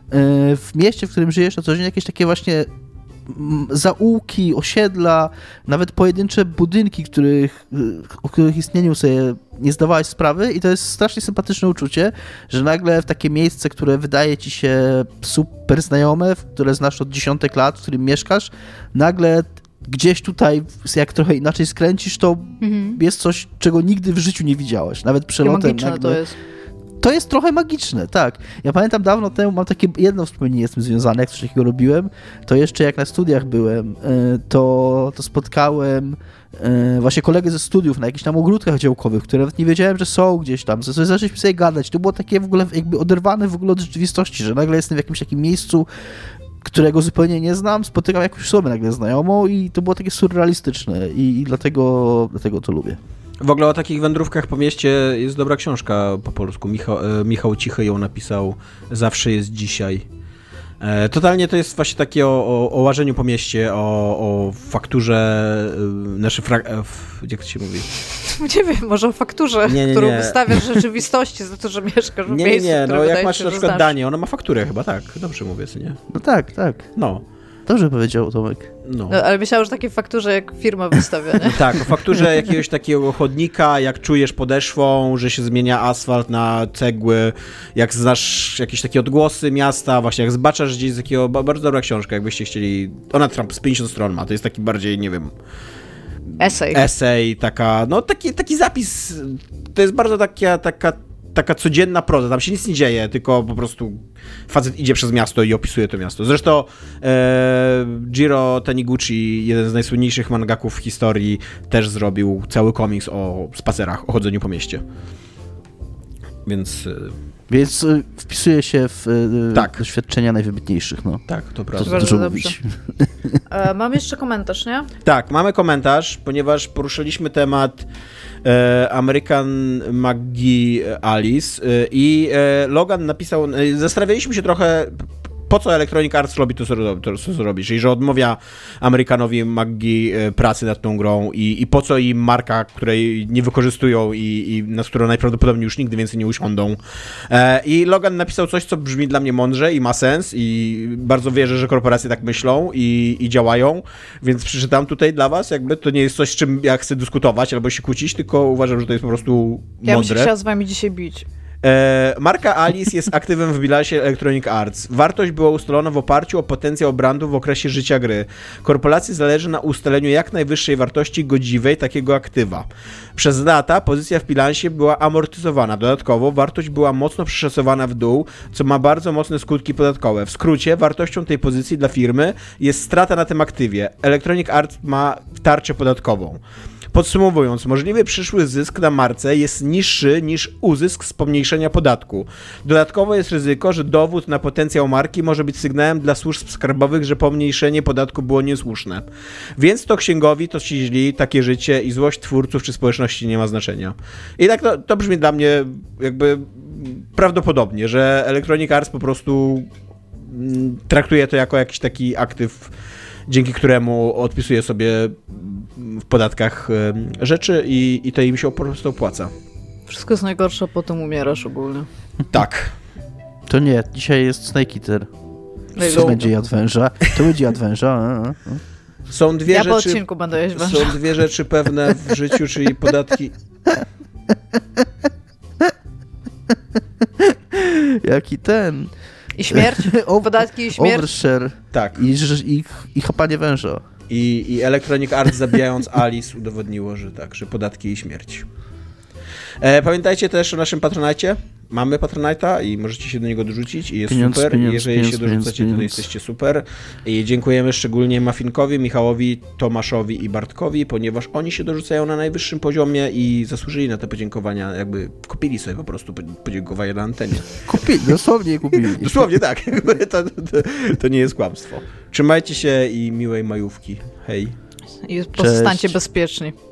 w mieście, w którym żyjesz na co dzień, jakieś takie właśnie mm, zaułki, osiedla, nawet pojedyncze budynki, których, y, o których istnieniu sobie nie zdawałeś sprawy i to jest strasznie sympatyczne uczucie, że nagle w takie miejsce, które wydaje ci się super znajome, w które znasz od dziesiątek lat, w którym mieszkasz, nagle gdzieś tutaj, jak trochę inaczej skręcisz, to Mhm. jest coś, czego nigdy w życiu nie widziałeś. Nawet przelotem Magiczne nagle. to jest. To jest trochę magiczne, tak. Ja pamiętam dawno temu, mam takie jedno wspomnienie z tym związane, jak coś takiego robiłem, to jeszcze jak na studiach byłem, y, to, to spotkałem y, właśnie kolegę ze studiów na jakichś tam ogródkach działkowych, które nawet nie wiedziałem, że są gdzieś tam, co zaczęliśmy sobie gadać. To było takie w ogóle jakby oderwane w ogóle od rzeczywistości, że nagle jestem w jakimś takim miejscu, którego zupełnie nie znam, spotykam jakąś osobę nagle znajomą i to było takie surrealistyczne i, i dlatego, dlatego to lubię. W ogóle o takich wędrówkach po mieście jest dobra książka po polsku. Michał, e, Michał Cichy ją napisał. Zawsze jest dzisiaj. E, totalnie to jest właśnie takie o, o, o łażeniu po mieście, o, o fakturze, y, znaczy, fra, e, f, jak to się mówi? Nie wiem, może o fakturze, Nie, nie, którą nie. wystawiasz w rzeczywistości za to, że mieszkasz w Nie, nie, miejscu, nie, które no jak wydaje masz ci się, na że przykład znasz. danie, ona ma fakturę chyba, tak, dobrze mówię, co nie? No tak, tak. No, Dobrze powiedział Tomek. no. No, ale myślałam, że takie fakturze jak firma wystawia, nie? Tak, o fakturze jakiegoś takiego chodnika, jak czujesz podeszwą, że się zmienia asfalt na cegły, jak znasz jakieś takie odgłosy miasta, właśnie jak zbaczasz gdzieś z jakiego, ba- bardzo dobra książka, jakbyście chcieli, ona tam z pięćdziesiąt stron ma, to jest taki bardziej, nie wiem, Esej. esej, taka, no taki, taki zapis, to jest bardzo taka, taka, taka codzienna proza, tam się nic nie dzieje, tylko po prostu facet idzie przez miasto i opisuje to miasto. Zresztą e, Jiro Taniguchi, jeden z najsłynniejszych mangaków w historii, też zrobił cały komiks o spacerach, o chodzeniu po mieście. Więc e, Więc y, wpisuje się w y, Tak. doświadczenia najwybitniejszych, no. tak, to To prawda. Bardzo dużo dobrze. mówić. E, mam jeszcze komentarz, nie? Tak, mamy komentarz, ponieważ poruszyliśmy temat e, American McGee Alice e, i e, Logan napisał, e, zastanawialiśmy się trochę, po co Electronic Arts robi to, co robi, to, co robi, czyli że odmawia Amerykanowi McGee e, pracy nad tą grą i, i po co im marka, której nie wykorzystują i, i na którą najprawdopodobniej już nigdy więcej nie usiądą. E, I Logan napisał coś, co brzmi dla mnie mądrze i ma sens i bardzo wierzę, że korporacje tak myślą i, i działają, więc przeczytam tutaj dla was, jakby to nie jest coś, z czym ja chcę dyskutować albo się kłócić, tylko uważam, że to jest po prostu Ja bym się mądre. chciała z wami dzisiaj bić. E, marka Alice jest aktywem w bilansie Electronic Arts. Wartość była ustalona w oparciu o potencjał brandu w okresie życia gry. Korporacji zależy na ustaleniu jak najwyższej wartości godziwej takiego aktywa. Przez lata pozycja w bilansie była amortyzowana. Dodatkowo wartość była mocno przeszacowana w dół, co ma bardzo mocne skutki podatkowe. W skrócie, wartością tej pozycji dla firmy jest strata na tym aktywie. Electronic Arts ma tarczę podatkową. Podsumowując, możliwy przyszły zysk na marce jest niższy niż uzysk z pomniejszenia podatku. Dodatkowo jest ryzyko, że dowód na potencjał marki może być sygnałem dla służb skarbowych, że pomniejszenie podatku było niesłuszne. Więc to księgowi, to ci źli, takie życie i złość twórców czy społeczności nie ma znaczenia. I tak to, to brzmi dla mnie jakby prawdopodobnie, że Electronic Arts po prostu mm, traktuje to jako jakiś taki aktyw, dzięki któremu odpisuje sobie w podatkach rzeczy i, i to im się po prostu opłaca. Wszystko jest najgorsze, a potem umierasz ogólnie. Tak. To nie, dzisiaj jest Snake Eater. Są- To będzie jad węża. To będzie jad węża. a, a. Są dwie Ja po rzeczy. odcinku będę jeść węża. Są dwie rzeczy pewne w życiu, czyli podatki. Jaki ten. I śmierć, podatki i śmierć. Overshare Tak. i, ż- i, i chapanie węża. I, I Electronic Arts, zabijając Alice, udowodniło, że tak, że podatki i śmierć. E, pamiętajcie też o naszym Patronite. Mamy Patronite'a i możecie się do niego dorzucić i jest Pieniądz, super. pieniądz, I jeżeli pieniądz, się dorzucacie, pieniądz, to pieniądz. jesteście super. I dziękujemy szczególnie Mafinkowi, Michałowi, Tomaszowi i Bartkowi, ponieważ oni się dorzucają na najwyższym poziomie i zasłużyli na te podziękowania, jakby kupili sobie po prostu podziękowania na antenie. Kupili, dosłownie je kupili. Dosłownie tak, to, to, to nie jest kłamstwo. Trzymajcie się i miłej majówki. Hej. I pozostańcie bezpieczni.